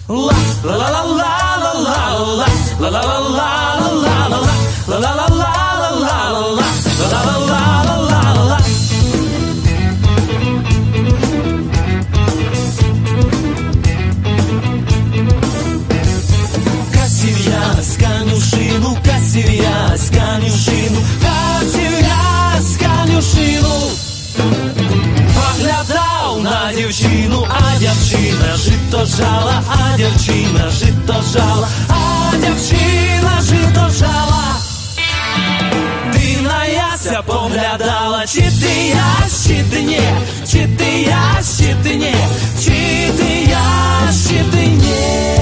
Поглядав на дівчину, а дівчина жито жала, а дівчина жито жала, а дівчина жито жала. Дивна яся поглядала, чи ти ясь, чи ти не, чи ти ясь, чи ти не, чи ти ясь, чи ти не.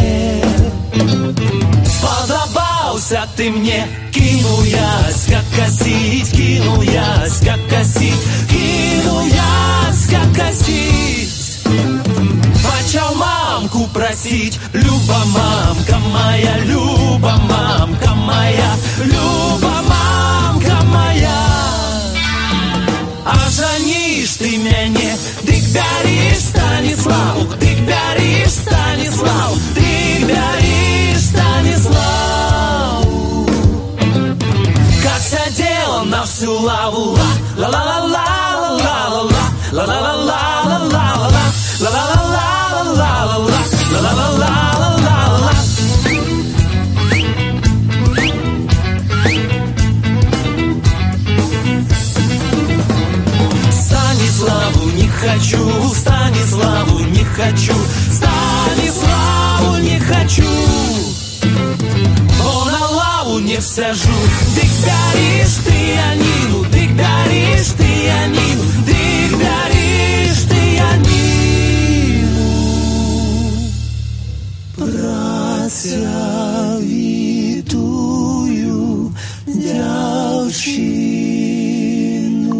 Сподобався ти мне, кинул ясь, как косить, кинул ясь, как косить, кинул ясь, как косить. Почал мамку просить, Люба, мамка моя, Люба, мамка моя, Люба, мамка моя. А жанишь ты мяне, дык бяришь Станиславу, дык бяришь Станиславу, дык бяришь Станиславу. Как сидела на всю лаву, ла-ла-ла-ла-ла-ла-ла-ла, ла-ла-ла-ла-ла-ла-ла, ла-ла-ла-ла-ла-ла-ла, ла-ла-ла-ла-ла-ла. Станиславу не хочу, Станиславу не хочу, Станиславу не хочу. О, на лаву не всажу, дык бяришь ты Анину, дык бяришь ты Анину, дык бяришь ты Анину. Працявітую дівчину.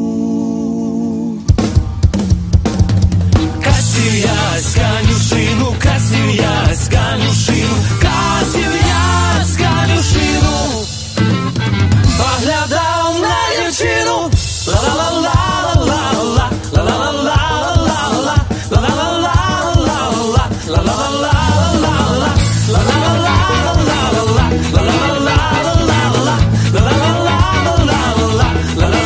Косив ясь конюшину, косив ясь конюшину, косив ясь конюшину. Поглядав на дівчину, ла-ла-ла-ла-ла-ла, ла-ла-ла-ла-ла-ла, ла-ла-ла-ла-ла-ла, ла-ла-ла-ла-ла-ла, ла-ла-ла-ла-ла-ла, ла-ла-ла-ла-ла-ла, ла-ла-ла-ла-ла-ла,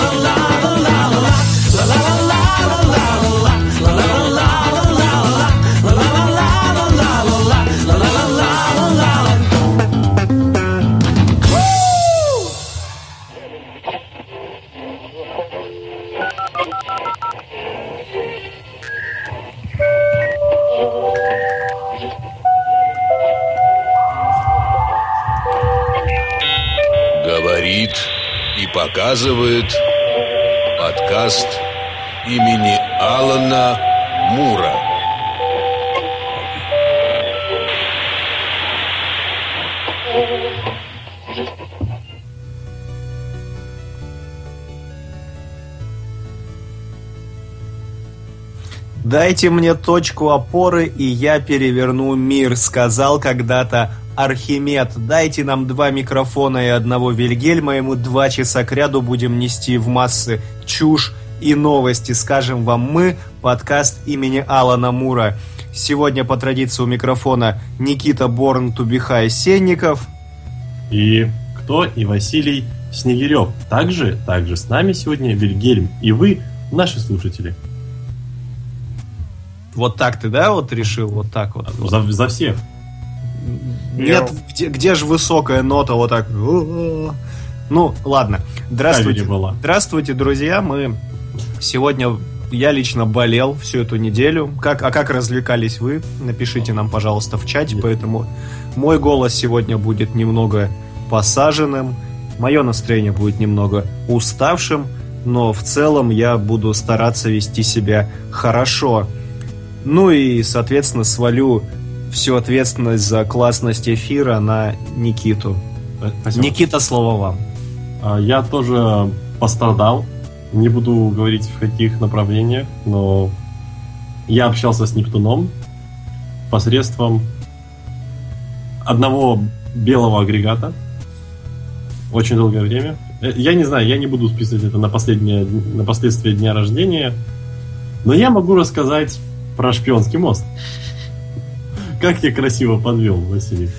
Говорит и показывает подкаст имени Алана Мура. «Дайте мне точку опоры, и я переверну мир», сказал когда-то Архимед. «Дайте нам 2 микрофона и 1 Вильгельма, и мы 2 часа кряду будем нести в массы чушь и новости. Скажем вам мы, подкаст имени Алана Мура». Сегодня по традиции у микрофона Никита Борн Тубихай Сенников. И кто? И Василий Снегирев. Также с нами сегодня Вильгельм. И вы, наши слушатели. Вот так ты, да, вот решил? Вот так вот? За всех. Нет, где же высокая нота вот так? Ну, ладно. Здравствуйте. Здравствуйте, друзья. Мы сегодня... Я лично болел всю эту неделю. Как развлекались вы? Напишите нам, пожалуйста, в чате. Поэтому мой голос сегодня будет немного посаженным. Мое настроение будет немного уставшим. Но в целом я буду стараться вести себя хорошо. Ну и, соответственно, свалю всю ответственность за классность эфира на Никиту. Спасибо. Никита, слово вам. Я тоже пострадал. Не буду говорить, в каких направлениях, но я общался с Нептуном посредством одного белого агрегата очень долгое время. Я не знаю, я не буду списывать это на последствия дня рождения, но я могу рассказать про шпионский мост. Как я красиво подвел, Василий.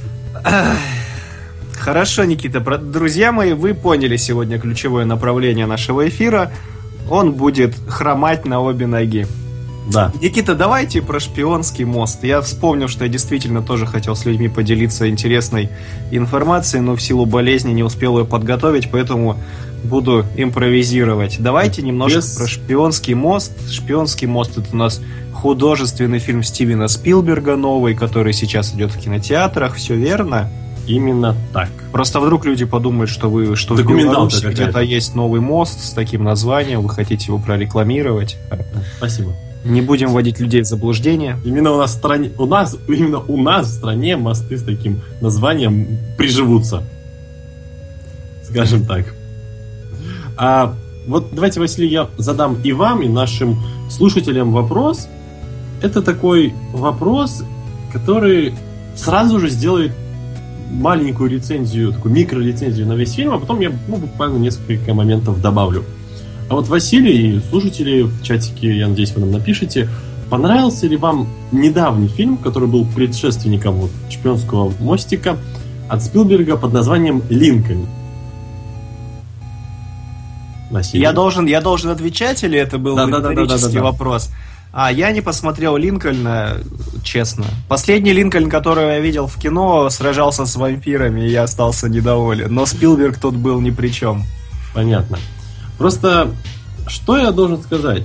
Хорошо, Никита. Друзья мои, вы поняли сегодня ключевое направление нашего эфира. Он будет хромать на обе ноги. Да. Никита, давайте про шпионский мост. Я вспомнил, что я действительно тоже хотел с людьми поделиться интересной информацией, но в силу болезни не успел ее подготовить, поэтому буду импровизировать. Давайте немножко про шпионский мост. Шпионский мост — это у нас художественный фильм Стивена Спилберга новый, который сейчас идет в кинотеатрах. Все верно? Именно так. Просто вдруг люди подумают, что в Беларуси где-то есть новый мост с таким названием, вы хотите его прорекламировать. Спасибо. Не будем вводить людей в заблуждение. Именно у нас в стране мосты с таким названием приживутся. Скажем так. А вот давайте, Василий, я задам и вам, и нашим слушателям вопрос. Это такой вопрос, который сразу же сделает маленькую рецензию, такую микрорецензию на весь фильм, а потом я буквально несколько моментов добавлю. А вот, Василий и слушатели в чатике, я надеюсь, вы нам напишите, понравился ли вам недавний фильм, который был предшественником «Шпионского мостика» от Спилберга под названием «Линкольн»? Василий. Я должен отвечать, или это был риторический вопрос? Я не посмотрел «Линкольна», честно. Последний «Линкольн», который я видел в кино, сражался с вампирами, и я остался недоволен. Но Спилберг тут был ни при чем. Понятно. Просто, что я должен сказать?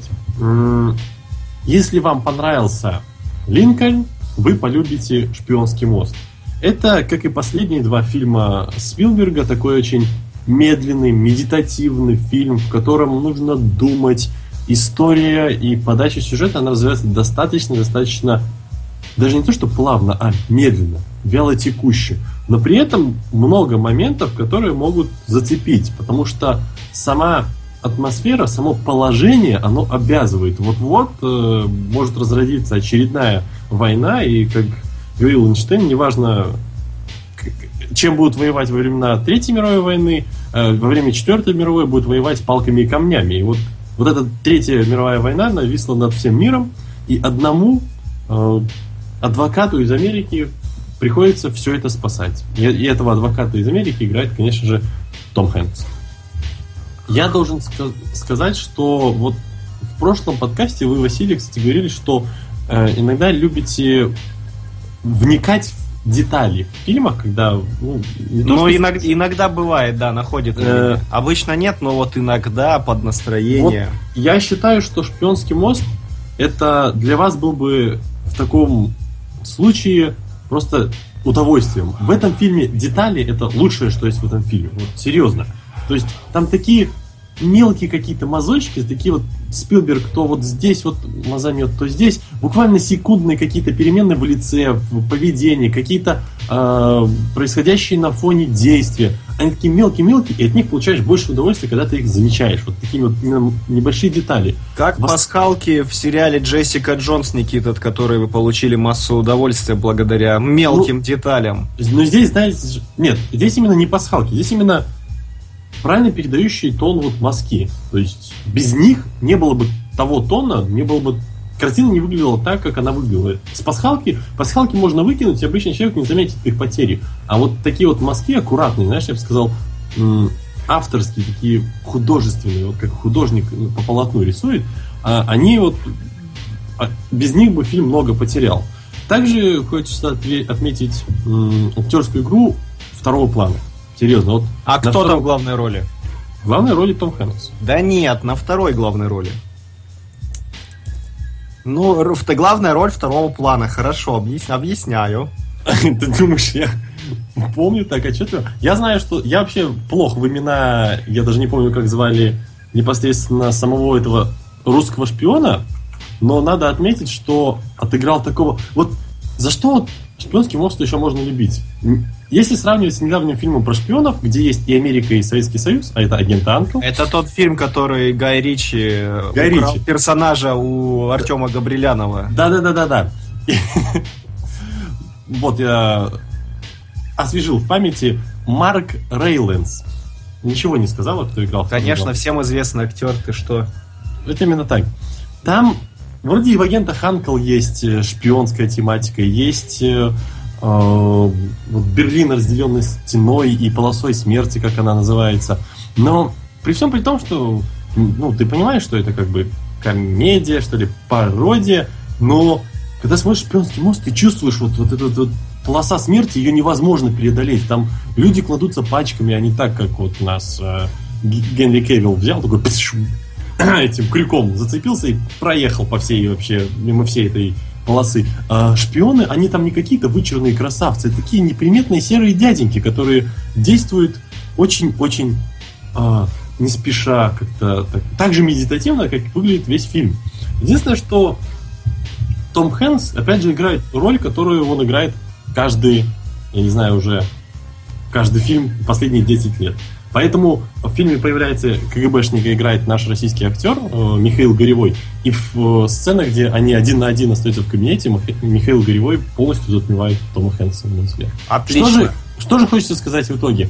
Если вам понравился «Линкольн», вы полюбите «Шпионский мост». Это, как и последние два фильма Спилберга, такой очень медленный, медитативный фильм, в котором нужно думать. История и подача сюжета, она развивается достаточно, даже не то что плавно, а медленно, вялотекуще. Но при этом много моментов, которые могут зацепить, потому что сама атмосфера, само положение, оно обязывает. Вот-вот может разразиться очередная война, и, как говорил Эйнштейн, неважно, чем будут воевать во времена Третьей мировой войны, во время Четвертой мировой будут воевать палками и камнями. И вот эта Третья мировая война нависла над всем миром, и одному адвокату из Америки приходится все это спасать. И этого адвоката из Америки играет, конечно же, Том Хэнкс. Я должен сказать, что вот в прошлом подкасте вы, Василий, кстати, говорили, что иногда любите вникать в детали в фильмах, когда... иногда бывает, да, находит. Обычно нет, но вот иногда под настроение. Вот я считаю, что «Шпионский мост» это для вас был бы в таком случае просто удовольствием. В этом фильме детали — это лучшее, что есть в этом фильме. Вот, серьезно. То есть там такие мелкие какие-то мазочки, такие вот Спилберг то вот здесь вот мазанет, то здесь. Буквально секундные какие-то перемены в лице, в поведении, какие-то происходящие на фоне действия. Они такие мелкие-мелкие, и от них получаешь больше удовольствия, когда ты их замечаешь. Вот такие вот небольшие детали. Как пасхалки в сериале «Джессика Джонс», Никита, от которой вы получили массу удовольствия благодаря мелким деталям. Но здесь, знаете, нет, здесь именно не пасхалки, здесь именно правильно передающий тон вот мазки. То есть без них не было бы того тона, не было бы... Картина не выглядела так, как она выглядела. С пасхалки можно выкинуть, и обычный человек не заметит их потери. А вот такие вот мазки аккуратные, знаешь, я бы сказал, авторские, такие художественные, вот как художник по полотну рисует, они вот... Без них бы фильм много потерял. Также хочется отметить актерскую игру второго плана. Серьезно, вот. А кто там в главной роли? В главной роли Том Хэнкс. Да нет, на второй главной роли. Ну, главная роль второго плана. Хорошо, объясняю. Ты думаешь, я помню так отчетливо? Я знаю, что я вообще плохо в имена, я даже не помню, как звали непосредственно самого этого русского шпиона, но надо отметить, что отыграл такого... Вот за что «Шпионский мост» еще можно любить? Если сравнивать с недавним фильмом про шпионов, где есть и Америка, и Советский Союз, а это «Агент Анкл». Это тот фильм, который Гай Ричи украл персонажа у Артема Габрилянова. Да. Вот я освежил в памяти Марк Рейлэнс. Ничего не сказала, кто играл в фильме. Конечно, всем известный актер, ты что? Это именно так. Там Вроде и в «Агентах Анкл» есть шпионская тематика, есть Берлин, разделенный стеной и полосой смерти, как она называется. Но при всем при том, что ты понимаешь, что это как бы комедия, что ли, пародия, но когда смотришь «Шпионский мост», ты чувствуешь вот эту полоса смерти, ее невозможно преодолеть. Там люди кладутся пачками, а не так, как вот у нас Генри Кевилл взял, такой этим крюком зацепился и проехал по всей вообще, мимо всей этой полосы. А шпионы, они там не какие-то вычурные красавцы, а такие неприметные серые дяденьки, которые действуют очень-очень не спеша, как-то так же медитативно, как выглядит весь фильм. Единственное, что Том Хэнкс, опять же, играет роль, которую он играет каждый фильм последние 10 лет. Поэтому в фильме появляется КГБшника, играет наш российский актер Михаил Горевой. И в сценах, где они один на один остаются в кабинете, Михаил Горевой полностью затмевает Тома Хэнкса, на мой взгляд. Отлично. Что же хочется сказать в итоге?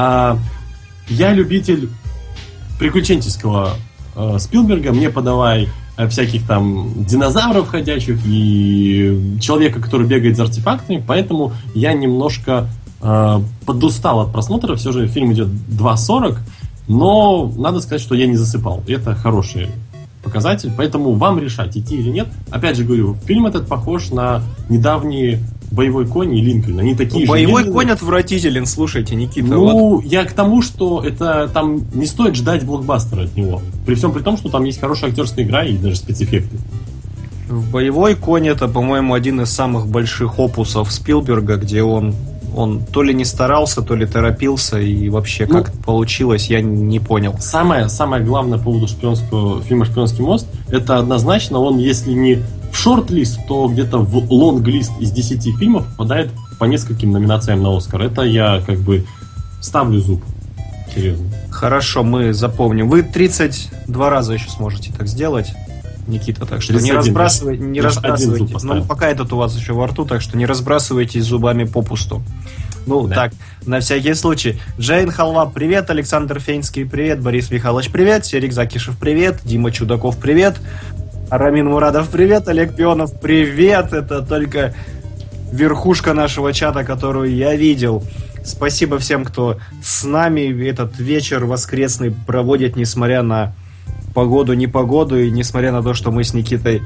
Я любитель приключенческого Спилберга. Мне подавай всяких там динозавров ходячих и человека, который бегает за артефактами. Поэтому я немножко подустал от просмотра. Все же фильм идет 2:40. Но надо сказать, что я не засыпал. Это хороший показатель. Поэтому вам решать, идти или нет. Опять же говорю, фильм этот похож на недавние «Боевой конь» и «Линкольн». Они такие же. «Боевой конь» отвратителен, слушайте, Никита. Я к тому, что это там не стоит ждать блокбастера от него. При всем при том, что там есть хорошая актерская игра и даже спецэффекты. «Боевой конь» — это, по-моему, один из самых больших опусов Спилберга, где он то ли не старался, то ли торопился, и вообще как получилось, я не понял. Самое главное по поводу фильма «Шпионский мост» — это однозначно он, если не в шорт-лист, то где-то в лонг-лист из 10 фильмов попадает по нескольким номинациям на «Оскар». Это я как бы ставлю зуб. Серьезно. Хорошо, мы запомним. Вы 32 раза еще сможете так сделать, Никита, так что не разбрасывайте. Ну, пока этот у вас еще во рту, так что не разбрасывайтесь зубами попусту. Ну, да. Так, на всякий случай. Джейн Халва, привет. Александр Фейнский, привет. Борис Михайлович, привет. Серик Закишев, привет. Дима Чудаков, привет. Рамин Мурадов, привет. Олег Пионов, привет. Это только верхушка нашего чата, которую я видел. Спасибо всем, кто с нами этот вечер воскресный проводит, несмотря на погоду, непогоду, и несмотря на то, что мы с Никитой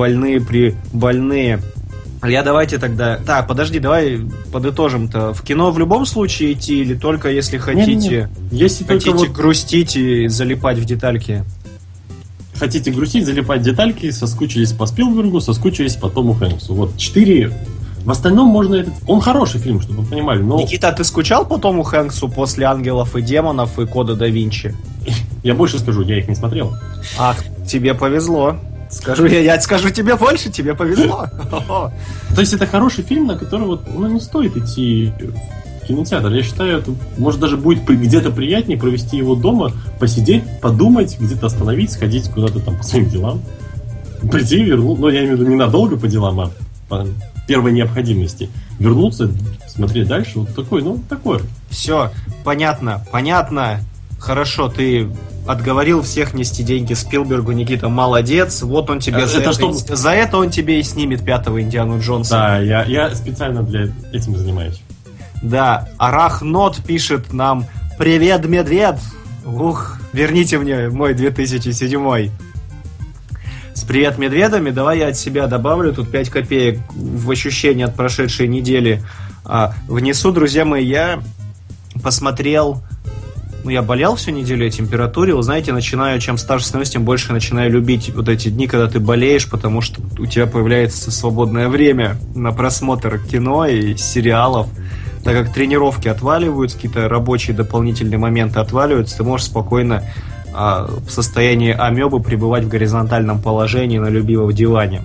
больные. Давайте тогда... Так, подожди, давай подытожим-то. В кино в любом случае идти или только если хотите... Хотите грустить и залипать в детальки? Хотите грустить, залипать в детальки, соскучились по Спилбергу, соскучились по Тому Хэнксу. Вот 4... В остальном можно Он хороший фильм, чтобы вы понимали, но... Никита, ты скучал по Тому Хэнксу после «Ангелов и демонов» и «Кода да Винчи»? Я больше скажу, я их не смотрел. Ах, тебе повезло. Я скажу тебе больше, тебе повезло. То есть это хороший фильм, на который не стоит идти в кинотеатр. Я считаю, это может даже будет где-то приятнее провести его дома, посидеть, подумать, где-то остановить, сходить куда-то там по своим делам. Прийти, вернуться, я имею в виду не надолго по делам, а по первой необходимости. Вернуться, смотреть дальше, такое. Все, понятно. Хорошо, ты отговорил всех нести деньги Спилбергу, Никита, молодец. Вот он тебе за это он тебе и снимет 5-го Индиану Джонса. Да, я специально для этим занимаюсь. Да, Арахнот пишет нам: привет, медведь! Верните мне мой 2007. С привет медведами, давай я от себя добавлю тут 5 копеек в ощущение от прошедшей недели. Внесу, друзья мои, я посмотрел... я болел всю неделю, я температурил. Знаете, чем старше становлюсь, тем больше начинаю любить вот эти дни, когда ты болеешь, потому что у тебя появляется свободное время на просмотр кино и сериалов. Так как тренировки отваливаются, какие-то рабочие дополнительные моменты отваливаются, ты можешь спокойно в состоянии амебы пребывать в горизонтальном положении на любимом диване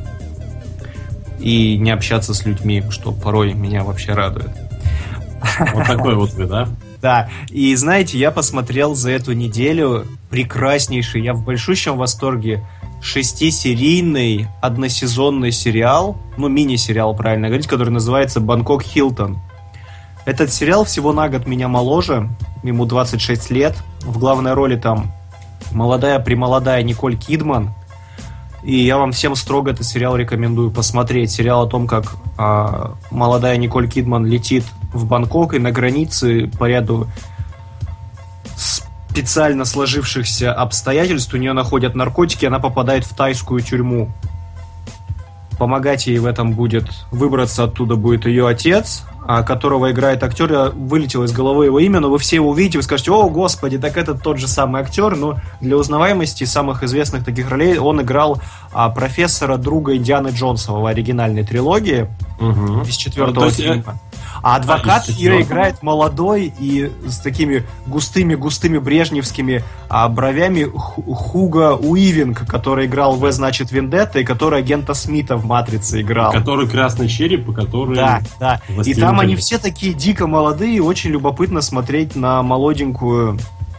и не общаться с людьми, что порой меня вообще радует. Вот такой вот вы, да? Да, и знаете, я посмотрел за эту неделю прекраснейший, я в большущем восторге, 6-серийный односезонный сериал, мини-сериал, правильно говорить, который называется «Бангкок Хилтон». Этот сериал всего на год меня моложе, ему 26 лет, в главной роли там молодая-премолодая Николь Кидман. И я вам всем строго этот сериал рекомендую посмотреть. Сериал о том, как молодая Николь Кидман летит в Бангкок, и на границе по ряду специально сложившихся обстоятельств у нее находят наркотики, она попадает в тайскую тюрьму. Помогать ей в этом будет, выбраться оттуда будет ее отец, которого играет актер. Я вылетел из головы его имя, но вы все его увидите, вы скажете: о, господи, так это тот же самый актер. Но для узнаваемости самых известных таких ролей он играл профессора, друга Индианы Джонса в оригинальной трилогии из 4-го фильма. А адвокат ее играет молодой и с такими густыми брежневскими бровями Хуго Уивинг, который играл в «Значит, Вендетта», и который агента Смита в «Матрице» играл. Который красный череп, и который... Да. И там они все такие дико молодые, и очень любопытно смотреть на молоденькую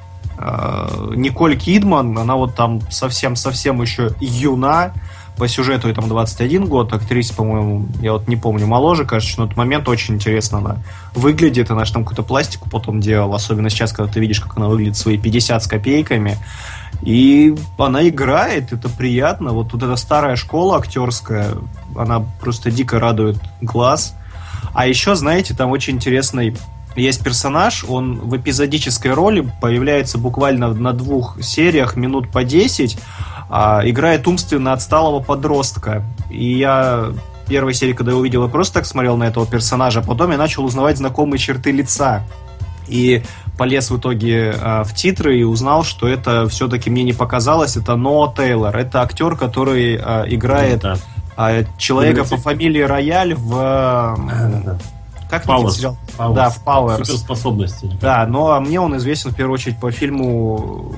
Николь Кидман. Она вот там совсем еще юна. По сюжету ей там 21 год, актриса, по-моему, я вот не помню, моложе, кажется, но на тот момент очень интересно она выглядит, она же там какую-то пластику потом делала, особенно сейчас, когда ты видишь, как она выглядит свои 50 с копейками, и она играет, это приятно, вот эта старая школа актерская, она просто дико радует глаз. А еще, знаете, там очень интересный есть персонаж, он в эпизодической роли появляется буквально на 2 сериях, минут по 10, играет умственно отсталого подростка. И я в первой серии, когда я увидел, я просто так смотрел на этого персонажа, а потом я начал узнавать знакомые черты лица. И полез в итоге в титры и узнал, что это все-таки мне не показалось, это Ноа Тейлор. Это актер, который играет человека по фамилии Рояль в... Как Powers. Сериал? Да, в Powers. Суперспособности. Да, но мне он известен в первую очередь по фильму...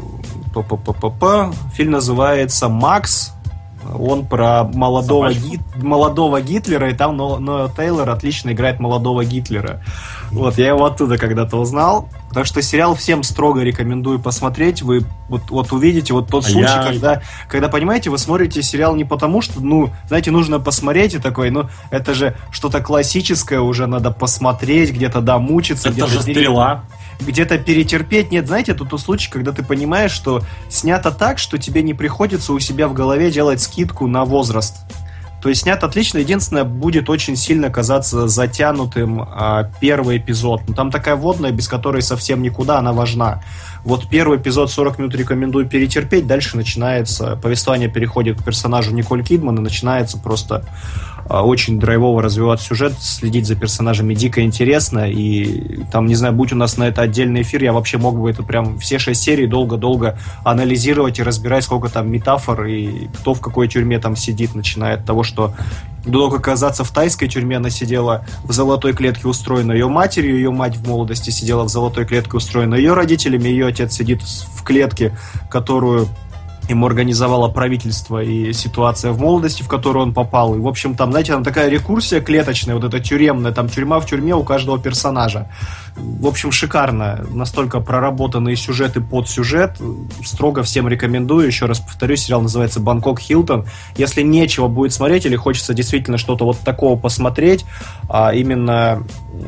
Фильм называется «Макс». Он про молодого Гитлера, и там Ноа Тейлор отлично играет молодого Гитлера. Вот, я его оттуда когда-то узнал. Так что сериал всем строго рекомендую посмотреть. Вы вот увидите вот тот случай, когда, понимаете, вы смотрите сериал не потому, что, знаете, нужно посмотреть и такой, это же что-то классическое, уже надо посмотреть, где-то, мучиться. Это же «Стрела». Где-то перетерпеть. Нет, знаете, это тот случай, когда ты понимаешь, что снято так, что тебе не приходится у себя в голове делать скидку на возраст. То есть снят отлично. Единственное, будет очень сильно казаться затянутым первый эпизод. Там такая вводная, без которой совсем никуда, она важна. Вот первый эпизод 40 минут рекомендую перетерпеть. Дальше начинается, повествование переходит к персонажу Николь Кидман, и начинается просто очень драйвово развиваться сюжет, следить за персонажами дико интересно, и там, не знаю, будь у нас на это отдельный эфир, я вообще мог бы это прям все 6 серий долго-долго анализировать и разбирать, сколько там метафор и кто в какой тюрьме там сидит, начиная от того, что до как оказаться в тайской тюрьме, она сидела в золотой клетке, устроенной ее матерью, ее мать в молодости сидела в золотой клетке, устроенной ее родителями, ее отец сидит в клетке, которую ему организовало правительство, и ситуация в молодости, в которую он попал. И, в общем, там, знаете, там такая рекурсия клеточная, вот эта тюремная, там тюрьма в тюрьме у каждого персонажа. В общем, шикарно. Настолько проработанные сюжеты под сюжет. Строго всем рекомендую. Еще раз повторю, сериал называется «Бангкок Хилтон». Если нечего будет смотреть или хочется действительно что-то вот такого посмотреть, именно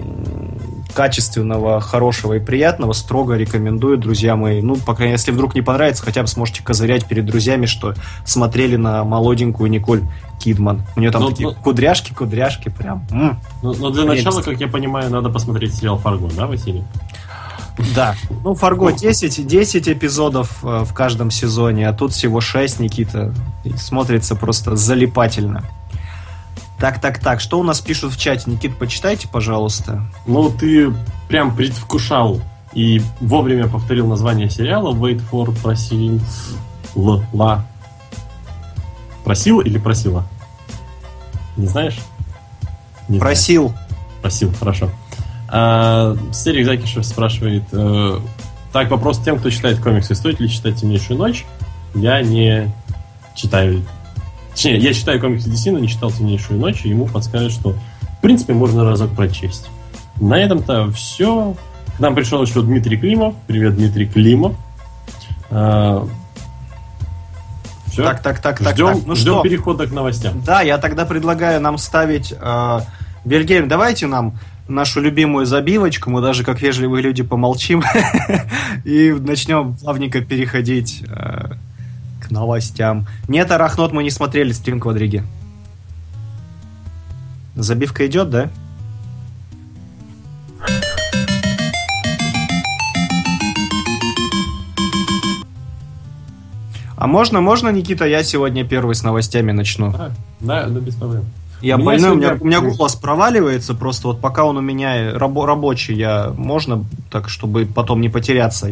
качественного, хорошего и приятного, строго рекомендую, друзья мои. По крайней мере, если вдруг не понравится, хотя бы сможете козырять перед друзьями, что смотрели на молоденькую Николь Кидман. У нее там такие кудряшки прям. Но для начала, как я понимаю, надо посмотреть сериал «Фарго», да, Василий? Да. «Фарго» 10 эпизодов в каждом сезоне, а тут всего 6, Никита. И смотрится просто залипательно. Так, что у нас пишут в чате? Никит, почитайте, пожалуйста. Ты прям предвкушал и вовремя повторил название сериала. Wait for Просила. Просил или просила? Не знаешь? Не Просил. Знаю. Просил, хорошо. Серик Закишев спрашивает: так, вопрос тем, кто читает комиксы. Стоит ли читать «Темнейшую ночь»? Я не читаю. Точнее, я читаю комиксы DC, но не читал «Темнейшую ночь», и ему подскажут, что в принципе можно разок прочесть. На этом-то все. К нам пришел еще Дмитрий Климов. Привет, Дмитрий Климов. Все. Так. Ждем перехода к новостям. Да, я тогда предлагаю нам ставить... Вильгельм, давайте нам нашу любимую забивочку, мы даже как вежливые люди помолчим и начнем плавненько переходить к к новостям. Нет, Арахнот, мы не смотрели стрим Квадриги. Забивка идет, да? А можно, Никита, я сегодня первый с новостями начну? Да, без проблем. Я больной, у меня голос проваливается, просто вот пока он у меня рабочий, можно так, чтобы потом не потеряться,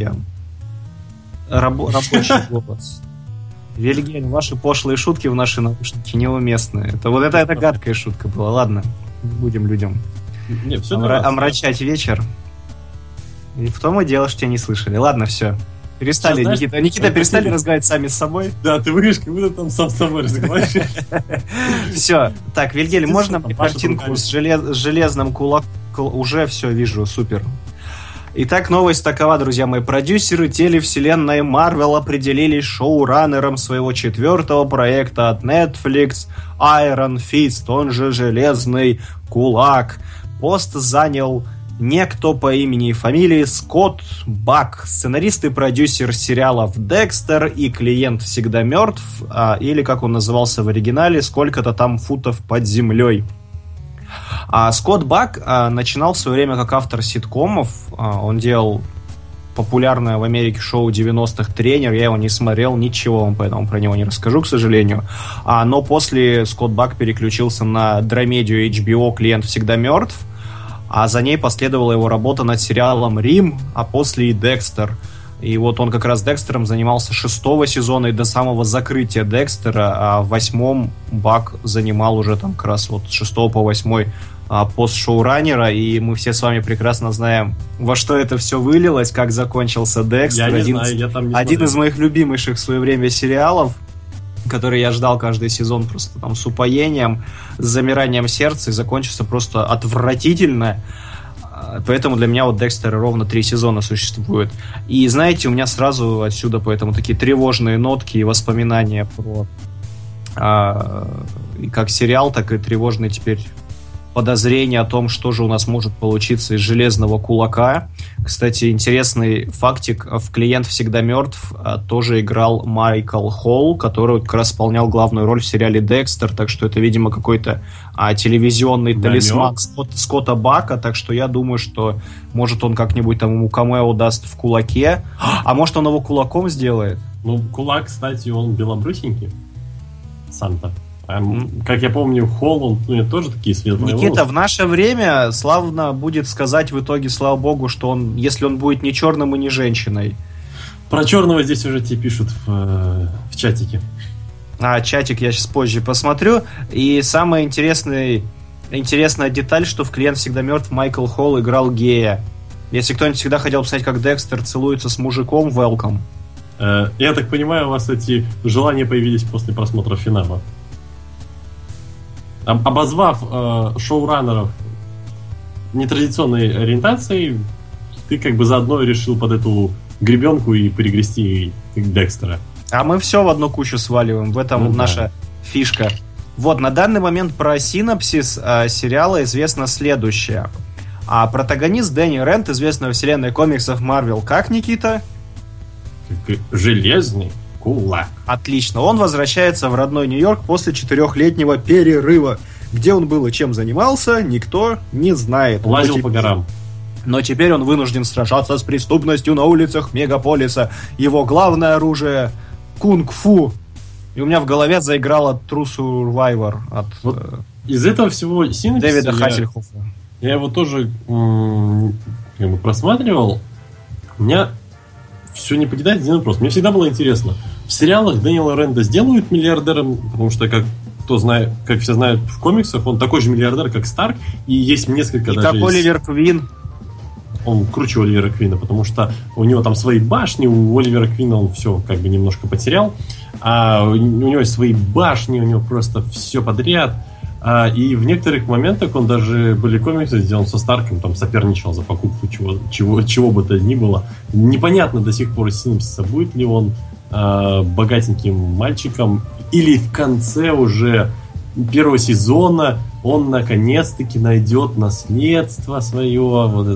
рабочий голос. Вильгельм, ваши пошлые шутки в наши наушники неуместны. Это гадкая шутка была, ладно, не будем людям омрачать вечер. И в том и дело, что тебя не слышали. Ладно, все. Перестали, сейчас, Никита, перестали разговаривать сами с собой. Да, ты выглядишь, как будто там сам с собой разговариваешь. Все. Так, Вильгельм, можно мне картинку с железным кулаком? Уже все вижу, супер. Итак, новость такова, друзья мои. Продюсеры телевселенной Marvel определились шоураннером своего 4-го проекта от Netflix Iron Fist, он же Железный Кулак. Пост занял некто по имени и фамилии Скотт Бак, сценарист и продюсер сериалов «Декстер» и «Клиент всегда мертв», или, как он назывался в оригинале, «Сколько-то там футов под землей». Скотт Бак начинал в свое время как автор ситкомов. Он делал популярное в Америке шоу 90-х «Тренер». Я его не смотрел, ничего вам поэтому про него не расскажу, к сожалению. Но после Скотт Бак переключился на драмедию HBO «Клиент всегда мертв», а за ней последовала его работа над сериалом «Рим», а после и «Декстер». И вот он как раз Декстером занимался 6-го сезона и до самого закрытия Декстера, а в 8-м Бак занимал уже там как раз вот с 6 по 8 пост шоураннера, и мы все с вами прекрасно знаем, во что это все вылилось, как закончился Декстер. Один из моих любимейших в свое время сериалов, который я ждал каждый сезон просто там с упоением, с замиранием сердца, и закончился просто отвратительно. Поэтому для меня вот Декстер ровно 3 сезона существует. И знаете, у меня сразу отсюда поэтому такие тревожные нотки и воспоминания про как сериал, так и тревожные теперь подозрения о том, что же у нас может получиться из «Железного кулака». Кстати, интересный фактик: в «Клиент всегда мертв» тоже играл Майкл Холл, который как раз исполнял главную роль в сериале «Декстер», так что это, видимо, какой-то талисман Скотта Бака, так что я думаю, что может он как-нибудь там ему камео даст в «Кулаке», а может он его кулаком сделает? Ну, Кулак, кстати, он белобрысенький, сам-то. Как я помню, Холл, он тоже такие светлые Никита, волосы. в наше время славно будет сказать в итоге, слава богу, что он, если он будет не черным и не женщиной. Про черного здесь уже тебе пишут в чатике. Чатик я сейчас позже посмотрю. И самая интересная деталь, что в «Клиент всегда мертв» Майкл Холл играл гея. Если кто-нибудь всегда хотел посмотреть, как Декстер целуется с мужиком, welcome. Я так понимаю, у вас эти желания появились после просмотра финала. Обозвав шоураннеров нетрадиционной ориентацией, ты как бы заодно решил под эту гребенку и перегрести Декстера. А мы все в одну кучу сваливаем, в этом наша фишка. Вот, на данный момент про синопсис сериала известно следующее. Протагонист Дэнни Рент, известный во вселенной комиксов Marvel, как, Никита? Железный Кулак. Отлично. Он возвращается в родной Нью-Йорк после 4-летнего перерыва. Где он был и чем занимался, никто не знает. Лазил по горам. Но теперь он вынужден сражаться с преступностью на улицах мегаполиса. Его главное оружие — кунг-фу. И у меня в голове заиграла True Survivor от из этого всего синопсиса Дэвида Хассельхоффа. Я его тоже просматривал. У меня все не покидает один вопрос. Мне всегда было интересно. В сериалах Дэниела Рэнда сделают миллиардером, потому что, как все знают в комиксах, он такой же миллиардер, как Старк, и есть несколько и даже... как Оливер Квин. Он круче Оливера Квина, потому что у него там свои башни, у Оливера Квина он все как бы немножко потерял, а у него есть свои башни, у него просто все подряд. И в некоторых моментах он даже были комиксы, где он со Старком там соперничал за покупку чего бы то ни было. Непонятно до сих пор из синопсиса, будет ли он богатеньким мальчиком, или в конце уже первого сезона он наконец-таки найдет наследство свое, вот это вот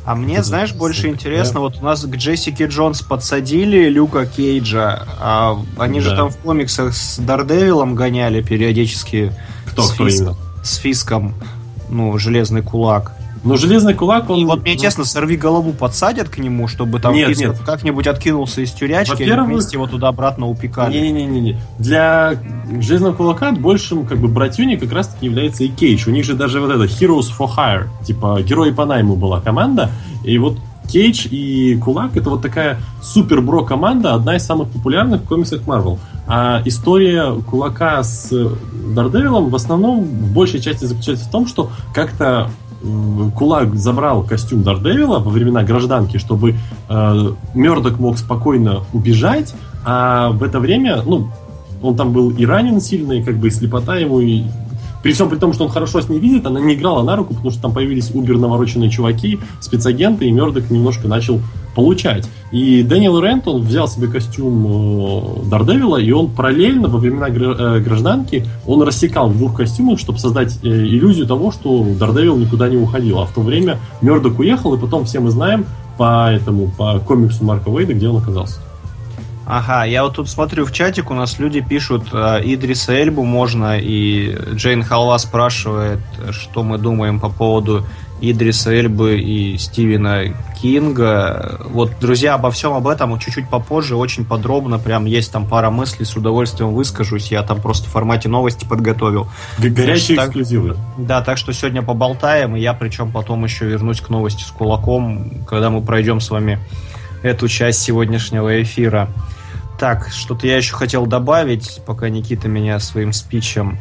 А мне, знаешь, больше интересно, вот у нас к Джессике Джонс подсадили Люка Кейджа, а они же там в комиксах с Дардевилом гоняли периодически. Кто именно? С Фиском, Железный Кулак. Но Железный Кулак, он... И вот мне честно, Сорви голову подсадят к нему, чтобы там Фиск как-нибудь откинулся из тюрячки, и вместе его туда-обратно упекали. Не-не-не. Для Железного Кулака большим братюней как раз-таки является и Кейдж. У них же даже вот это Heroes for Hire, типа Герои по найму была команда, и вот Кейдж и Кулак — это вот такая супер-бро команда, одна из самых популярных в комиксах Marvel. А история Кулака с Дардевилом в основном в большей части заключается в том, что как-то Кулак забрал костюм Дардевила во времена гражданки, чтобы Мёрдок мог спокойно убежать, а в это время, он там был и ранен сильно, и слепота ему, и при всем при том, что он хорошо с ней видит, она не играла на руку, потому что там появились убер-навороченные чуваки, спецагенты, и Мёрдок немножко начал получать. И Дэниел Рент, он взял себе костюм Дардевила, и он параллельно во времена гражданки он рассекал в двух костюмах, чтобы создать иллюзию того, что Дардевил никуда не уходил. А в то время Мёрдок уехал, и потом все мы знаем по комиксу Марка Уэйда, где он оказался. Ага, я вот тут смотрю в чатик, у нас люди пишут, Идриса Эльбу можно, и Джейн Халва спрашивает, что мы думаем по поводу Идриса Эльбы и Стивена Кинга. Вот, друзья, обо всем об этом чуть-чуть попозже, очень подробно, прям есть там пара мыслей, с удовольствием выскажусь, я там просто в формате новости подготовил. Горячие эксклюзивы. Да, так что сегодня поболтаем, и я причем потом еще вернусь к новости с Кулаком, когда мы пройдем с вами эту часть сегодняшнего эфира. Так, что-то я еще хотел добавить, пока Никита меня своим спичем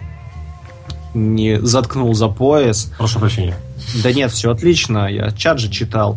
не заткнул за пояс. Прошу прощения. Да нет, все отлично, я чат же читал.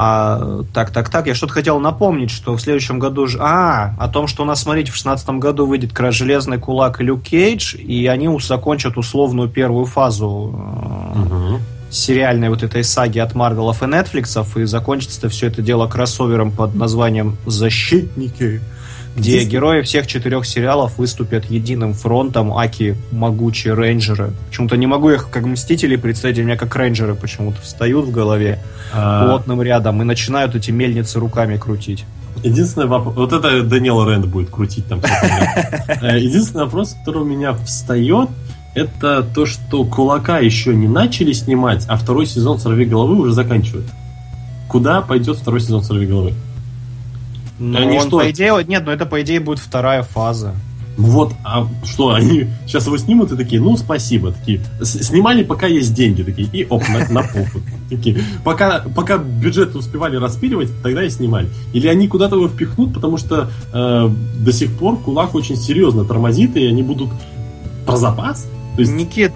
Так, я что-то хотел напомнить, что в следующем году... о том, что у нас, смотрите, в 2016 году выйдет как раз Железный Кулак и Люк Кейдж, и они закончат условную первую фазу сериальной вот этой саги от Марвелов и Нетфликсов, и закончится все это дело кроссовером под названием «Защитники», где герои всех 4 сериалов выступят единым фронтом, аки могучие рейнджеры. Почему-то не могу их как Мстители представить, у меня как рейнджеры почему-то встают в голове плотным рядом и начинают эти мельницы руками крутить. Единственный вопрос... Вот это Дэниел Рэнд будет крутить там. Единственный вопрос, который у меня встает, это то, что Кулака еще не начали снимать, а второй сезон «Сорвиголовы» уже заканчивают. Куда пойдет второй сезон «Сорвиголовы»? По идее, это по идее будет вторая фаза. Вот, а что, они сейчас его снимут и такие, спасибо, такие, снимали, пока есть деньги, такие, и на полку, такие, пока бюджет успевали распиливать, тогда и снимали. Или они куда-то его впихнут, потому что до сих пор Кулак очень серьезно тормозит, и они будут про запас. То есть, Никит,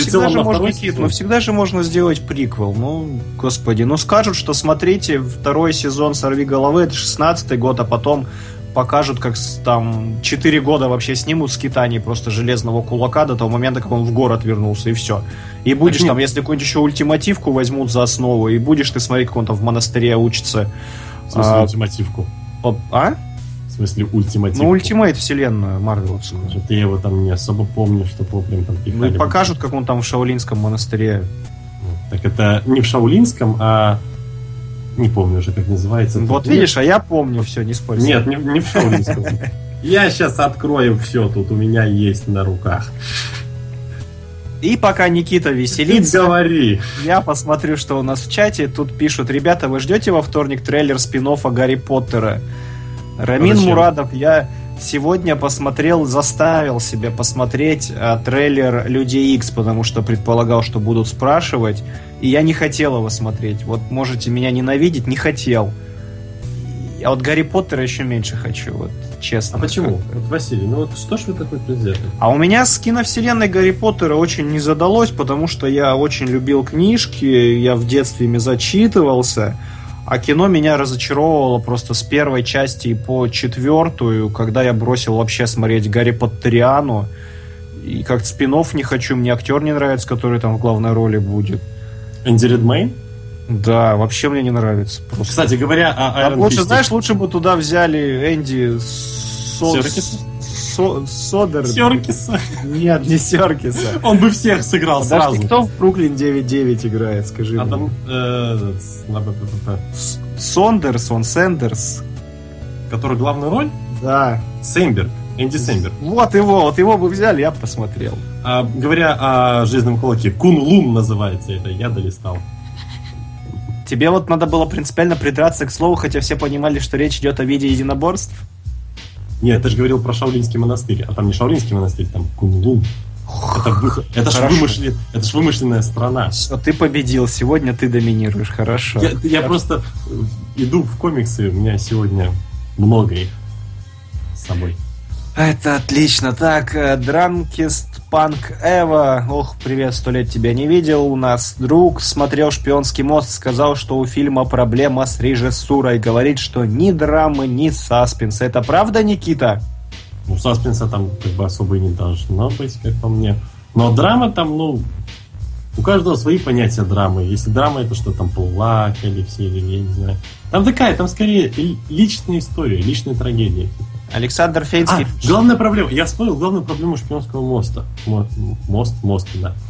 всегда же можно сделать приквел. Господи, скажут, что смотрите, второй сезон «Сорвиголовы» это 16-й год, а потом покажут, как там 4 года вообще снимут скитаний просто Железного Кулака до того момента, как он в город вернулся, и все. И будешь там, если какую-нибудь еще ультимативку возьмут за основу, и будешь ты смотреть, как он там в монастыре учится. В смысле ультимативку? В смысле ультимативку? Ультимейт вселенную марвеловскую. Я его там не особо помню, что прям там пихали. И покажут, как он там в Шаолинском монастыре. Так это не в Шаолинском, а... Не помню уже, как называется. Вот видишь, а я помню все, не спорь. Нет, не в Шаолинском. Я сейчас открою все, тут у меня есть на руках. И пока Никита веселится, говори. Я посмотрю, что у нас в чате. Тут пишут: ребята, вы ждете во вторник трейлер спин-оффа Гарри Поттера? Рамин Мурадов, я сегодня заставил себя посмотреть трейлер Людей Икс, потому что предполагал, что будут спрашивать, и я не хотел его смотреть. Вот можете меня ненавидеть, не хотел. А вот Гарри Поттера еще меньше хочу, вот честно. А почему? Василий, что ж вы такой предвзятый? А у меня с киновселенной Гарри Поттера очень не задалось, потому что я очень любил книжки, я в детстве ими зачитывался. А кино меня разочаровывало просто с первой части по 4, когда я бросил вообще смотреть Гарри Поттериану. И как-то спин-офф не хочу, мне актер не нравится, который там в главной роли будет. Энди Редмейн? Да, вообще мне не нравится. Просто. Кстати говоря, лучше бы туда взяли Энди Содер. Серкиса. Нет, не Серкиса. Он бы всех сыграл сразу. Подожди, кто в Бруклин 9-9 играет, скажи мне. Сэндерс. Который главную роль? Да. Сэмберг. Энди Сэмберг. Вот его бы взяли, я бы посмотрел. Говоря о «Железном кулаке», Кун-Лун называется это, я долистал. Тебе вот надо было принципиально придраться к слову, хотя все понимали, что речь идет о виде единоборств? Нет, ты же говорил про Шаолинский монастырь, а там не Шаолинский монастырь, там Кун-Лун. Это ж вымышленная страна. Все, ты победил, сегодня ты доминируешь, хорошо. Я просто иду в комиксы, у меня сегодня много их с собой. Это отлично. Так, Drunkest Punk Эва. Ох, привет, 100 лет тебя не видел. У нас друг смотрел «Шпионский мост», сказал, что у фильма проблема с режиссурой. Говорит, что ни драмы, ни саспенса. Это правда, Никита? Ну, саспенса там как бы особо и не должно быть, как по мне. Но драма там, у каждого свои понятия драмы. Если драма, это что там, плакали все, или я не знаю. Там скорее личная история, личная трагедия. Александр Фейнский. Главная проблема. Я вспомнил главную проблему «Шпионского моста». Мост,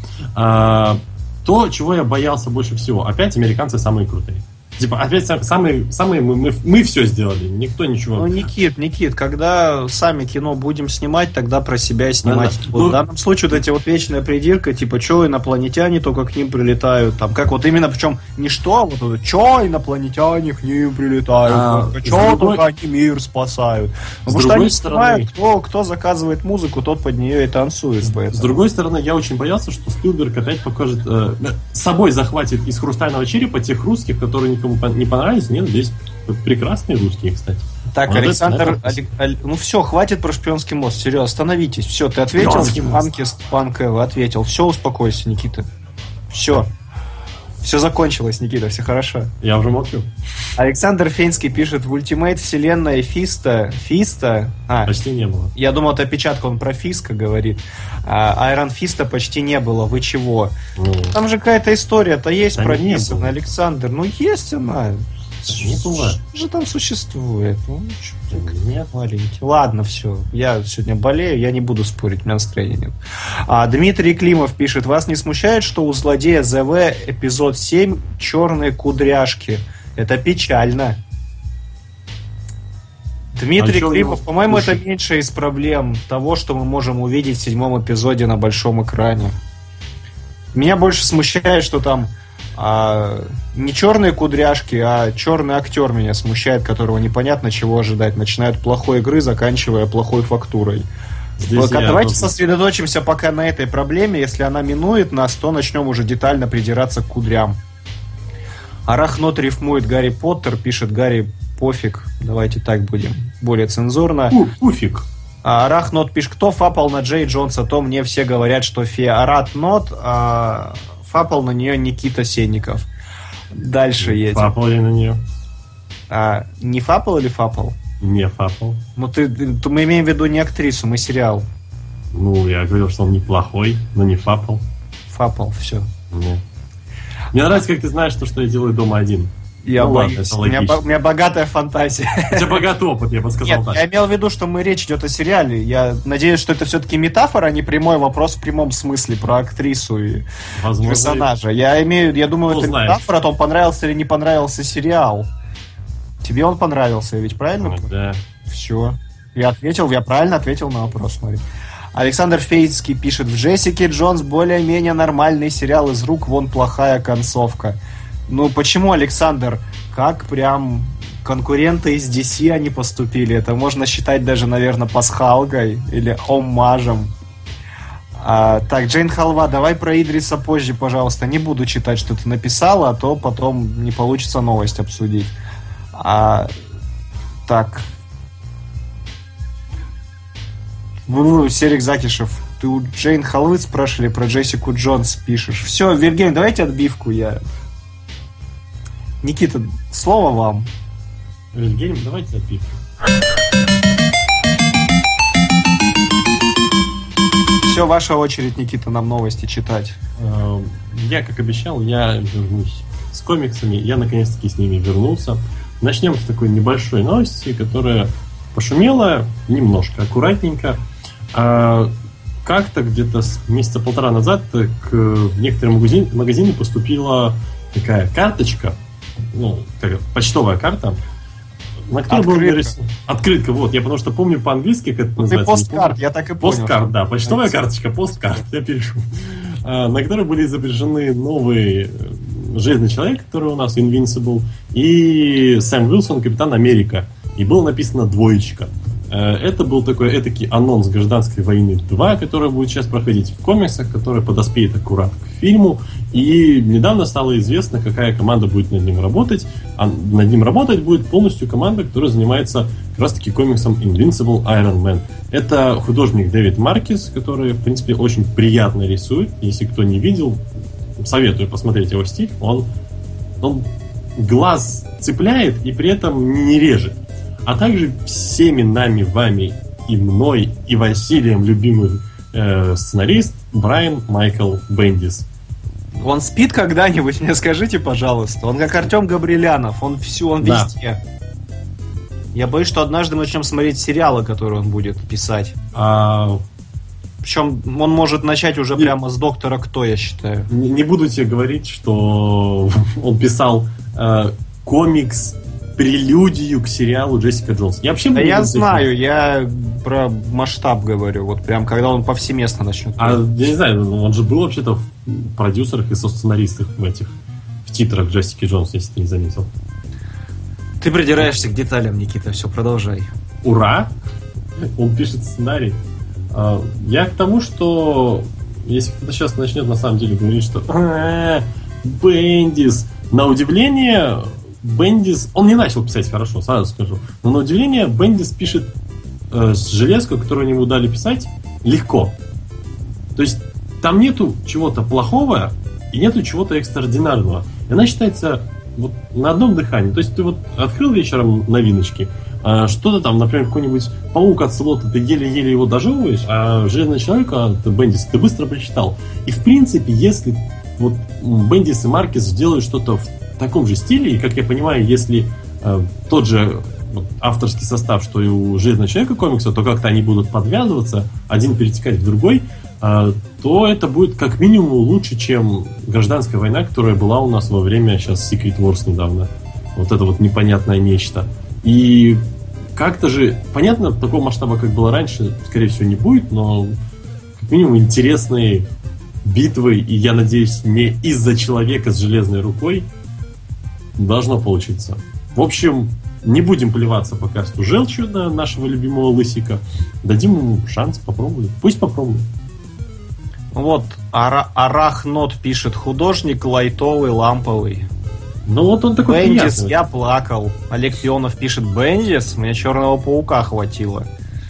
да. То, чего я боялся больше всего. Опять американцы самые крутые. Типа, опять самые мы все сделали, никто ничего. Ну, Никит, когда сами кино будем снимать, тогда про себя снимать. Да. Вот в данном случае вот эти вот вечная придирка, типа, что инопланетяне только к ним прилетают, там, как вот именно, причем не что, вот что инопланетяне к ним прилетают, что только они мир спасают. Потому что они снимают, кто заказывает музыку, тот под нее и танцует. С другой стороны, я очень боялся, что Спилберг опять покажет, с собой захватит из «Хрустального черепа» тех русских, которые никому не понравились. Нет, здесь прекрасные русские, кстати. Так, молодец, Александр, ну все, хватит про «Шпионский мост», серьезно, остановитесь. Все, ты ответил, Drunkest Punk Эва, ответил. Все, успокойся, Никита. Все закончилось, Никита, все хорошо. Я уже молчу. Александр Фейнский пишет: в Ultimate вселенная Фиста. Почти не было. Я думал, это опечатка, он про Фиска говорит. Айрон Фиста почти не было. Вы чего? Там же какая-то история-то есть прописана, Александр. Ну есть она. Не было. Что же там существует? Нет, маленький. Ладно, все. Я сегодня болею, я не буду спорить, у меня настроения нет. Дмитрий Климов пишет: вас не смущает, что у злодея ЗВ эпизод 7 черные кудряшки? Это печально. Дмитрий Климов, по-моему, это меньше из проблем того, что мы можем увидеть в 7 эпизоде на большом экране. Меня больше смущает, что там не черные кудряшки, а черный актер меня смущает, которого непонятно чего ожидать. Начиная от плохой игры, заканчивая плохой фактурой. Давайте сосредоточимся пока на этой проблеме. Если она минует нас, то начнем уже детально придираться к кудрям. Арахнот рифмует Гарри Поттер, пишет Гарри пофиг. Давайте так будем более цензурно. Пуфик. Арахнот пишет: кто фапал на Джей Джонса, то мне все говорят, что Фиаратнот, фапал на нее Никита Сенников. Дальше едем. Фапал ли на нее? Не фапал или фапал? Не фапал. Ну мы имеем в виду не актрису, мы сериал. Ну, я говорил, что он неплохой, но не фапал. Фапал, все. Нет. Мне нравится, как ты знаешь, что я делаю дома один. Я боюсь. У меня богатая фантазия. У тебя богатый опыт, я бы сказал. Нет, я имел в виду, что речь идет о сериале. Я надеюсь, что это все-таки метафора, а не прямой вопрос в прямом смысле про актрису и персонажа. Я думаю, это метафора о том, понравился или не понравился сериал. Тебе он понравился, ведь правильно? Да. Все. Я правильно ответил на вопрос, смотри. Александр Фейцкий пишет: в Джессике Джонс более-менее нормальный сериал, из рук вон плохая концовка. Ну почему, Александр? Как прям конкуренты из DC они поступили? Это можно считать даже, наверное, пасхалкой или оммажем. Так, Джейн Халва, давай про Идриса позже, пожалуйста. Не буду читать, что ты написала, а то потом не получится новость обсудить. Так. Серик Закишев, ты у Джейн Халвы спрашивали про Джессику Джонс, пишешь. Все, Вильгельм, давайте отбивку. Никита, слово вам. Вильгельм, давайте отбивку. Все, ваша очередь, Никита, нам новости читать. Я, как обещал, я вернусь с комиксами. Я, наконец-таки, с ними вернулся. Начнем с такой небольшой новости, которая пошумела немножко, аккуратненько. Как-то где-то месяца полтора назад в некоторые магазины поступила такая карточка, почтовая карта, на которой был нарисован... Открытка, вот. Я потому что помню по-английски, как это называется. Посткарт, я так и понял. Посткарт, да. Почтовая карточка, посткарт, я перешу. На которой были изображены новые Железный Человек, который у нас, Invincible, и Сэм Уилсон, Капитан Америка. И было написано двоечка. Это был такой этакий анонс Гражданской войны 2, которая будет сейчас проходить в комиксах, который подоспеет аккурат к фильму. И недавно стало известно, какая команда будет над ним работать. А над ним работать будет полностью команда, которая занимается как раз таки комиксом Invincible Iron Man. Это художник Дэвид Маркес, который, в принципе, очень приятно рисует. Если кто не видел, советую посмотреть его стиль. Он глаз цепляет и при этом не режет. А также всеми нами, вами и мной, и Василием любимый сценарист Брайан Майкл Бендис. Он спит когда-нибудь, мне скажите, пожалуйста. Он как Артем Габрилянов, он везде. Я боюсь, что однажды мы начнем смотреть сериалы, которые он будет писать. Причем он может начать уже прямо с «Доктора Кто», я считаю. Не буду тебе говорить, что он писал комикс прелюдию к сериалу Джессика Джонс. Я знаю, я про масштаб говорю, вот прям когда он повсеместно начнет. Я не знаю, он же был вообще-то в продюсерах и со-сценаристах в титрах Джессики Джонс, если ты не заметил. Ты придираешься к деталям, Никита, все, продолжай. Ура! Он пишет сценарий. Я к тому, что если кто-то сейчас начнет на самом деле говорить, что Бендис, на удивление Бендис, он не начал писать хорошо, сразу скажу, но на удивление Бендис пишет железку, которую ему дали писать, легко. То есть там нету чего-то плохого и нету чего-то экстраординарного. И она считается вот на одном дыхании. То есть ты вот открыл вечером новиночки, что-то там, например, какой-нибудь паук от слота, ты еле-еле его дожевываешь, а Железного Человека, Бендис, ты быстро прочитал. И в принципе, если вот Бендис и Маркес сделают что-то в таком же стиле, и, как я понимаю, если тот же авторский состав, что и у Железного Человека комикса, то как-то они будут подвязываться, один перетекать в другой, то это будет как минимум лучше, чем Гражданская война, которая была у нас во время сейчас Secret Wars недавно. Вот это вот непонятное нечто. И как-то же, понятно, такого масштаба, как было раньше, скорее всего, не будет, но как минимум интересные битвы, и я надеюсь, не из-за человека с железной рукой, должно получиться. В общем, не будем плеваться по касту желчью на нашего любимого Лысика. Дадим ему шанс, попробуем. Пусть попробуем. Вот, Арахнот пишет: художник лайтовый, ламповый. Ну вот он такой Бендис, приятный. Я плакал. Олег Пионов пишет: Бендис, мне Черного Паука хватило.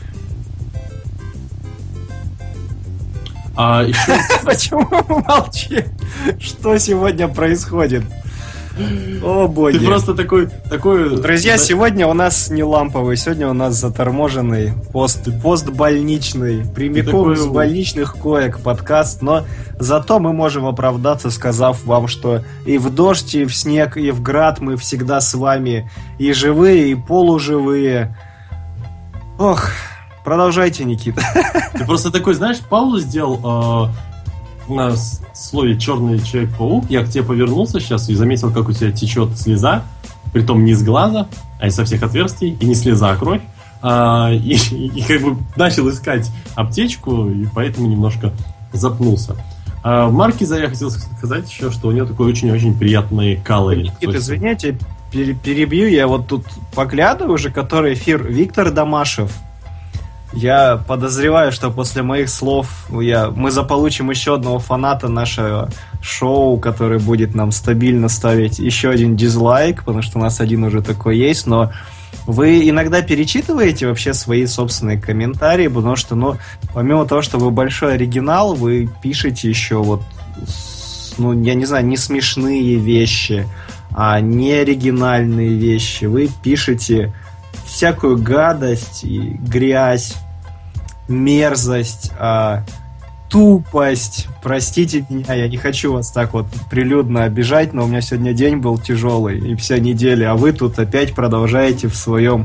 Еще... Почему вы молчите? Что сегодня происходит? О, боги. Ты просто такой... Друзья, сегодня у нас не ламповый, сегодня у нас заторможенный постбольничный, прямиком из больничных коек подкаст, но зато мы можем оправдаться, сказав вам, что и в дождь, и в снег, и в град мы всегда с вами, и живые, и полуживые. Ох, продолжайте, Никита. Ты просто такой, знаешь, паузу сделал... на слове «Черный Человек-паук», я к тебе повернулся сейчас и заметил, как у тебя течет слеза, притом не из глаза, а из со всех отверстий, и не слеза, а кровь. И как бы начал искать аптечку, и поэтому немножко запнулся. Маркиза я хотел сказать еще, что у него такой очень-очень приятный колорит. Никита, извините, перебью, я вот тут поглядываю уже, который эфир Виктор Домашев. Я подозреваю, что после моих слов мы заполучим еще одного фаната нашего шоу, который будет нам стабильно ставить еще один дизлайк, потому что у нас один уже такой есть, но вы иногда перечитываете вообще свои собственные комментарии, потому что, помимо того, что вы большой оригинал, вы пишете еще вот, я не знаю, не смешные вещи, а не оригинальные вещи. Вы пишете всякую гадость и грязь, мерзость, тупость. Простите меня, я не хочу вас так вот прилюдно обижать, но у меня сегодня день был тяжелый, и вся неделя, а вы тут опять продолжаете в своем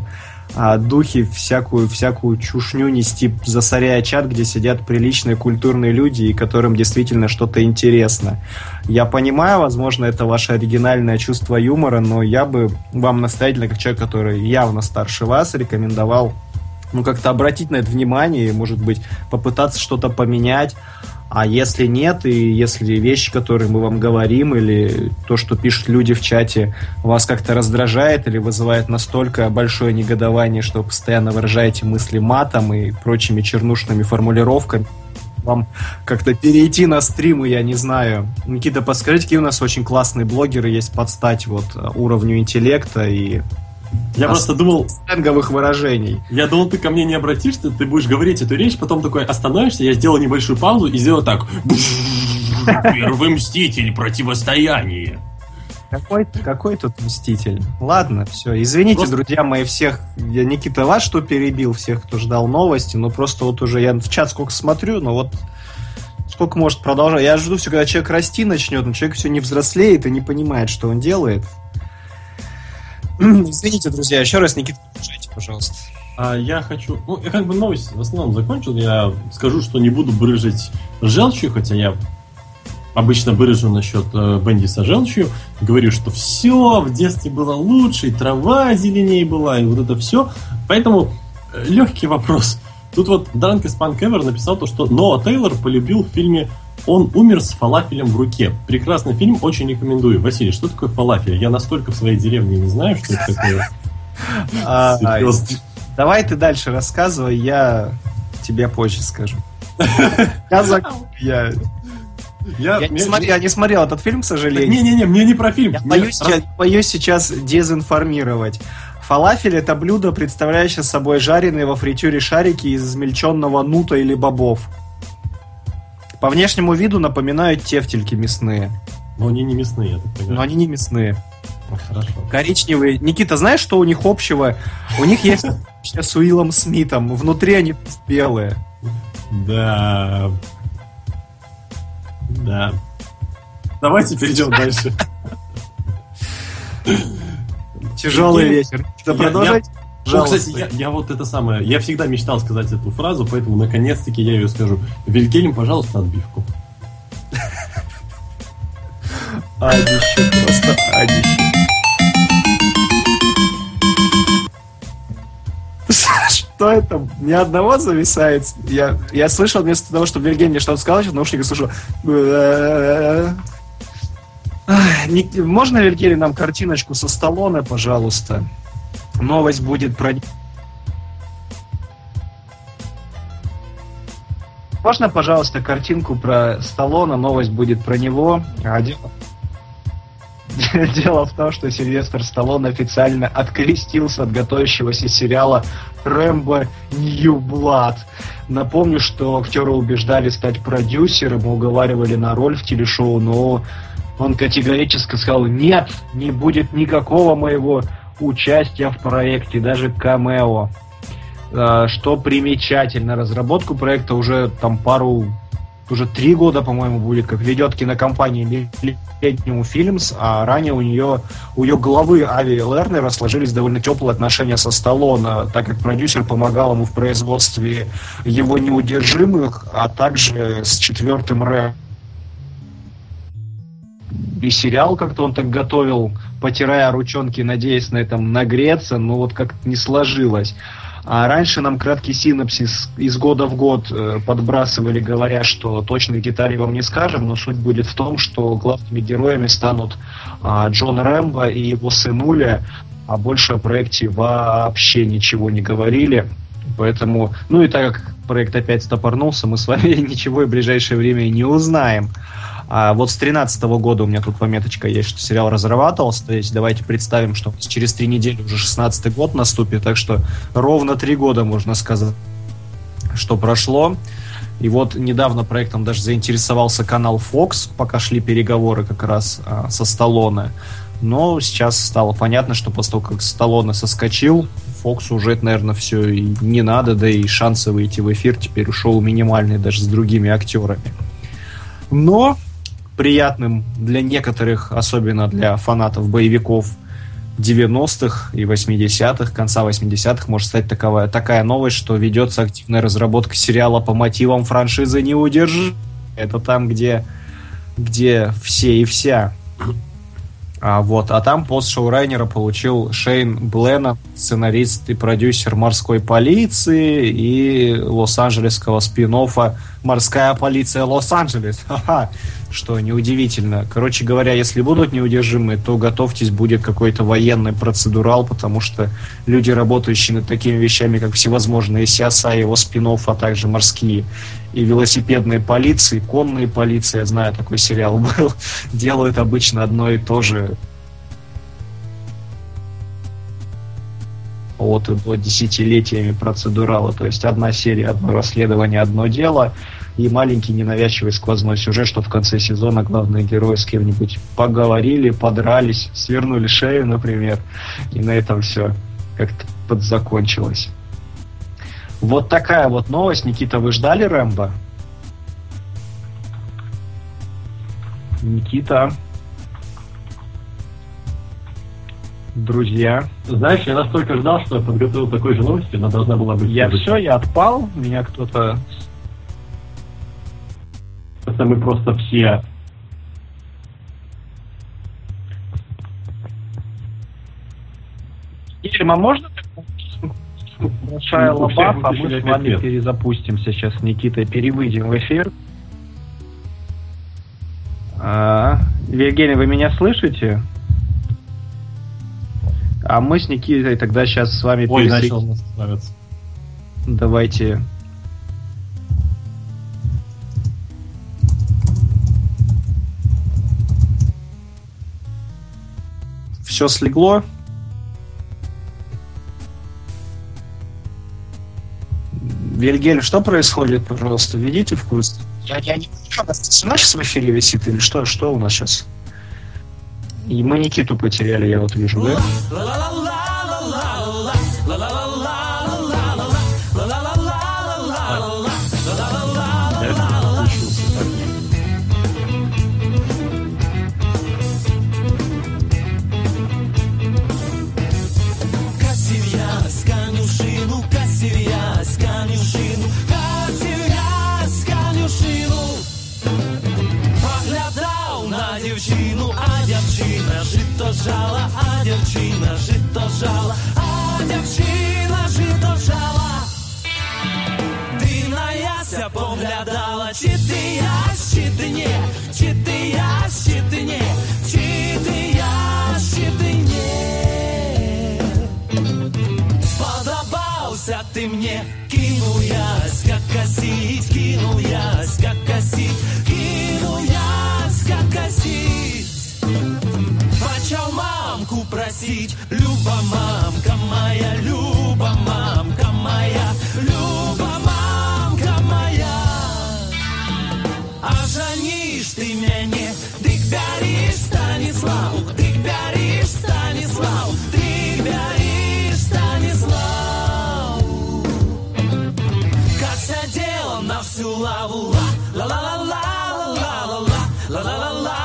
духи всякую чушню нести, засоряя чат, где сидят приличные культурные люди, и которым действительно что-то интересно. Я понимаю, возможно, это ваше оригинальное чувство юмора, но я бы вам настоятельно, как человек, который явно старше вас, рекомендовал как-то обратить на это внимание и, может быть, попытаться что-то поменять. А если нет, и если вещи, которые мы вам говорим, или то, что пишут люди в чате, вас как-то раздражает или вызывает настолько большое негодование, что вы постоянно выражаете мысли матом и прочими чернушными формулировками, вам как-то перейти на стримы, я не знаю. Никита, подскажите, какие у нас очень классные блогеры есть под стать уровню интеллекта и... Я просто думал... сленговых выражений. Я думал, ты ко мне не обратишься, ты будешь говорить эту речь, потом такой остановишься, я сделал небольшую паузу и сделал так. Первый мститель, противостояние. Какой тут мститель? Ладно, все. Извините, друзья мои, всех. Я, Никита, вас что перебил, всех, кто ждал новости. Но просто уже я в чат сколько смотрю, но сколько может продолжать. Я жду все, когда человек расти начнет, но человек все не взрослеет и не понимает, что он делает. Извините, друзья, еще раз, Никита, продолжайте, пожалуйста. Я хочу... я новость в основном закончил. Я скажу, что не буду брызжить желчью, хотя я обычно брызжу насчет Бендиса желчью. Говорю, что все в детстве было лучше, и трава зеленее была, и вот это все. Поэтому легкий вопрос. Тут Drunk as Punk Ever написал то, что Ноа Тейлор полюбил в фильме «Он умер с фалафелем в руке». Прекрасный фильм, очень рекомендую. Василий, что такое фалафель? Я настолько в своей деревне не знаю, что это такое. Давай ты дальше рассказывай, я тебе позже скажу. Я не смотрел этот фильм, к сожалению. Не, мне не про фильм. Я боюсь сейчас дезинформировать. Фалафель — это блюдо, представляющее собой жареные во фритюре шарики из измельченного нута или бобов. По внешнему виду напоминают тефтельки мясные. Но они не мясные, я так понимаю. Но они не мясные. Хорошо. Коричневые. Никита, знаешь, что у них общего? У них есть с Уиллом Смитом. Внутри они белые. Да. Давайте перейдем дальше. Тяжелый вечер. Продолжать? Кстати, я это самое. Я всегда мечтал сказать эту фразу, поэтому наконец-таки я ее скажу. Вильгельм, пожалуйста, отбивку. Адище, просто адище. Что это? Ни одного зависает. Я слышал, вместо того, чтобы Вильгельм мне что-то сказал, в наушниках слышу. Можно, Вильгельм, нам картиночку со Сталлоне, пожалуйста? Новость будет про... Можно, пожалуйста, картинку про Сталлоне? Новость будет про него. Дело в том, что Сильвестр Сталлоне официально открестился от готовящегося сериала «Рэмбо Нью Блад». Напомню, что актера убеждали стать продюсером и уговаривали на роль в телешоу, но он категорически сказал: «Нет, не будет никакого моего участия в проекте, даже камео». Что примечательно, разработку проекта уже 3 года, по-моему, будет, как ведет кинокомпания Millennium Films, а ранее у ее главы Ави Лернера сложились довольно теплые отношения со Сталлоне, так как продюсер помогал ему в производстве его «Неудержимых», а также с 4-м Рэмбо. И сериал как-то он так готовил, потирая ручонки, надеясь на этом нагреться, но как-то не сложилось. А раньше нам краткий синопсис из года в год подбрасывали, говоря, что точных деталей вам не скажем, но суть будет в том, что главными героями станут Джон Рэмбо и его сынуля, а больше о проекте вообще ничего не говорили. Поэтому, и так как проект опять стопорнулся, мы с вами ничего в ближайшее время не узнаем. А с 2013 года у меня тут пометочка есть, что сериал разрабатывался. То есть давайте представим, что через 3 недели уже 16-й год наступит. Так что ровно 3 года, можно сказать, что прошло. И недавно проектом даже заинтересовался канал Fox, пока шли переговоры как раз со Сталлоне. Но сейчас стало понятно, что после того, как Сталлоне соскочил, Fox уже, наверное, все и не надо, да и шансы выйти в эфир теперь у шоу минимальные даже с другими актерами. Но приятным для некоторых, особенно для фанатов боевиков, 90-х и 80-х, конца 80-х может стать такая новость, что ведется активная разработка сериала по мотивам франшизы «Неудержимые». Это там, где все и вся. А там пост шоурайнера получил Шейн Бленнон, сценарист и продюсер «Морской полиции» и лос-анджелесского спин-оффа «Морская полиция Лос-Анджелес». Ха-ха. Что неудивительно. Короче говоря, если будут неудержимые, то готовьтесь, будет какой-то военный процедурал, потому что люди, работающие над такими вещами, как всевозможные CSI, его спин-офф, а также морские и велосипедные полиции, конные полиции, я знаю, такой сериал был, делают обычно одно и то же от и до десятилетиями процедурала. То есть одна серия, одно расследование, одно дело, и маленький ненавязчивый сквозной сюжет, что в конце сезона главные герои с кем-нибудь поговорили, подрались, свернули шею, например, и на этом все как-то подзакончилось. Вот такая вот новость. Никита, вы ждали Рэмбо? Никита? Друзья? Знаешь, я настолько ждал, что я подготовил такой же новости, она должна была быть... Я отпал, меня кто-то... Это мы просто все... Ильма, можно большая лобаф, а мы с вами перезапустимся сейчас с Никитой, перевыйдем в эфир. Евгений, вы меня слышите? А мы с Никитой тогда сейчас с вами начал настраиваться. Давайте. Все слегло. Вильгельм, что происходит, пожалуйста, введите в курс. Я не понимаю, у нас сейчас в эфире висит или что у нас сейчас? И мы Никиту потеряли, я вот вижу, да? Жала, а дівчина жито жала, а дівчина жито жала. Дивна яся поглядала, чи ти ясь, чи ти не, чи ти ясь, чи ти не, чи ти ясь, чи ти не. Сподобався ти мне, кинул ясь, как косить, кинул ясь, как косить, кинул ясь, как косить. Почал мамку просить, Люба, мамка моя, Люба, мамка моя, Люба, мамка моя. А жанишь ты мяне, дык бяришь Станиславу, дык бяришь Станиславу, дык бяришь Станиславу. Как сидела на всю лаву, ла-ла-ла-ла-ла-ла-ла-ла, ла-ла-ла-ла-ла-ла-ла.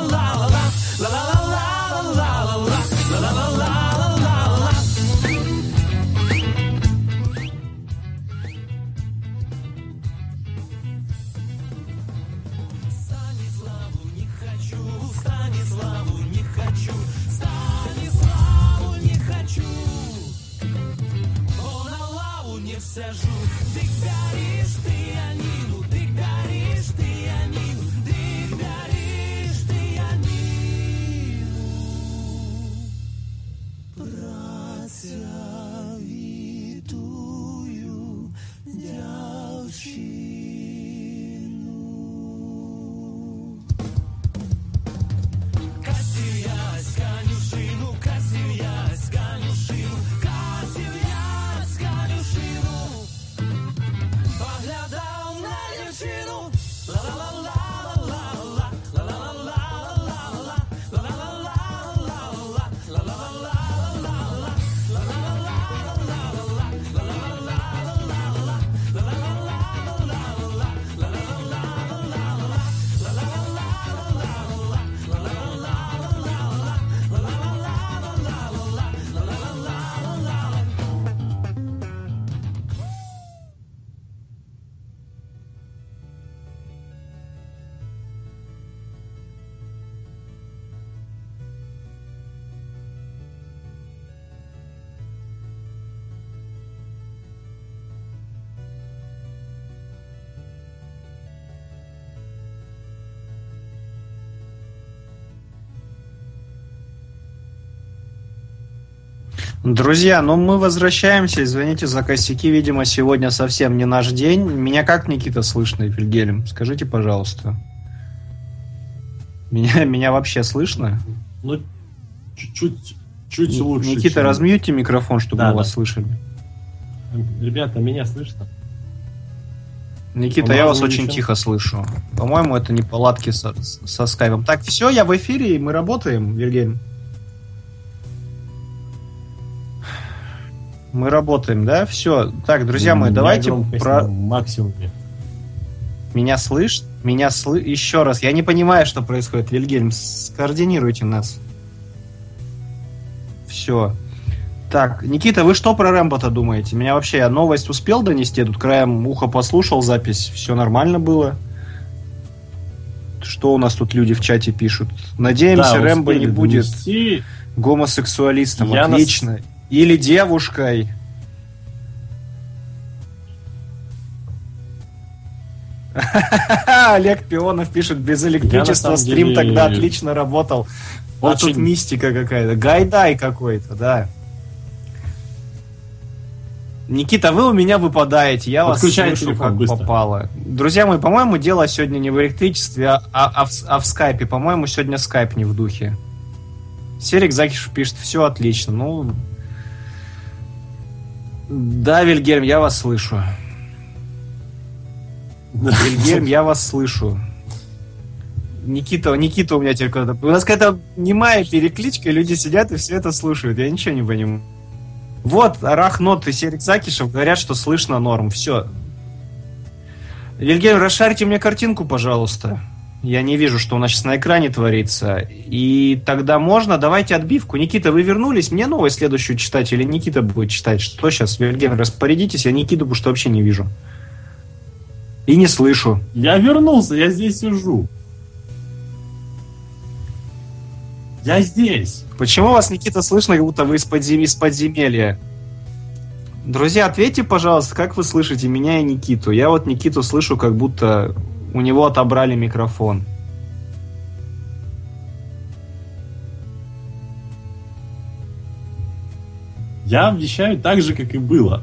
Сажу, дык бяришь ты Анину, дык бяришь ты Анину, дык бяришь ты Анину. Працявітую дівчину. Касів ясь конюшину, касів ясь конюшину, касів ясь конюшину. Поглядал на дівчину, ла-ла-ла-ла-ла-ла, ла-ла-ла-ла-ла-ла, ла-ла-ла-ла-ла-ла, ла-ла-ла-ла-ла-ла, ла-ла-ла-ла-ла-ла. Друзья, ну мы возвращаемся, извините за косяки, видимо, сегодня совсем не наш день. Меня как, Никита, слышно, Вильгельм? Скажите, пожалуйста. Меня вообще слышно? Ну, чуть лучше. Никита, размьюте микрофон, чтобы мы вас слышали. Ребята, меня слышно? Никита, я вас очень тихо слышу. По-моему, это неполадки со скайпом. Так, все, я в эфире, и мы работаем, Вильгельм. Мы работаем, да? Все. Так, друзья мои, давайте про... максимуме. Меня слышно? Еще раз. Я не понимаю, что происходит. Вильгельм, скоординируйте нас. Все. Так, Никита, вы что про Рэмбо-то думаете? Меня вообще, я новость успел донести? Я тут краем уха послушал запись. Все нормально было. Что у нас тут люди в чате пишут? Надеемся, да, Рэмбо не будет гомосексуалистом. Отлично. Или девушкой. Олег Пионов пишет, без электричества стрим тогда отлично работал. А тут мистика какая-то. Гайдай какой-то, да. Никита, вы у меня выпадаете, я вас слышу как попало. Друзья мои, по-моему, дело сегодня не в электричестве, а в скайпе. По-моему, сегодня скайп не в духе. Серик Закишев пишет, все отлично. Ну... Да, Вильгельм, я вас слышу. Вильгельм, я вас слышу. Никита у меня теперь когда-то... У нас какая-то немая перекличка, люди сидят и все это слушают. Я ничего не понимаю. Вот, Арахнот и Серик Закишев говорят, что слышно норм. Все. Вильгельм, расшарьте мне картинку, пожалуйста. Я не вижу, что у нас сейчас на экране творится. И тогда можно, давайте отбивку. Никита, вы вернулись? Мне новость следующую читать или Никита будет читать? Что сейчас? Вильгельм, распорядитесь, я Никиту потому что вообще не вижу. И не слышу. Я вернулся, я здесь сижу. Я здесь. Почему вас, Никита, слышно, как будто вы из подземелья? Друзья, ответьте, пожалуйста, как вы слышите меня и Никиту? Я вот Никиту слышу, как будто... У него отобрали микрофон. Я вещаю так же, как и было.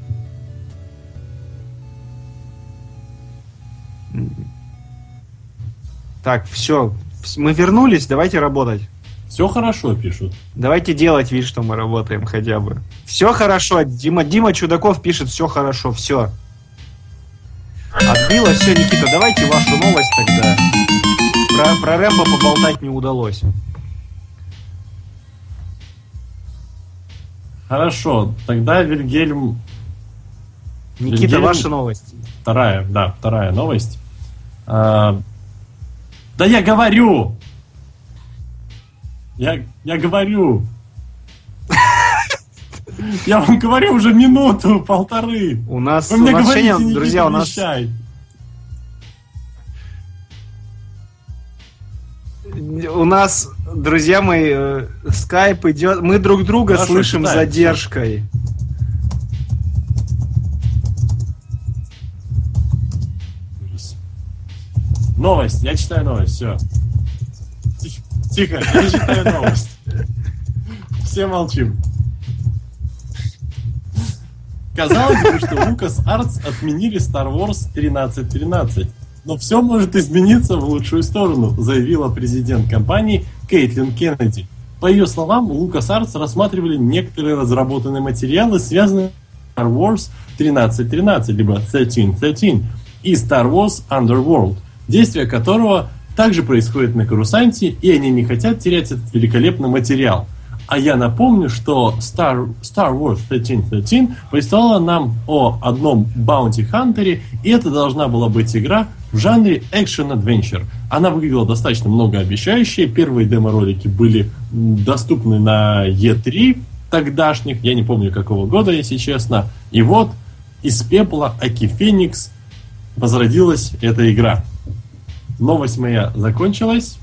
Так, все. Мы вернулись, давайте работать. Все хорошо, пишут. Давайте делать вид, что мы работаем хотя бы. Все хорошо. Дима Чудаков пишет, все хорошо, все. Отбило, все, Никита, давайте вашу новость тогда. Про Рэмбо поболтать не удалось. Хорошо, тогда Вильгельм... Никита, ваша новость. Вторая новость. Да я говорю! Я говорю! Я вам говорю уже минуту, полторы. У нас, вы мне говорите, сегодня, друзья, у нас... У нас, друзья мои, скайп идет... Мы друг друга хорошо, слышим с задержкой. Новость, я читаю новость, все. Тихо, я читаю новость. Все молчим. Казалось бы, что LucasArts отменили Star Wars 1313, но все может измениться в лучшую сторону, заявила президент компании Кейтлин Кеннеди. По ее словам, LucasArts рассматривали некоторые разработанные материалы, связанные с Star Wars 1313, либо 1313, и Star Wars Underworld, действие которого также происходит на Корусанте, и они не хотят терять этот великолепный материал. А я напомню, что Star Wars 1313 повествовала нам о одном баунти-хантере, и это должна была быть игра в жанре экшен-адвенчер. Она выглядела достаточно многообещающе. Первые демо-ролики были доступны на E3 тогдашних, я не помню какого года, если честно. И вот из пепла Аки Феникс возродилась эта игра. Новость моя закончилась.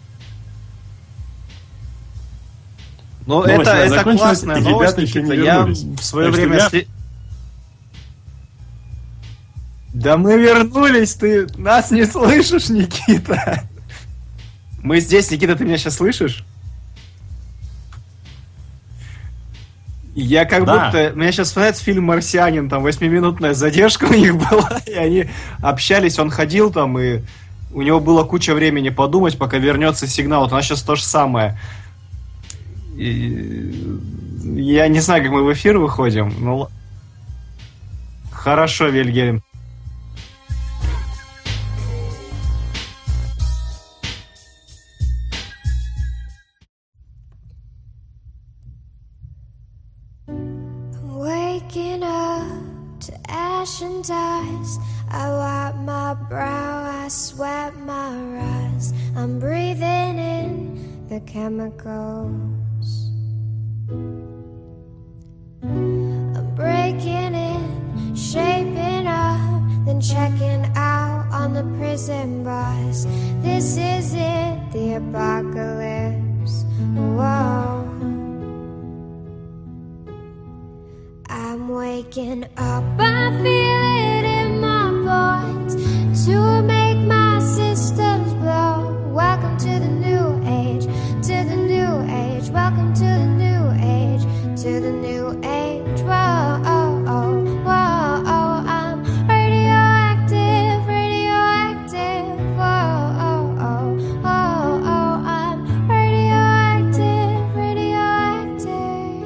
Ну, это классная новость, Никита. Я в свое время... Да мы вернулись, ты нас не слышишь, Никита. Мы здесь, Никита, ты меня сейчас слышишь? Я как будто... Меня сейчас вспоминается фильм «Марсианин», там 8-минутная задержка у них была, и они общались, он ходил там, и у него было куча времени подумать, пока вернется сигнал. Вот у нас сейчас то же самое. Я не знаю, как мы в эфир выходим. Ну, хорошо, Вильгельм. Waking up to ash and dust, I wipe my brow, I sweat my rust. I'm breathing in the chemicals. I'm breaking in, shaping up, then checking out on the prison bus. This is it, the apocalypse. Whoa. I'm waking up, I feel it in my bones to make my systems blow. Welcome to the new age, to the new age. Welcome to the new age, to the new age. Whoa, oh, oh, whoa, oh, I'm radioactive, radioactive. Whoa, oh, oh, oh, oh, I'm radioactive, radioactive.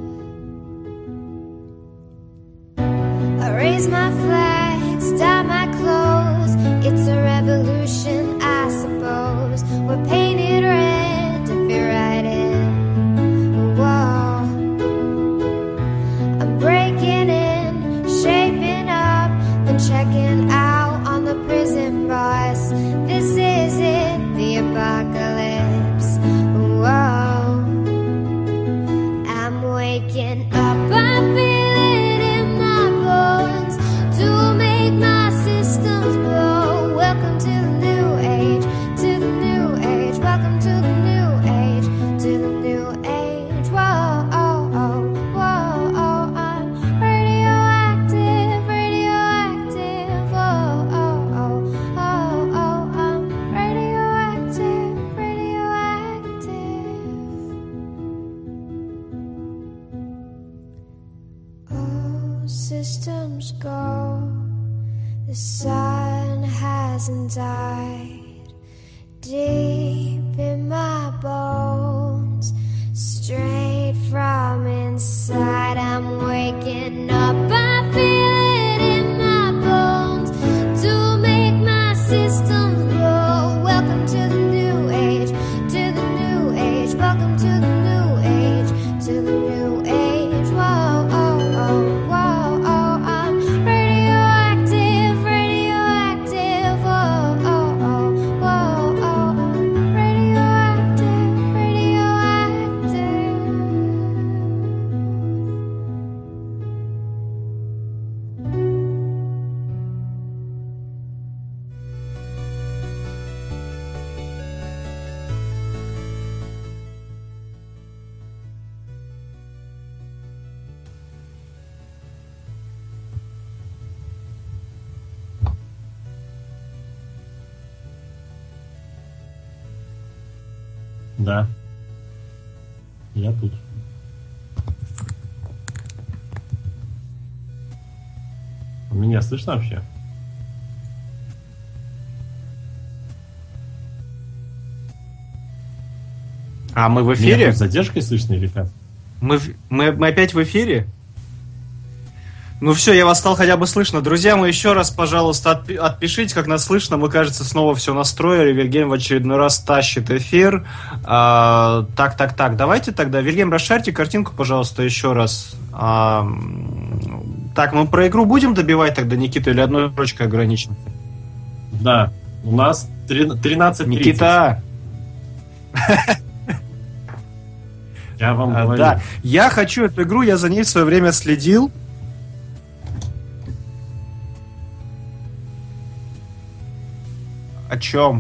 I raise my flags, dye my clothes. It's a revolution, I suppose. We're painted red to fit right in. Whoa. I'm breaking in, shaping up, then checking out on the prison bus. This is it, the apocalypse. Whoa. I'm waking up, I feel it in my bones to make my systems blow. Welcome to the new age, to the new age. Welcome to the new age, to the new age. Whoa, oh, oh, whoa, oh, I'm radioactive, radioactive. Whoa, oh, oh, oh, oh, I'm radioactive, radioactive. Oh, systems go. The sun hasn't died. Deep in my bones, straight from inside, I'm waking up. I feel it in my bones to make my systems glow. Welcome to the new age, to the new age. Welcome to the new age, to the new age. Whoa, oh, oh, whoa, oh, I'm radioactive, radioactive. Whoa, oh, oh, whoa, oh, I'm radioactive, radioactive. Да. Я тут. Меня слышно вообще? А мы в Меня эфире? хоть с задержкой слышно или как? Мы опять в эфире? Ну все, я вас стал хотя бы слышно. Друзья, мы еще раз, пожалуйста, отпишите, как нас слышно. Мы, кажется, снова все настроили. Вильгельм в очередной раз тащит эфир. Так. Давайте тогда, Вильгельм, расшарьте картинку, пожалуйста, еще раз. Так, мы про игру будем добивать тогда, Никита, или одной строчкой ограничимся? Да, у нас 13:30. Никита! Я вам говорю. Да, я хочу эту игру, я за ней в свое время следил. О чем?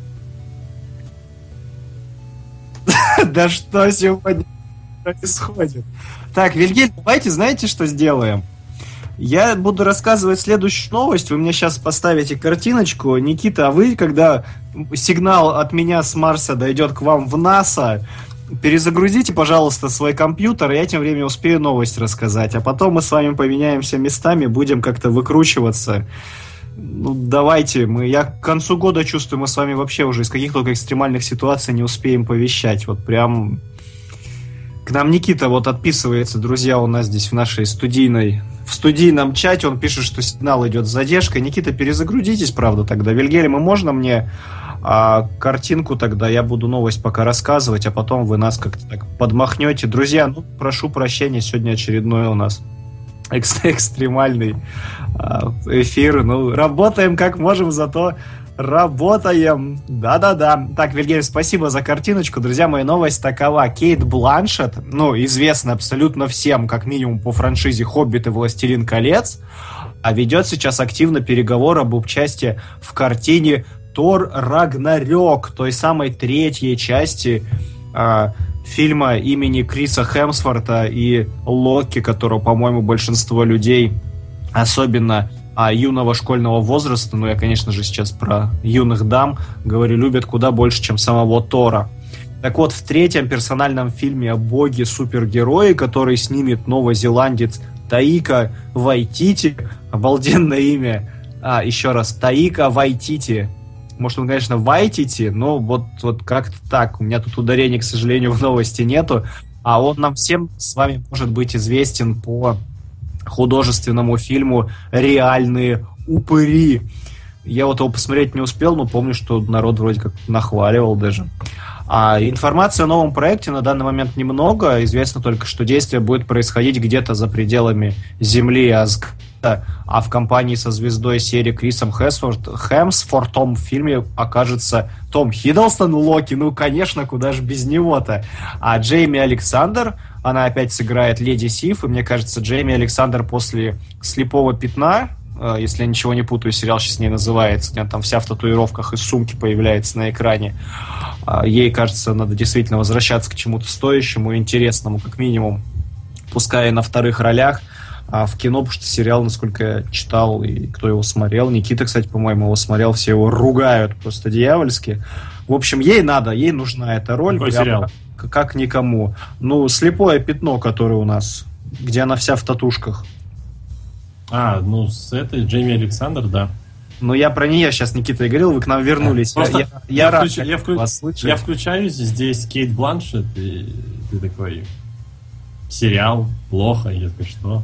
Да что сегодня происходит? Так, Вильгельм, давайте знаете, что сделаем? Я буду рассказывать следующую новость. Вы мне сейчас поставите картиночку. Никита, а вы, когда сигнал от меня с Марса дойдет к вам в НАСА, перезагрузите, пожалуйста, свой компьютер, и я тем временем успею новость рассказать. А потом мы с вами поменяемся местами, будем как-то выкручиваться. Ну, давайте, я к концу года чувствую, мы с вами вообще уже из каких только экстремальных ситуаций не успеем повещать. Вот прям... К нам Никита вот отписывается, друзья, у нас здесь в студийном чате, он пишет, что сигнал идет с задержкой. Никита, перезагрузитесь, правда, тогда. Вильгельм, и можно мне картинку тогда? Я буду новость пока рассказывать, а потом вы нас как-то так подмахнете. Друзья, прошу прощения, сегодня очередной у нас экстремальный эфир. Работаем как можем, зато работаем. Да-да-да. Так, Вильгельм, спасибо за картиночку. Друзья мои, новость такова. Кейт Бланшетт, известна абсолютно всем, как минимум по франшизе «Хоббит» и «Властелин колец», ведет сейчас активно переговоры об участии в картине «Тор Рагнарёк», той самой третьей части фильма имени Криса Хемсворта и Локи, которого, по-моему, большинство людей, особенно юного школьного возраста, я, конечно же, сейчас про юных дам говорю, любят куда больше, чем самого Тора. Так вот, в третьем персональном фильме о боге-супергерое, который снимет новозеландец Таика Вайтити, обалденное имя, еще раз, Таика Вайтити. Может, он, конечно, Вайтити, но вот как-то так. У меня тут ударений, к сожалению, в новости нету. А он нам всем с вами может быть известен по художественному фильму «Реальные упыри». Я вот его посмотреть не успел, но помню, что народ вроде как нахваливал даже. Информации о новом проекте на данный момент немного. Известно только, что действие будет происходить где-то за пределами Земли Асгарда, а в компании со звездой серии Крисом Хемсвортом в фильме окажется Том Хиддлстон, Локи, конечно, куда же без него-то. А Джейми Александр, она опять сыграет Леди Сиф, и мне кажется, Джейми Александр после «Слепого пятна», если я ничего не путаю, сериал сейчас не называется, где она там вся в татуировках из сумки появляется на экране. Ей, кажется, надо действительно возвращаться к чему-то стоящему и интересному, как минимум, пускай и на вторых ролях. В кино, потому что сериал, насколько я читал, и кто его смотрел, Никита, кстати, по-моему, его смотрел, все его ругают просто дьявольски. В общем, ей нужна эта роль. Какой сериал? Как никому. «Слепое пятно», которое у нас, где она вся в татушках. С этой Джейми Александр, да. Я про нее сейчас, Никита, и говорил, вы к нам вернулись. Я рад вас слышать. Я включаюсь, здесь Кейт Бланшетт, и ты такой, сериал, плохо, я такой, что?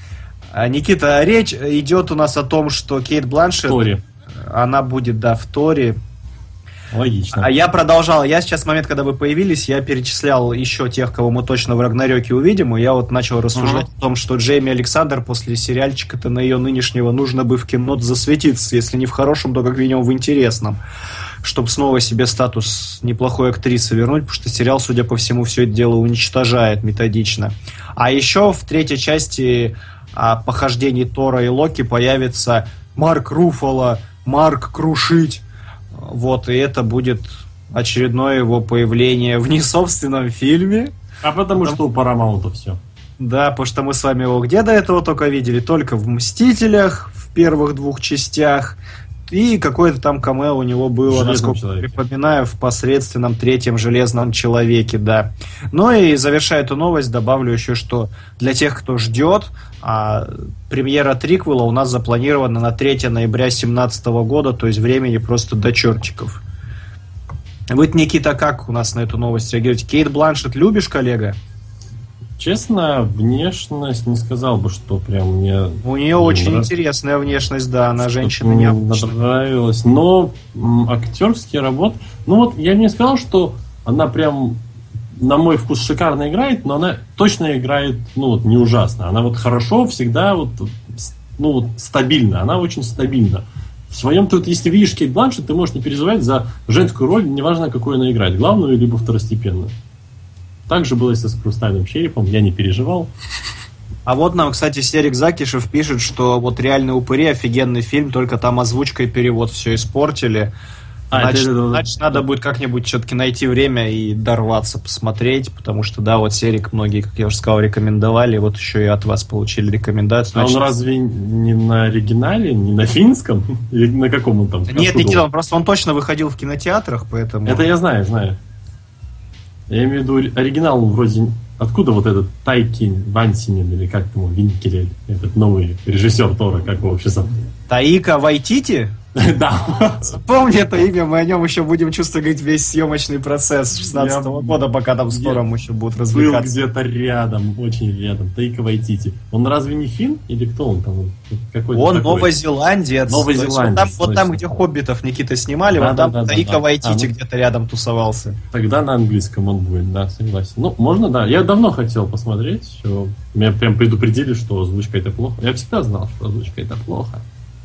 Никита, речь идет у нас о том, что Кейт Бланшетт, она будет, в Торе. Логично. Я продолжал. Я сейчас, в момент, когда вы появились, я перечислял еще тех, кого мы точно в Рагнарёке увидим, и я начал рассуждать о том, что Джейми Александр после сериальчика-то на ее нынешнего нужно бы в кино засветиться, если не в хорошем, то как минимум в интересном, чтобы снова себе статус неплохой актрисы вернуть, потому что сериал, судя по всему, все это дело уничтожает методично. А еще в третьей части похождений Тора и Локи появится Марк Руффало, Марк Крушить. И это будет очередное его появление в несобственном фильме. Потому что у Paramount все. Да, потому что мы с вами его где до этого только видели? Только в «Мстителях», в первых 2 частях. И какое-то там камео у него было, насколько я припоминаю, в посредственном 3-м «Железном человеке», да. И завершая эту новость, добавлю еще, что для тех, кто ждет, премьера триквела у нас запланирована на 3 ноября 2017 года, то есть времени просто до чертиков. Вы, Никита, как у нас на эту новость реагируете? Кейт Бланшетт любишь, коллега? Честно, внешность не сказал бы, что прям мне... У нее очень интересная внешность, да, она женщина необычная. Нравилась, но актерские работы... я не сказал, что она прям, на мой вкус, шикарно играет, но она точно играет, не ужасно. Она хорошо, всегда стабильно, она очень стабильна. В своем, если видишь Кейт Бланшетт, ты можешь не переживать за женскую роль, неважно, какую она играет, главную либо второстепенную. Так же было и со «Хрустальным черепом», я не переживал. А нам, кстати, Серик Закишев пишет, что «Реальные упыри» офигенный фильм, только там озвучка и перевод все испортили. Значит, надо будет как-нибудь все-таки найти время и дорваться, посмотреть, потому что, Серик многие, как я уже сказал, рекомендовали, еще и от вас получили рекомендацию. Он разве не на оригинале, не на финском? Или на каком он там? Нет, Никита, он точно выходил в кинотеатрах, поэтому... Это я знаю. Я имею в виду оригинал вроде... Откуда вот этот Тайки Вансинин, или как ему, Винкель, этот новый режиссер Тора, как его вообще зовут? Таика Вайтити? Да. Помни это имя, мы о нем еще будем чувствовать весь съемочный процесс 2016 года, пока там с Тором еще будут развлекаться. Был где-то рядом, очень рядом, Таика Вайтити. Он разве не финн? Или кто он там? Он новозеландец. Новозеландец. Вот там, где «Хоббитов» Никита снимали, вот там Таика Вайтити где-то рядом тусовался. Тогда на английском он будет, да, согласен. Ну, можно, да. Я давно хотел посмотреть. Меня прям предупредили, что озвучка это плохо. Я всегда знал, что озвучка это плохо.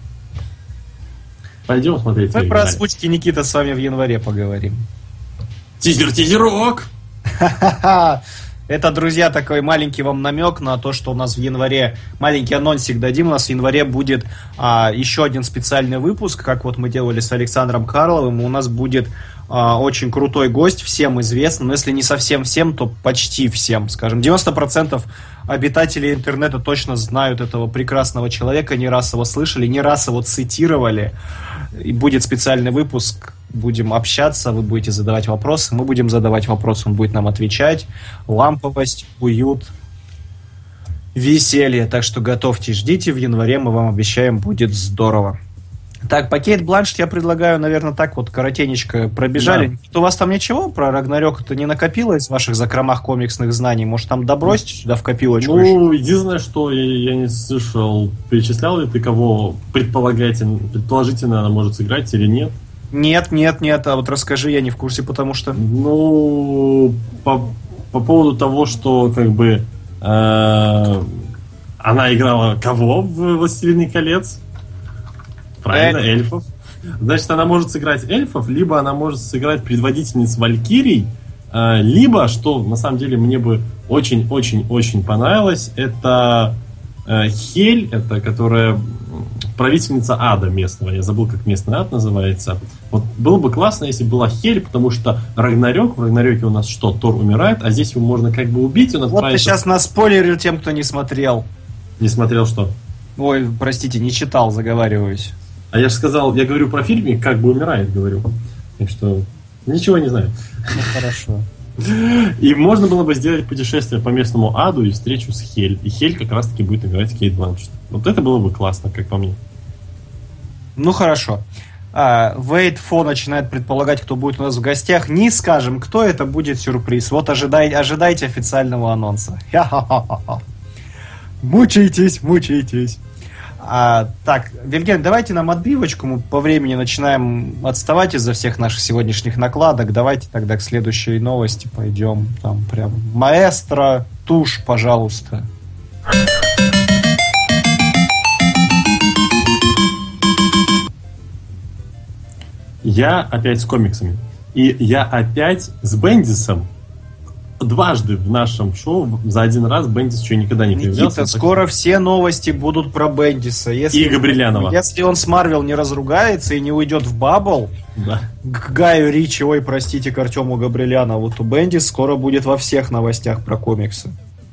Пойдем смотреть. Мы про озвучки, Никита, с вами в январе поговорим. Тизер-тизерок! Это, друзья, такой маленький вам намек на то, что у нас в январе, маленький анонсик дадим, у нас в январе будет еще один специальный выпуск, как вот мы делали с Александром Карловым, у нас будет очень крутой гость, всем известный, но если не совсем всем, то почти всем, скажем, 90% обитателей интернета точно знают этого прекрасного человека, не раз его слышали, не раз его цитировали, и будет специальный выпуск, будем общаться, вы будете задавать вопросы, мы будем задавать вопросы, он будет нам отвечать, ламповость, уют, веселье, так что готовьтесь, ждите, в январе мы вам обещаем, будет здорово. Так, по Кейт Бланшетт я предлагаю, наверное, так вот коротенечко пробежали. Да. У вас там ничего про Рагнарёк-то не накопилось в ваших закромах комиксных знаний? Может, там добросьте сюда в копилочку? Ну, единственное, что я не слышал, перечислял ли ты кого предположительно она может сыграть или нет? Нет, а вот расскажи, я не в курсе, потому что... Ну, по поводу того, что как бы она играла кого в «Властелине колец»? Правильно, эльфов. Значит, она может сыграть эльфов, либо она может сыграть предводительниц валькирий, либо, что на самом деле мне бы очень-очень-очень понравилось, это Хель, это которая правительница ада местного. Я забыл, как местный ад называется. Вот было бы классно, если была Хель, потому что Рагнарёк, в Рагнарёке у нас что, Тор умирает, а здесь его можно как бы убить. Он вот ты сейчас наспойлерил тем, кто не смотрел. Не смотрел что? Ой, простите, не читал, заговариваюсь. А я же сказал, я говорю про фильм, как бы умирает, говорю. Так что ничего не знаю. Ну, хорошо. И можно было бы сделать путешествие по местному аду и встречу с Хель. И Хель как раз-таки будет играть Кейт Бланшетт. Вот это было бы классно, как по мне. Ну, хорошо. Вейд Фо начинает предполагать, кто будет у нас в гостях. Не скажем, кто это, будет сюрприз. Вот ожидайте официального анонса. Мучайтесь. Так, Вильгельм, давайте нам отбивочку. Мы по времени начинаем отставать из-за всех наших сегодняшних накладок. Давайте тогда к следующей новости пойдем. Там прям маэстро, тушь, пожалуйста. Я опять с комиксами. И я опять с Бендисом. Дважды в нашем шоу за один раз Бендис еще никогда не появлялся. Никита, скоро все новости будут про Бендиса. И Габрилянова. Если он с Марвел не разругается и не уйдет в бабл, да. К Гаю Ричи, ой, простите, к Артему Габрилянову, то Бендис скоро будет во всех новостях про комиксы.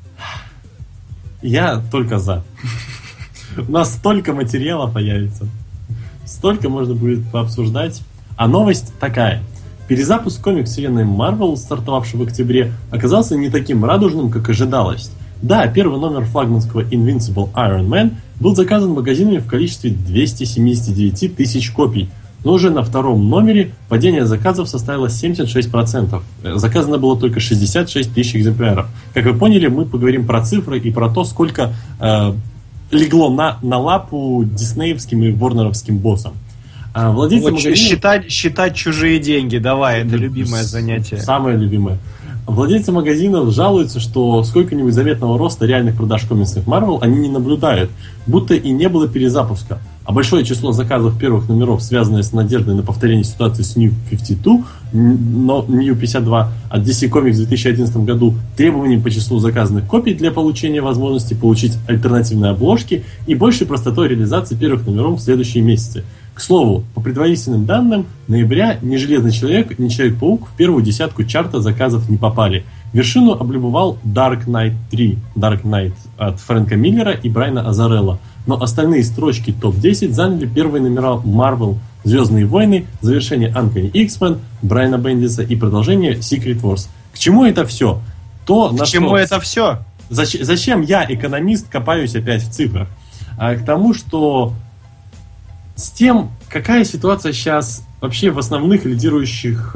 Я только за. У нас столько материала появится. Столько можно будет пообсуждать. А новость такая. Перезапуск комикс-вселенной Marvel, стартовавший в октябре, оказался не таким радужным, как ожидалось. Да, первый номер флагманского Invincible Iron Man был заказан магазинами в количестве 279 тысяч копий, но уже на втором номере падение заказов составило 76%. Заказано было только 66 тысяч экземпляров. Как вы поняли, мы поговорим про цифры и про то, сколько легло на лапу диснеевским и ворнеровским боссам. Владельцы магазинов... считать чужие деньги, давай, это любимое занятие. Самое любимое. Владельцы магазинов жалуются, что сколько-нибудь заметного роста реальных продаж комиксов Marvel они не наблюдают, будто и не было перезапуска. А большое число заказов первых номеров, связанное с надеждой на повторение ситуации с New 52, но New 52 от DC Comics в 2011 году, требованием по числу заказанных копий для получения возможности получить альтернативные обложки и большей простотой реализации первых номеров в следующие месяцы. К слову, по предварительным данным, ноября ни Железный Человек, ни Человек-паук в первую десятку чарта заказов не попали. Вершину облюбовал Dark Knight 3, Dark Knight от Фрэнка Миллера и Брайана Азарелла. Но остальные строчки топ-10 заняли первые номера Marvel, Звездные войны, завершение Uncanny X-Men, Брайана Бендиса и продолжение Secret Wars. К чему это все? К чему это все? Зачем я, экономист, копаюсь опять в цифрах? К тому, что с тем, какая ситуация сейчас вообще в основных лидирующих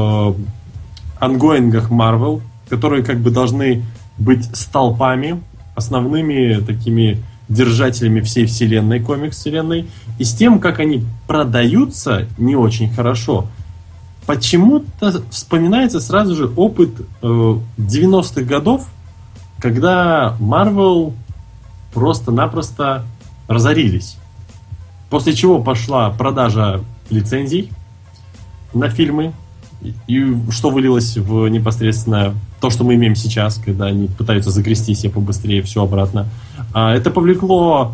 ангоингах Marvel, которые как бы должны быть столпами, основными такими держателями всей вселенной, комикс-вселенной, и с тем, как они продаются не очень хорошо, почему-то вспоминается сразу же опыт 90-х годов, когда Marvel просто-напросто разорились. После чего пошла продажа лицензий на фильмы, и что вылилось в непосредственно то, что мы имеем сейчас, когда они пытаются загрести себе побыстрее все обратно. Это повлекло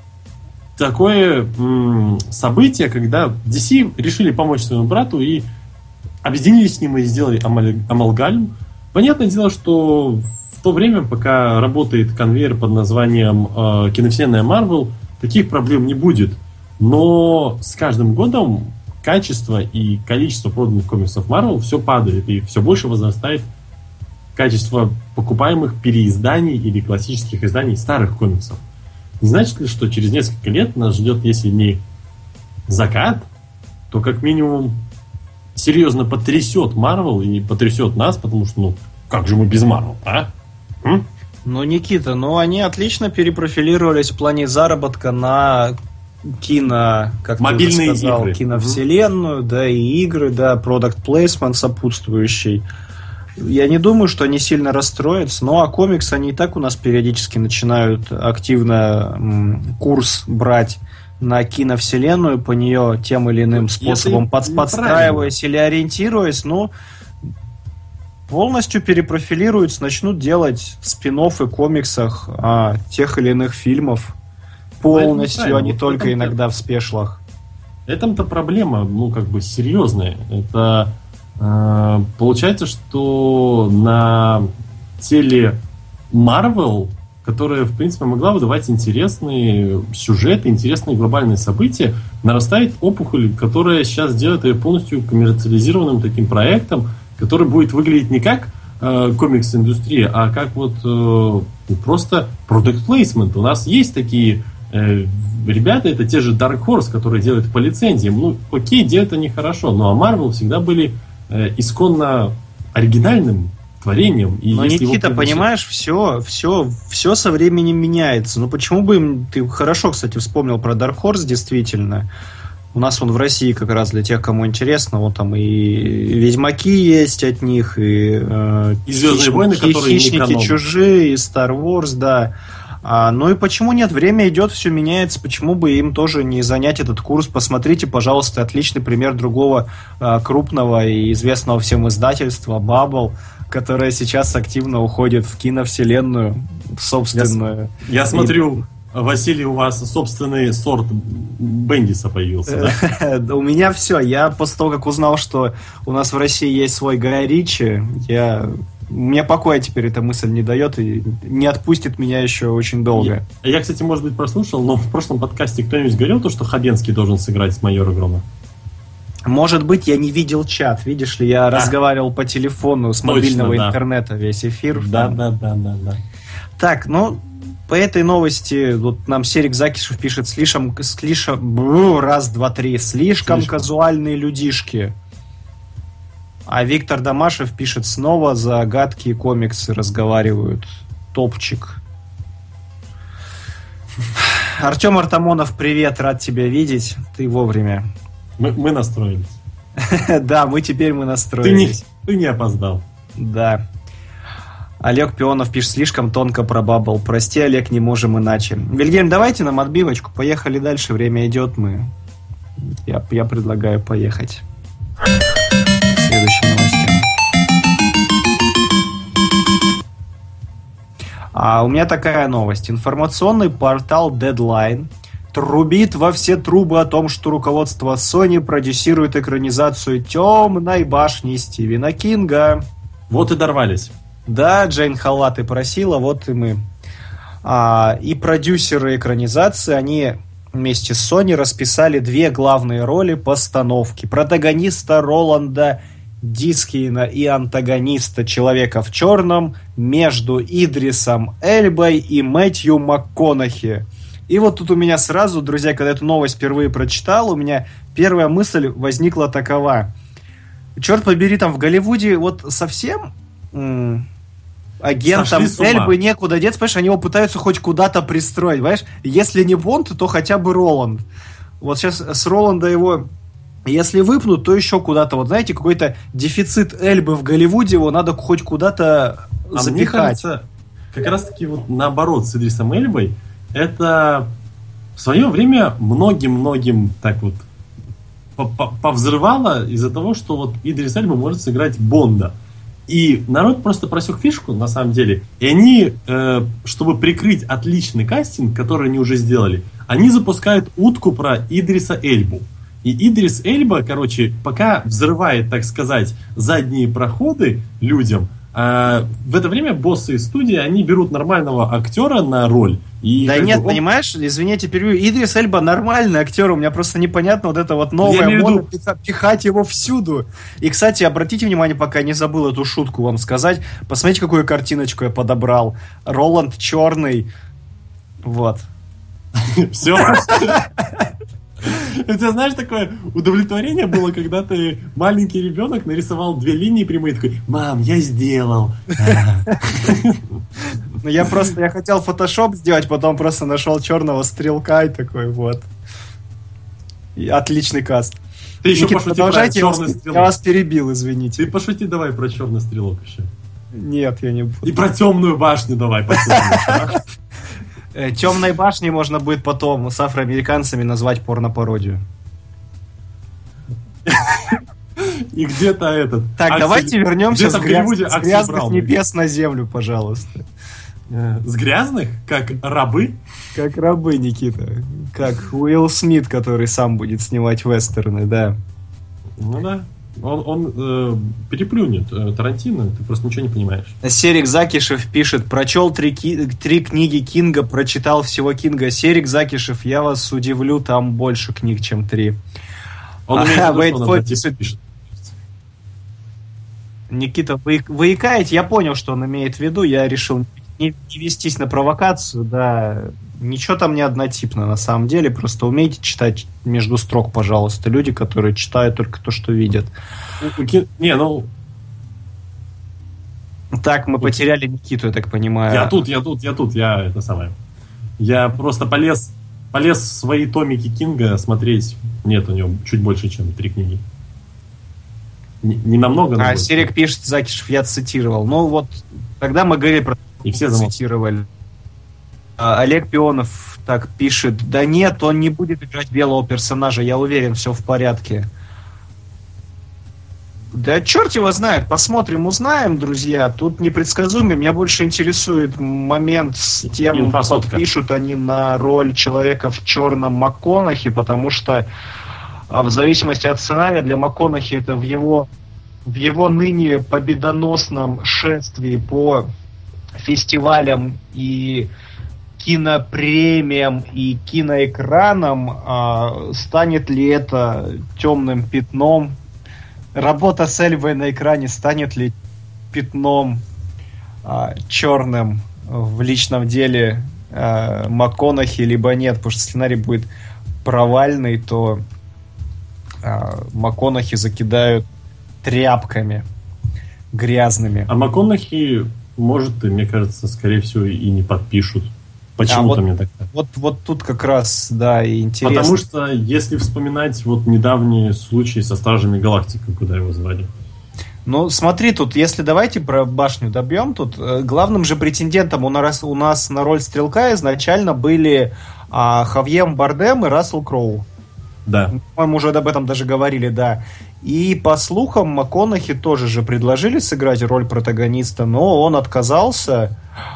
такое событие, когда DC решили помочь своему брату и объединились с ним и сделали амальгам. Понятное дело, что в то время, пока работает конвейер под названием киновселенная Marvel, таких проблем не будет. Но с каждым годом качество и количество проданных комиксов Marvel все падает, и все больше возрастает качество покупаемых переизданий или классических изданий старых комиксов. Не значит ли, что через несколько лет нас ждет, если не закат, то как минимум серьезно потрясет Marvel и потрясет нас, потому что, как же мы без Marvel, а? Никита, они отлично перепрофилировались в плане заработка на кино, как мобильные ты сказал, игры. Киновселенную, да, и игры, да, product placement сопутствующий. Я не думаю, что они сильно расстроятся, а комиксы, они и так у нас периодически начинают активно курс брать на киновселенную, по нее тем или иным способом подстраиваясь или ориентируясь, полностью перепрофилируются, начнут делать спин-оффы в комиксах тех или иных фильмов. Полностью, а не только иногда в спешлах. Этом-то проблема, серьезная. Это получается, что на теле Marvel, которая, в принципе, могла выдавать интересные сюжеты, интересные глобальные события, нарастает опухоль, которая сейчас делает ее полностью коммерциализированным таким проектом, который будет выглядеть не как комикс-индустрия, а как просто product placement. У нас есть такие ребята, это те же Dark Horse, которые делают по лицензиям. Окей, делают они хорошо, но Marvel всегда были исконно оригинальным творением. И но, Никита, понимаешь, все со временем меняется. Почему бы им... Ты хорошо, кстати, вспомнил про Dark Horse, действительно. У нас в России как раз для тех, кому интересно, там и Ведьмаки есть от них, и Звездные войны, которые Хищники чужие, и Star Wars, да. И почему нет? Время идет, все меняется. Почему бы им тоже не занять этот курс? Посмотрите, пожалуйста, отличный пример другого крупного и известного всем издательства Bubble, которое сейчас активно уходит в киновселенную собственную. Я смотрю, Василий, у вас собственный сорт Бендиса появился, да? У меня все. Я после того, как узнал, что у нас в России есть свой Гай Ричи, мне покоя теперь эта мысль не дает и не отпустит меня еще очень долго. Я, кстати, может быть, прослушал, но в прошлом подкасте кто-нибудь говорил то, что Хабенский должен сыграть с майора Грома? Может быть, я не видел чат. Видишь ли, я разговаривал по телефону с мобильного интернета весь эфир. Да. Так, по этой новости нам Серик Закишев пишет слишком казуальные людишки. А Виктор Домашев пишет снова за гадкие комиксы разговаривают. Топчик. Артем Артамонов, привет, рад тебя видеть. Ты вовремя. Мы настроились. Да, мы настроились. Ты не опоздал. Да. Олег Пионов пишет слишком тонко про Баббл. Прости, Олег, не можем иначе. Вильгельм, давайте нам отбивочку. Поехали дальше, время идет. Я предлагаю поехать. Следующие новости. У меня такая новость. Информационный портал Deadline трубит во все трубы о том, что руководство Sony продюсирует экранизацию «Темной башни» Стивена Кинга. Вот и дорвались. Да, Джейн Халлаты просила, вот и мы. И продюсеры экранизации, они вместе с Sony расписали 2 главные роли постановки. Протагониста Роланда Дискиена и антагониста Человека в черном между Идрисом Эльбой и Мэтью МакКонахи. И вот тут у меня сразу, друзья, когда эту новость впервые прочитал, у меня первая мысль возникла такова. Черт побери, там в Голливуде вот совсем агентам Эльбы некуда деться, понимаешь, они его пытаются хоть куда-то пристроить, понимаешь? Если не Бонд, то хотя бы Роланд. Вот сейчас с Роланда его... Если выпнут, то еще куда-то. Вот знаете, какой-то дефицит Эльбы в Голливуде, его надо хоть куда-то запихать. Мне кажется, как раз-таки вот наоборот с Идрисом Эльбой, это в свое время многим так вот повзрывало из-за того, что вот Идрис Эльба может сыграть Бонда. И народ просто просек фишку, на самом деле. И они, чтобы прикрыть отличный кастинг, который они уже сделали, они запускают утку про Идриса Эльбу. И Идрис Эльба, короче, пока взрывает, так сказать, задние проходы людям, в это время боссы из студии, они берут нормального актера на роль. И да нет, понимаешь, извините, перебью. Идрис Эльба нормальный актер, у меня просто непонятно вот это вот новое мода пихать его всюду. И, кстати, обратите внимание, пока не забыл эту шутку вам сказать, посмотрите, какую картиночку я подобрал. Роланд черный. Вот. Все. У тебя, знаешь, такое удовлетворение было, когда ты маленький ребенок нарисовал 2 линии прямые, такой: мам, я сделал. Ну я хотел фотошоп сделать, потом просто нашел черного стрелка и такой вот. И отличный каст. Ты еще пошути про черный стрелок. Я вас перебил, извините. Ты пошути давай про черный стрелок еще. Нет, я не буду. И про темную башню давай. Темной башней можно будет потом с афроамериканцами назвать порно-пародию. И где-то этот... Так, давайте вернемся с грязных небес на землю, пожалуйста. С грязных? Как рабы? Как рабы, Никита. Как Уилл Смит, который сам будет снимать вестерны, да. Ну да. Он переплюнет Тарантино, ты просто ничего не понимаешь. Серик Закишев пишет: прочел 3 книги Кинга, прочитал всего Кинга. Серик Закишев, я вас удивлю, там больше книг, чем 3. Он пишет. Никита, вы икаете? Я понял, что он имеет в виду. Я решил не вестись на провокацию, да. Ничего там не однотипно, на самом деле. Просто умейте читать между строк, пожалуйста. Люди, которые читают только то, что видят. Так, мы потеряли Никиту, я так понимаю. Я это самое. Я просто полез в свои томики Кинга смотреть. Нет, у него чуть больше, чем 3 книги. Не намного, но... Серик пишет, Закишев, я цитировал. Ну вот, тогда мы говорили про... И все цитировали. Олег Пионов так пишет: да нет, он не будет играть белого персонажа, я уверен, все в порядке. Да черт его знает, посмотрим, узнаем, друзья. Тут непредсказуемый. Меня больше интересует момент с тем, что пишут они на роль Человека в черном МакКонахи, потому что в зависимости от сценария для МакКонахи это в его ныне победоносном шествии по фестивалям и кинопремиям и киноэкранам, станет ли это темным пятном? Работа с Эльбой на экране станет ли пятном черным в личном деле МакКонахи, либо нет? Потому что сценарий будет провальный, то МакКонахи закидают тряпками грязными. А МакКонахи, может, мне кажется, скорее всего, и не подпишут. Почему-то мне так. Вот тут как раз, да, и интересно. Потому что, если вспоминать вот недавние случаи со Стражами Галактики, куда его звали. Ну, смотри, тут, если давайте про башню добьем, тут главным же претендентом у нас на роль Стрелка изначально были Хавьер Бардем и Рассел Кроу. Да. По-моему, уже об этом даже говорили, да. И, по слухам, МакКонахи тоже же предложили сыграть роль протагониста, но он отказался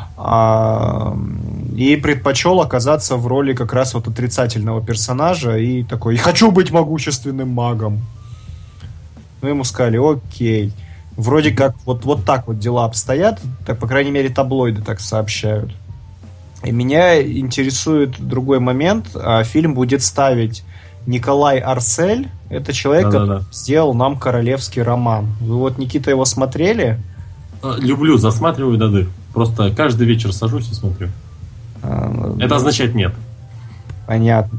и предпочел оказаться в роли как раз вот отрицательного персонажа и такой: «хочу быть могущественным магом». Ну, ему сказали: окей. Вроде как вот так вот дела обстоят, так, по крайней мере, таблоиды так сообщают. И меня интересует другой момент. Фильм будет ставить Николай Арсель, Это человек, который сделал нам королевский роман. Вы вот, Никита, его смотрели? Люблю, засматриваю до дыр. Просто каждый вечер сажусь и смотрю. Это означает нет. Понятно.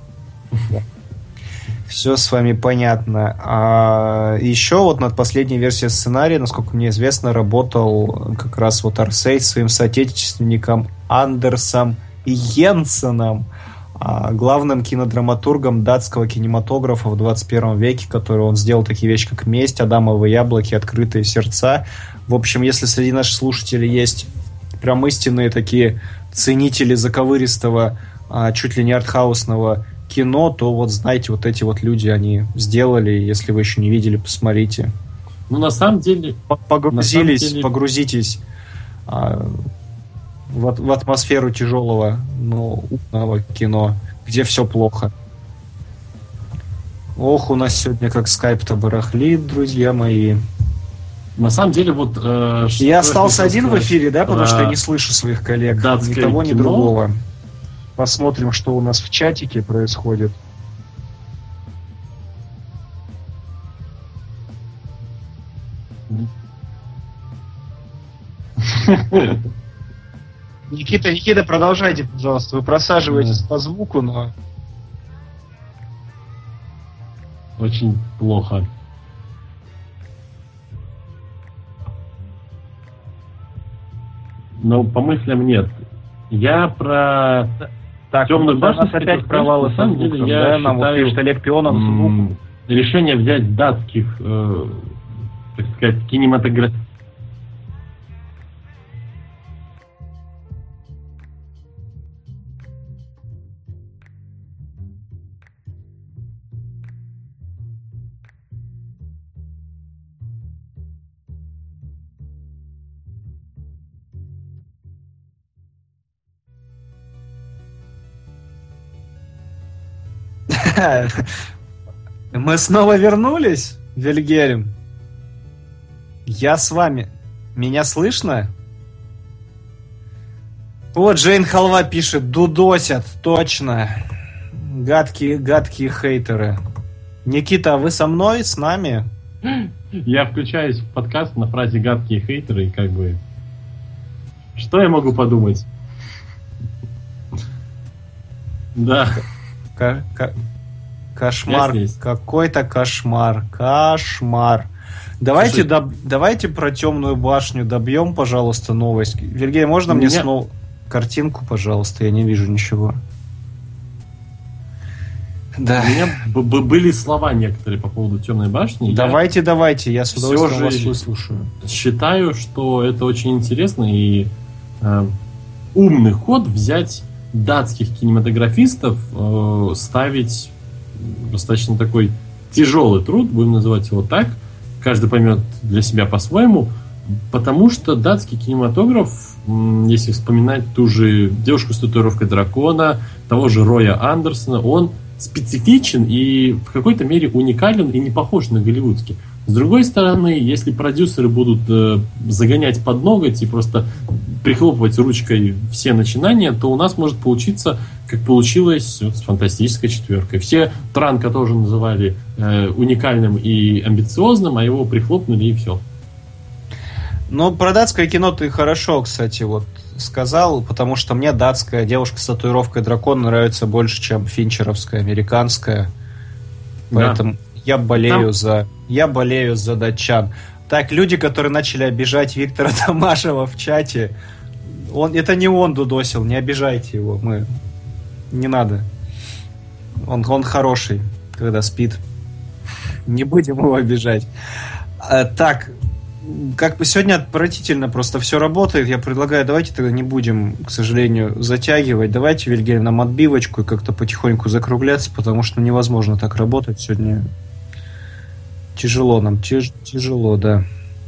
Все с вами понятно. А еще вот над последней версией сценария, насколько мне известно, работал как раз вот Арсей своим соотечественником Андерсом Йенсеном, главным кинодраматургом датского кинематографа в 21 веке, который он сделал такие вещи, как «Месть», «Адамовы яблоки», «Открытые сердца». В общем, если среди наших слушателей есть прям истинные такие ценители заковыристого, чуть ли не артхаусного кино, то вот знаете, вот эти вот люди, они сделали. Если вы еще не видели, посмотрите. Ну, на самом деле... Погрузитесь в атмосферу тяжелого, но умного кино, где все плохо. Ох, у нас сегодня как скайп-то барахлит, друзья мои. На самом деле, вот... я остался один в эфире, да, потому что я не слышу своих коллег. Ни того, ни другого. Посмотрим, что у нас в чатике происходит. Никита, продолжайте, пожалуйста. Вы просаживаетесь по звуку, но... Очень плохо. Но по мыслям нет. Я про... Так, Темную башню, у нас опять провалы со звуком, да? Нам вот пишет Олег Пионов звук. Решение взять датских, так сказать, кинематографистов. Мы снова вернулись, Вильгельм. Я с вами. Меня слышно? Вот Джейн Халва пишет: дудосят, точно. Гадкие хейтеры. Никита, а вы со мной, с нами? Я включаюсь в подкаст на фразе «гадкие хейтеры» и как бы... Что я могу подумать? Да. Кошмар. Какой-то кошмар. Кошмар. Давайте про Темную башню добьем, пожалуйста, новость. Вильгей, можно мне снова картинку, пожалуйста? Я не вижу ничего. Да. У меня были слова некоторые по поводу Темной башни. Давайте, я с удовольствием вас выслушаю. Считаю, что это очень интересно и умный ход взять датских кинематографистов, ставить достаточно такой тяжелый труд, будем называть его так, каждый поймет для себя по-своему, потому что датский кинематограф, если вспоминать ту же «Девушку с татуировкой дракона», того же Роя Андерсона, он специфичен и в какой-то мере уникален и не похож на голливудский. С другой стороны, если продюсеры будут загонять под ноготь и просто прихлопывать ручкой все начинания, то у нас может получиться, как получилось вот с «Фантастической четверкой». Все Транка тоже называли уникальным и амбициозным, а его прихлопнули и все. Ну, про датское кино ты хорошо, кстати, вот сказал, потому что мне датская «Девушка с татуировкой дракона» нравится больше, чем финчеровская, американская. Поэтому я болею за датчан. Так, люди, которые начали обижать Виктора Томашева в чате, это не он дудосил, не обижайте его. Не надо. Он хороший, когда спит. Не будем его обижать. Так, как бы сегодня отвратительно просто все работает. Я предлагаю, давайте тогда не будем, к сожалению, затягивать. Давайте, Вильгельм, нам отбивочку и как-то потихоньку закругляться, потому что невозможно так работать сегодня. Тяжело нам, тяжело, да.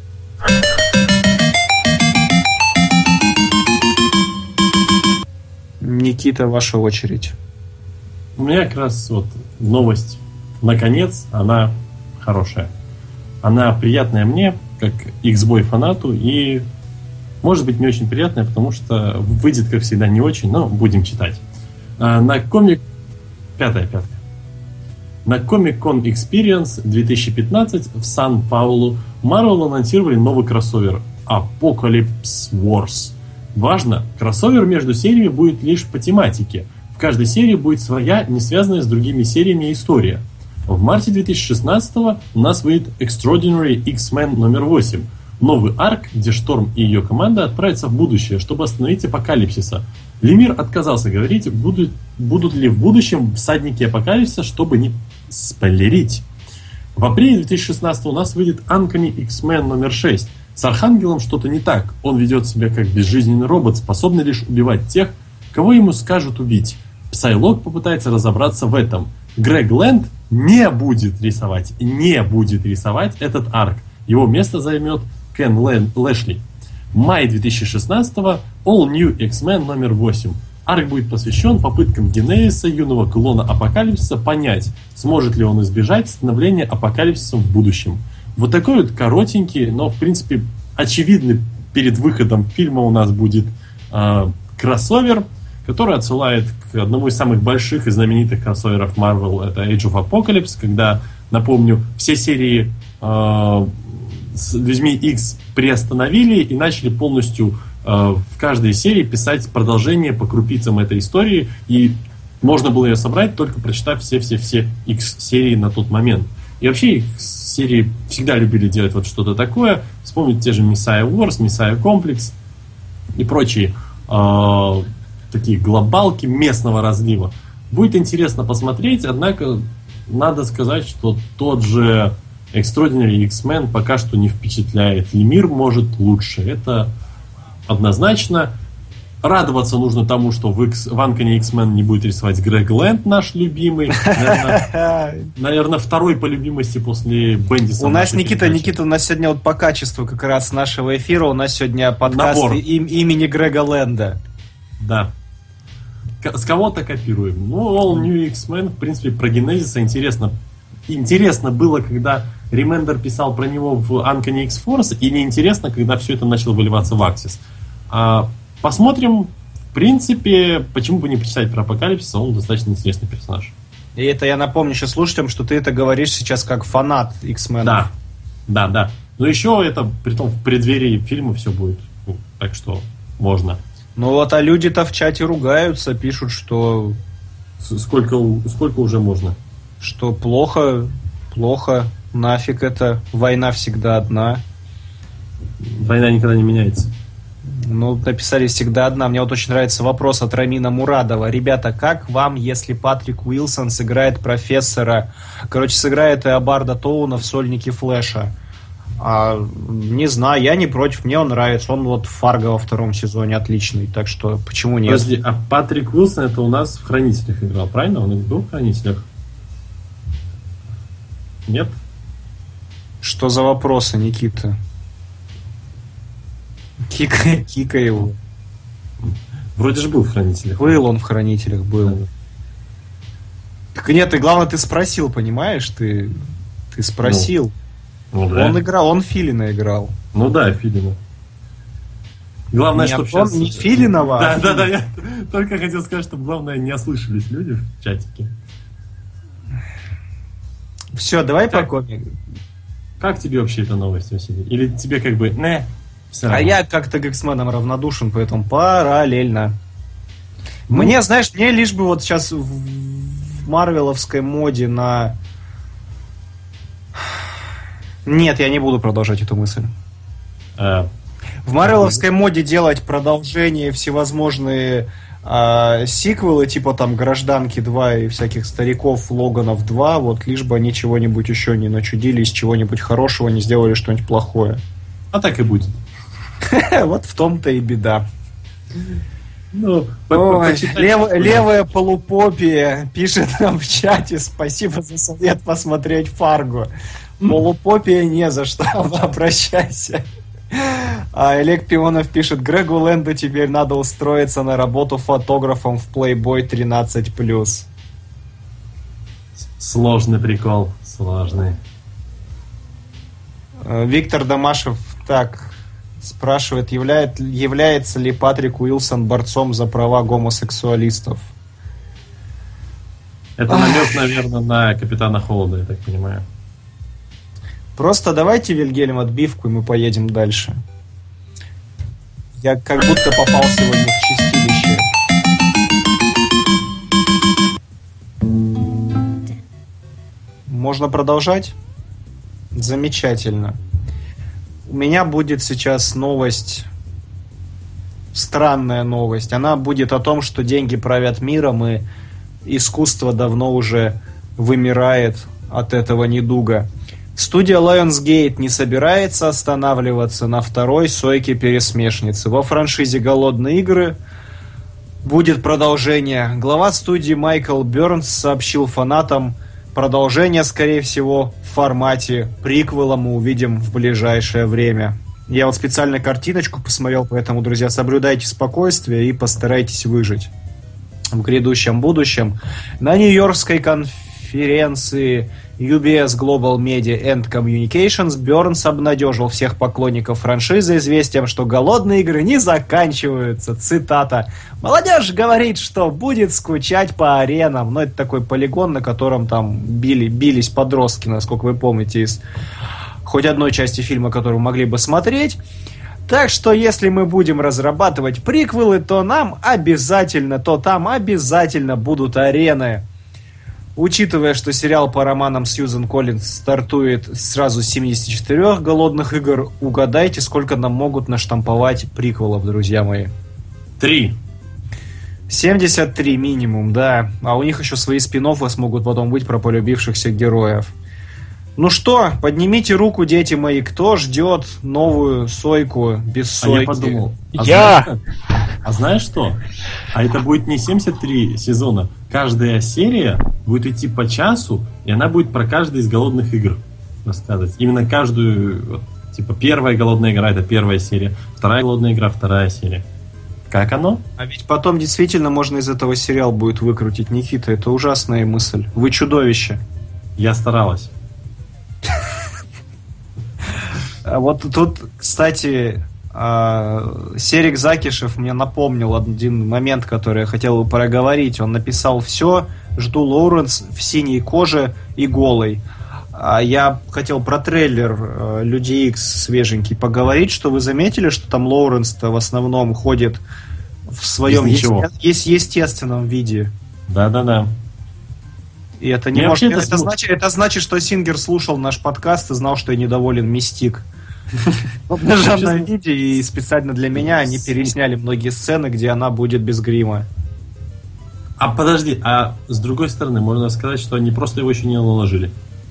Никита, ваша очередь. У меня как раз вот новость, наконец, она хорошая. Она приятная мне, как X-Boy фанату, и может быть не очень приятная, потому что выйдет, как всегда, не очень, но будем читать. На комик... Пятая. На Comic-Con Experience 2015 в Сан-Паулу Marvel анонсировали новый кроссовер Apocalypse Wars. Важно, кроссовер между сериями будет лишь по тематике. В каждой серии будет своя, не связанная с другими сериями история. В марте 2016 у нас выйдет Extraordinary X-Men номер 8. Новый арк, где Шторм и ее команда отправятся в будущее, чтобы остановить Апокалипсиса. Лемир отказался говорить, будут ли в будущем всадники Апокалипсиса, чтобы не спойлерить. В апреле 2016 у нас выйдет Uncanny X-Men номер 6. С Архангелом что-то не так. Он ведет себя как безжизненный робот, способный лишь убивать тех, кого ему скажут убить. Псайлок попытается разобраться в этом. Грег Лэнд не будет рисовать этот арк. Его место займет Кен Лэшли. Май 2016-го All New X-Men номер 8. Арк будет посвящен попыткам Генезиса, юного клона Апокалипсиса, понять, сможет ли он избежать становления Апокалипсиса в будущем. Вот такой вот коротенький, но в принципе очевидный перед выходом фильма у нас будет кроссовер, который отсылает к одному из самых больших и знаменитых кроссоверов Marvel, это Age of Apocalypse, когда, напомню, все серии с Людьми X приостановили и начали полностью в каждой серии писать продолжение по крупицам этой истории, и можно было ее собрать, только прочитав все X серии на тот момент. И вообще их серии всегда любили делать вот что-то такое. Вспомнить те же Messiah Wars, Messiah Complex и прочие такие глобалки местного разлива. Будет интересно посмотреть, однако надо сказать, что тот же Extraordinary X-Men пока что не впечатляет. Лемир может лучше. Это однозначно. Радоваться нужно тому, что в Uncanny X-Men не будет рисовать Грег Лэнд, наш любимый. Наверное, второй по любимости после Бендиса. У нас, Никита, у нас сегодня вот по качеству как раз нашего эфира, у нас сегодня подкаст имени Грега Лэнда. Да. С кого-то копируем. Ну, All New X-Men, в принципе, про Генезиса интересно было, когда Ремендер писал про него в Uncanny X-Force, и неинтересно, когда все это начало выливаться в Axis. Посмотрим. В принципе, почему бы не почитать про Апокалипсиса, он достаточно интересный персонаж. И это я напомню сейчас слушателям, что ты это говоришь сейчас как фанат X-Men. Да. Но еще это, притом в преддверии фильма все будет. Так что можно. Ну вот, а люди-то в чате ругаются, пишут, что... Сколько уже можно? Что плохо, нафиг это, война всегда одна. Война никогда не меняется. Ну, написали всегда одна. Мне вот очень нравится вопрос от Рамина Мурадова. Ребята, как вам, если Патрик Уилсон сыграет профессора... сыграет Эобарда Тоуна в Сольнике Флэша? Не знаю, я не против, мне он нравится. Он вот Фарго во 2 сезоне отличный, так что почему нет? Подожди, а Патрик Уилсон это у нас в «Хранителях» играл, правильно? Он был в «Хранителях»? Нет? Что за вопросы, Никита? Кика его. Вроде же был в «Хранителях». Был он в «Хранителях», был. Да. Так нет, ты, главное, ты спросил, понимаешь? Ты спросил. Ну, да. Он играл, он Филина играл. Ну да, Филина. Главное, чтобы сейчас... не Филинова. Да, я только хотел сказать, чтобы, главное, не ослышались люди в чатике. Все, давай по комику. Как тебе вообще эта новость, Василий? Или тебе как бы... Я как-то к X-менам равнодушен, поэтому параллельно. Мне лишь бы вот сейчас в марвеловской моде на... Нет, я не буду продолжать эту мысль. В марвеловской моде делать продолжения, всевозможные сиквелы, типа там «Гражданки 2» и всяких стариков «Логанов 2», вот лишь бы они чего-нибудь еще не начудили, из чего-нибудь хорошего не сделали что-нибудь плохое. А так и будет. Вот в том-то и беда. Левая полупопия пишет нам в чате: спасибо за совет посмотреть «Фарго». Полупопия не за что, обращайся. А Олег Пионов пишет: Грегу Лэнду теперь надо устроиться на работу фотографом в Playboy 13+. Сложный прикол, сложный. Виктор Домашев спрашивает, является ли Патрик Уилсон борцом за права гомосексуалистов? Это намек, наверное, на Капитана Холода, я так понимаю. Просто давайте, Вильгельм, отбивку, и мы поедем дальше. Я как будто попал сегодня в чистилище. Можно продолжать? Замечательно. У меня будет сейчас новость, странная новость. Она будет о том, что деньги правят миром, и искусство давно уже вымирает от этого недуга. Студия Lionsgate не собирается останавливаться на второй сойке пересмешницы. Во франшизе «Голодные игры» будет продолжение. Глава студии Майкл Бернс сообщил фанатам, продолжение, скорее всего, в формате приквела мы увидим в ближайшее время. Я вот специально картиночку посмотрел, поэтому, друзья, соблюдайте спокойствие и постарайтесь выжить в грядущем будущем. На Нью-Йоркской конференции UBS Global Media and Communications Бернс обнадежил всех поклонников франшизы известием, что «Голодные игры» не заканчиваются. Цитата. «Молодежь говорит, что будет скучать по аренам». Но это такой полигон, на котором там бились подростки, насколько вы помните, из хоть одной части фильма, которую могли бы смотреть. Так что если мы будем разрабатывать приквелы, то там обязательно будут арены. Учитывая, что сериал по романам Сьюзен Коллинз стартует сразу с 74 «Голодных игр», угадайте, сколько нам могут наштамповать приквелов, друзья мои? 3. 73 минимум, да. А у них еще свои спин-оффы смогут потом быть про полюбившихся героев. Ну что, поднимите руку, дети мои, кто ждет новую сойку без сойки? Я подумал. Я! Знаешь что? А это будет не 73 сезона. Каждая серия будет идти по часу, и она будет про каждый из «Голодных игр» рассказывать. Именно каждую, типа, первая «Голодная игра» — это первая серия, вторая «Голодная игра» — вторая серия. Как оно? А ведь потом действительно можно из этого сериал будет выкрутить. Никита, это ужасная мысль. Вы чудовище. Я старалась. Вот тут, кстати, Серик Закишев мне напомнил один момент, который я хотел бы проговорить. Он написал: «Все, жду Лоуренс в синей коже и голой». Я хотел про трейлер Люди Икс свеженький поговорить, что вы заметили, что там Лоуренс-то в основном ходит в своем естественном виде. Да. И это не может... Это значит, что Сингер слушал наш подкаст и знал, что я недоволен Мистик. В обнаженном виде, и специально для меня они пересняли многие сцены, где она будет без грима. А подожди, а с другой стороны, можно сказать, что они просто его еще не наложили.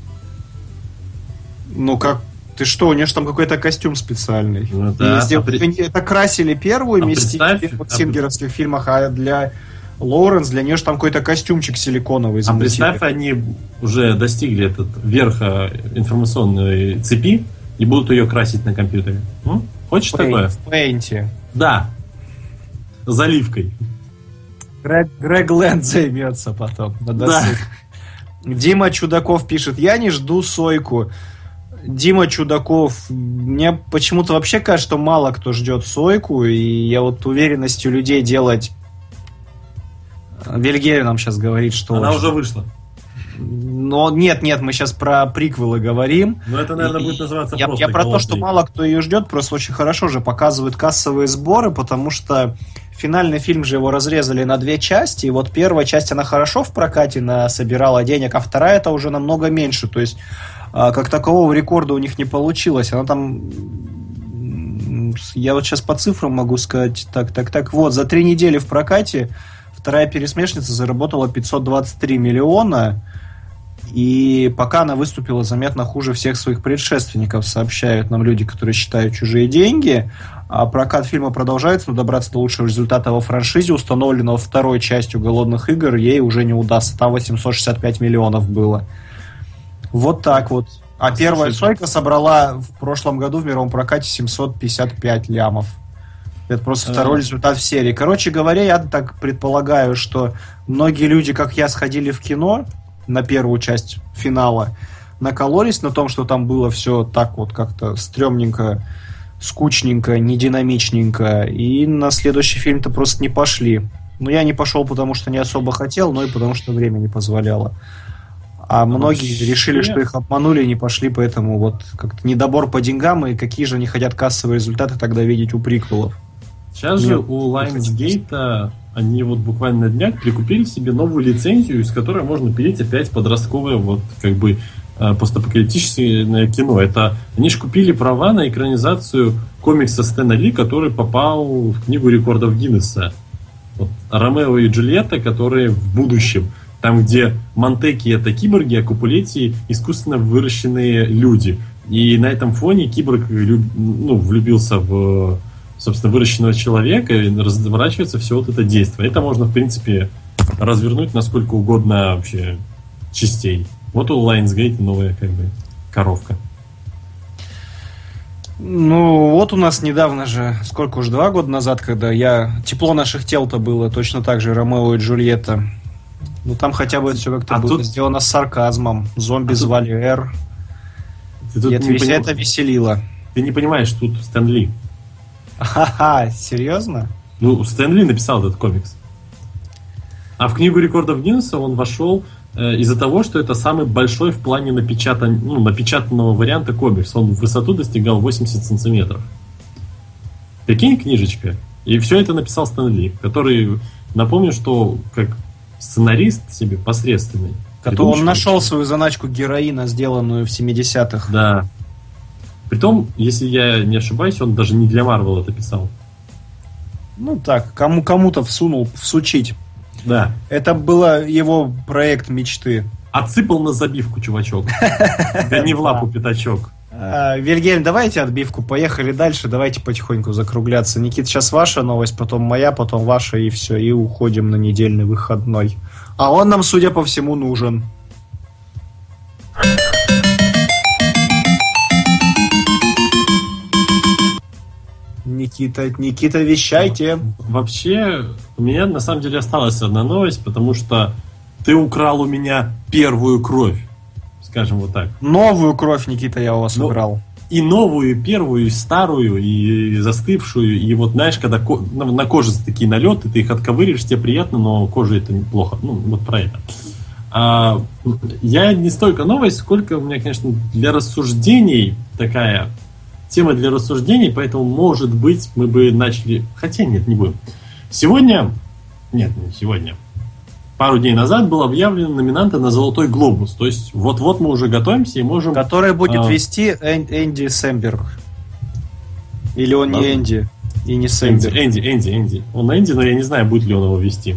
Ну как? Ты что, у нее же там какой-то костюм специальный. Ну, да. Это красили первую Мистик в сингеровских фильмах, а для Лоуренс, для нее же там какой-то костюмчик силиконовый. А представь, они уже достигли этот верха информационной цепи и будут ее красить на компьютере. Хочешь такое? В Paint. Да. Заливкой. Грег Лэнд займется потом. Да. Дима Чудаков пишет: «Я не жду сойку». Дима Чудаков, мне почему-то вообще кажется, что мало кто ждет сойку, и я вот уверенностью людей делать... Вильгельм нам сейчас говорит, что... Она уже вышла. Но нет, мы сейчас про приквелы говорим. Но это, наверное, будет называться просто Я про то, что мало кто ее ждет, просто очень хорошо же показывают кассовые сборы, потому что финальный фильм же его разрезали на 2 части, и вот первая часть, она хорошо в прокате собирала денег, а вторая это уже намного меньше, то есть как такового рекорда у них не получилось. Она там... Я вот сейчас по цифрам могу сказать. Так. Вот, за 3 недели в прокате вторая пересмешница заработала 523 миллиона, и пока она выступила заметно хуже всех своих предшественников, сообщают нам люди, которые считают чужие деньги. А прокат фильма продолжается, но добраться до лучшего результата во франшизе, установленного второй частью «Голодных игр», ей уже не удастся. Там 865 миллионов было. Вот так вот. А первая сойка собрала в прошлом году в мировом прокате 755 лямов. Это просто второй результат в серии. Короче говоря, я так предполагаю, что многие люди, как я, сходили в кино на первую часть финала, накололись на том, что там было все так вот как-то стрёмненько, скучненько, нединамичненько, и на следующий фильм-то просто не пошли. Но я не пошел, потому что не особо хотел, но и потому что время не позволяло. А многие решили, что их обманули и не пошли, поэтому вот как-то недобор по деньгам, и какие же они хотят кассовые результаты тогда видеть у приквелов. Сейчас же у Lionsgate они вот буквально на днях прикупили себе новую лицензию, из которой можно пилить опять подростковое вот как бы постапокалиптическое кино. Это они же купили права на экранизацию комикса Стэна Ли, который попал в книгу рекордов Гиннесса. Вот, Ромео и Джульетта, которые в будущем. Там, где Монтеки это киборги, а Капулетти искусственно выращенные люди. И на этом фоне киборг влюбился в, собственно, выращенного человека, и разворачивается все вот это действие. Это можно, в принципе, развернуть на сколько угодно вообще частей. Вот у Lionsgate новая как бы коровка. Ну, вот у нас недавно же, сколько уж, 2 года назад, когда «Тепло наших тел»-то было точно так же, Ромео и Джульетта. Ну, там хотя бы все как-то было сделано с сарказмом. Зомби звали Эр. И это веселило. Ты не понимаешь, тут Стэн Ли. Ха-ха, серьезно? Ну, Стэн Ли написал этот комикс. А в книгу рекордов Гиннесса он вошел из-за того, что это самый большой в плане напечатанного варианта комикс. Он в высоту достигал 80 сантиметров. Прикинь, книжечка. И все это написал Стэн Ли, который, напомню, что как сценарист себе посредственный. Он нашел свою заначку героина, сделанную в 70-х. Да. Притом, если я не ошибаюсь, он даже не для Марвел это писал. Ну так, кому-то всучить. Да. Это был его проект мечты. Отсыпал на забивку, чувачок. Да не в лапу пятачок. Вильгельм, давайте отбивку, поехали дальше, давайте потихоньку закругляться. Никит, сейчас ваша новость, потом моя, потом ваша, и все, и уходим на недельный выходной. А он нам, судя по всему, нужен. Никита, вещайте. Вообще, у меня на самом деле осталась одна новость, потому что ты украл у меня первую кровь, скажем вот так. Новую кровь, Никита, я у вас украл. И новую, и первую, и старую, и застывшую. И вот знаешь, когда на коже такие налеты, ты их отковыришь, тебе приятно, но коже это неплохо. Ну, вот про это. Я не столько новость, сколько у меня, конечно, для рассуждений такая тема для рассуждений, поэтому, может быть, мы бы начали... Хотя нет, не будем. Сегодня... Нет, не сегодня. Пару дней назад был объявлен номинанты на «Золотой глобус». То есть, вот мы уже готовимся и можем... Который будет вести Энди Сэмберг. Или он не Энди и не Сэмберг. Энди. Он Энди, но я не знаю, будет ли он его вести.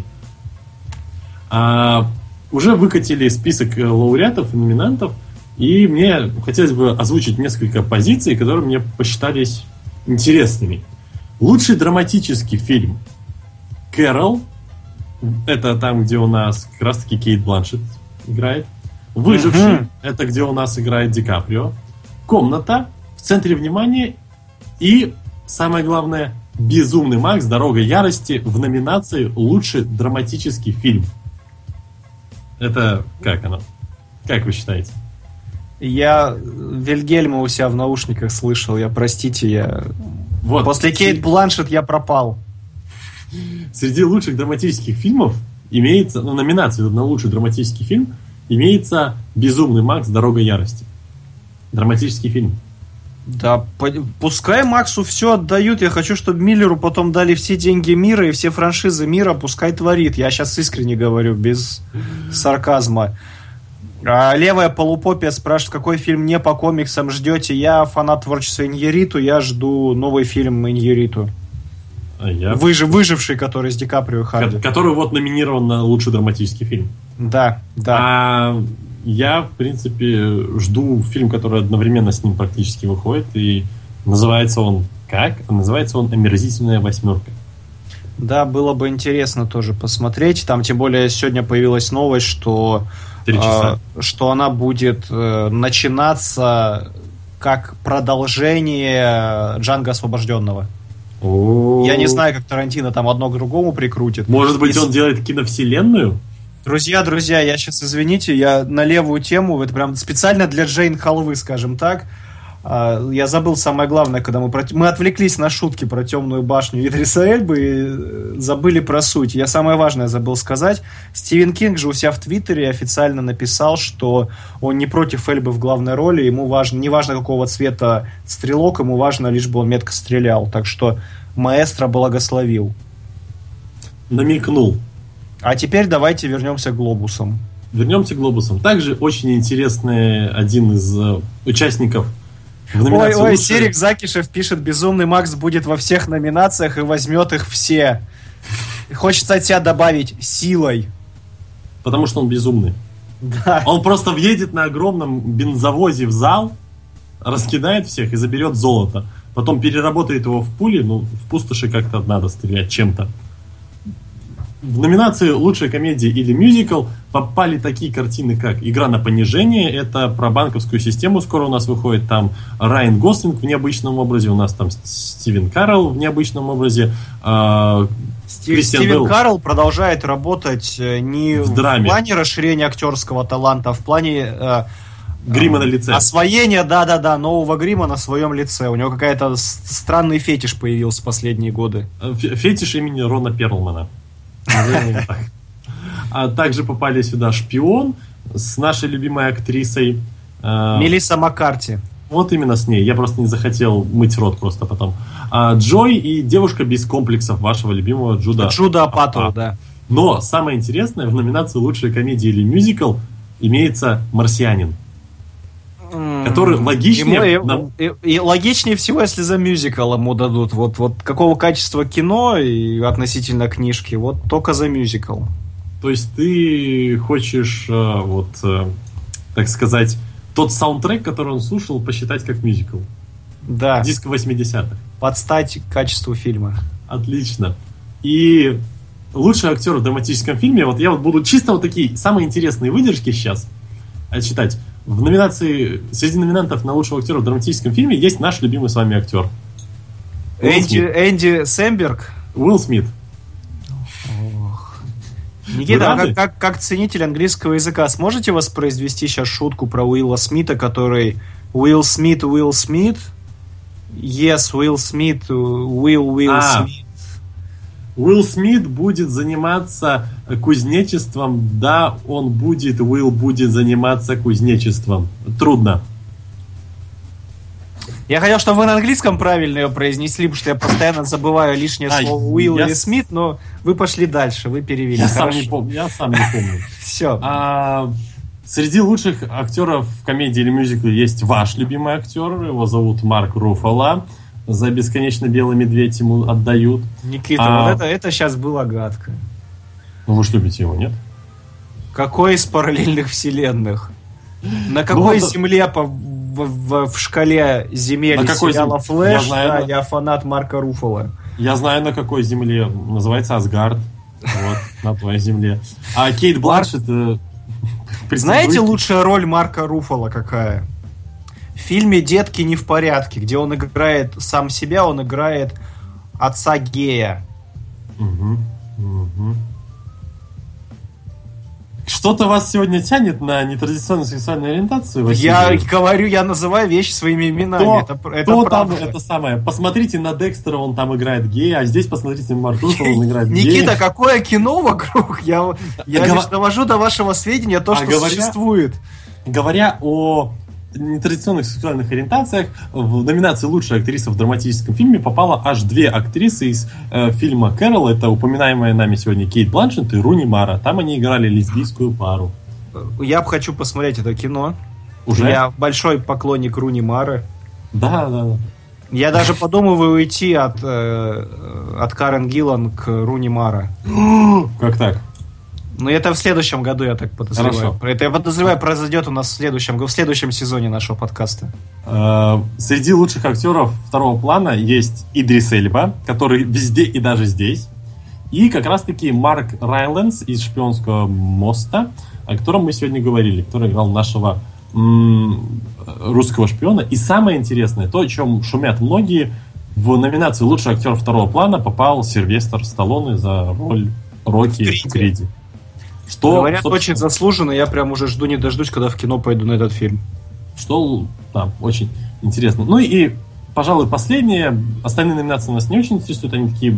Уже выкатили список лауреатов и номинантов. И мне хотелось бы озвучить несколько позиций, которые мне посчитались интересными. Лучший драматический фильм «Кэрол». Это там, где у нас как раз-таки Кейт Бланшетт играет. «Выживший». Это где у нас играет Ди Каприо. «Комната». В центре внимания. И, самое главное, «Безумный Макс. Дорога ярости» в номинации «Лучший драматический фильм». Это как оно? Как вы считаете? Я Вильгельма у себя в наушниках слышал. Простите, Вот. После Кейт Бланшетт я пропал. Среди лучших драматических фильмов имеется, номинация на лучший драматический фильм имеется «Безумный Макс. Дорога ярости». Драматический фильм. Да, пускай Максу все отдают. Я хочу, чтобы Миллеру потом дали все деньги мира и все франшизы мира. Пускай творит. Я сейчас искренне говорю, без сарказма. А левая полупопия спрашивает, какой фильм не по комиксам ждете. Я фанат творчества Иньярриту. Я жду новый фильм Иньярриту. Выживший, который с Ди Каприо и Харди. Который вот номинирован на лучший драматический фильм. Да. Я, в принципе, жду фильм, который одновременно с ним практически выходит. И называется он как? Называется он «Омерзительная восьмерка». Да, было бы интересно тоже посмотреть. Там, тем более, сегодня появилась новость, что она будет начинаться как продолжение «Джанго освобожденного». Я не знаю, как Тарантино там одно к другому прикрутит. Может быть, он делает киновселенную? Друзья, я сейчас, извините, я на левую тему, это прям специально для Джейн Халвы, скажем так. Я забыл самое главное, когда мы отвлеклись на шутки про темную башню Идриса Эльбы и забыли про суть. Я самое важное забыл сказать. Стивен Кинг же у себя в Твиттере официально написал, что он не против Эльбы в главной роли, ему важно, не важно какого цвета стрелок, ему важно, лишь бы он метко стрелял. Так что маэстро благословил. Намекнул. А теперь давайте вернемся к глобусам. Вернемся к глобусам. Также очень интересный один из участников. Ой, Серик Закишев пишет: Безумный Макс будет во всех номинациях и возьмет их все. Хочется от себя добавить силой. Потому что он безумный. Да. Он просто въедет на огромном бензовозе в зал, раскидает всех и заберет золото. Потом переработает его в пули, в пустоши как-то надо стрелять чем-то. В номинации «Лучшая комедия или мюзикл» попали такие картины, как «Игра на понижение», это про банковскую систему, скоро у нас выходит, там Райан Гослинг в необычном образе, у нас там Стивен Карелл в необычном образе. Стивен Карелл продолжает работать не в плане расширения актерского таланта, а в плане грима на лице. Освоения, нового грима на своем лице. У него какая-то странный фетиш появился в последние годы. Фетиш имени Рона Перлмана. А также попали сюда «Шпион» с нашей любимой актрисой Мелисса Маккарти. Вот именно с ней. Я просто не захотел мыть рот просто потом. Джой и «Девушка без комплексов» вашего любимого Джуда Апатоу, да. Но самое интересное, в номинации «Лучшая комедия или мюзикл» имеется «Марсианин», который логичнее... И логичнее всего, если за мюзикл ему дадут. Вот какого качества кино и относительно книжки, вот только за мюзикл. То есть ты хочешь, так сказать, тот саундтрек, который он слушал, посчитать как мюзикл? Да. Диск 80-х. Подстать качеству фильма. Отлично. И лучший актер в драматическом фильме, я буду чисто такие самые интересные выдержки сейчас читать. В номинации, среди номинантов на лучшего актера в драматическом фильме есть наш любимый с вами актер. Энди Сэмберг. Уилл Смит. Никита, как ценитель английского языка, сможете воспроизвести сейчас шутку про Уилла Смита, который Уилл Смит? Yes, Уилл Смит, Уилл Смит. Уилл Смит будет заниматься кузнечеством. Да, Уилл будет заниматься кузнечеством. Трудно. Я хотел, чтобы вы на английском правильно ее произнесли, потому что я постоянно забываю лишнее слово Уилл или Смит, но вы пошли дальше, вы перевели. Я сам не помню. Все. Среди лучших актеров в комедии или мюзикле есть ваш любимый актер. Его зовут Марк Руффало. За «Бесконечно белый медведь» ему отдают. Никита, это сейчас было гадко. Ну вы ж любите его, нет? Какой из параллельных вселенных? На какой земле в шкале земель сериала «Флэш» я фанат Марка Руффало? Я знаю, на какой земле. Называется Асгард. Вот, на твоей земле. А Кейт Бланшетт... Знаете, лучшая роль Марка Руффало какая? В фильме «Детки не в порядке», где он играет сам себя, он играет отца гея. Что-то вас сегодня тянет на нетрадиционную сексуальную ориентацию, Василий? Я говорю, я называю вещи своими именами. Кто там это самое? Посмотрите на Декстера, он там играет гея, а здесь посмотрите на Марка Руффало, он играет гея. Никита, какое кино вокруг? Я лишь довожу до вашего сведения то, что существует. Говоря о нетрадиционных сексуальных ориентациях, в номинации «Лучшая актриса в драматическом фильме» попало аж 2 актрисы из фильма «Кэрол». Это упоминаемая нами сегодня Кейт Бланшетт и Руни Мара. Там они играли лесбийскую пару. Я хочу посмотреть это кино. Уже? Я большой поклонник Руни Мары. Да. Я даже подумываю уйти от Карен Гиллан к Руни Мара. Как так? Ну, это в следующем году, я так подозреваю. Хорошо. Это, я подозреваю, произойдет у нас в следующем сезоне нашего подкаста. Среди лучших актеров второго плана есть Идрис Эльба, который везде и даже здесь. И как раз-таки Марк Райландс из «Шпионского моста», о котором мы сегодня говорили, который играл нашего русского шпиона. И самое интересное, то, о чем шумят многие, в номинацию «Лучший актер второго плана» попал Сильвестр Сталлоне за роль Рокки в Криде. Что, говорят, очень заслуженно. Я прям уже жду не дождусь, когда в кино пойду на этот фильм. что очень интересно. Ну и, пожалуй, последнее. Остальные номинации нас не очень интересуют. Они такие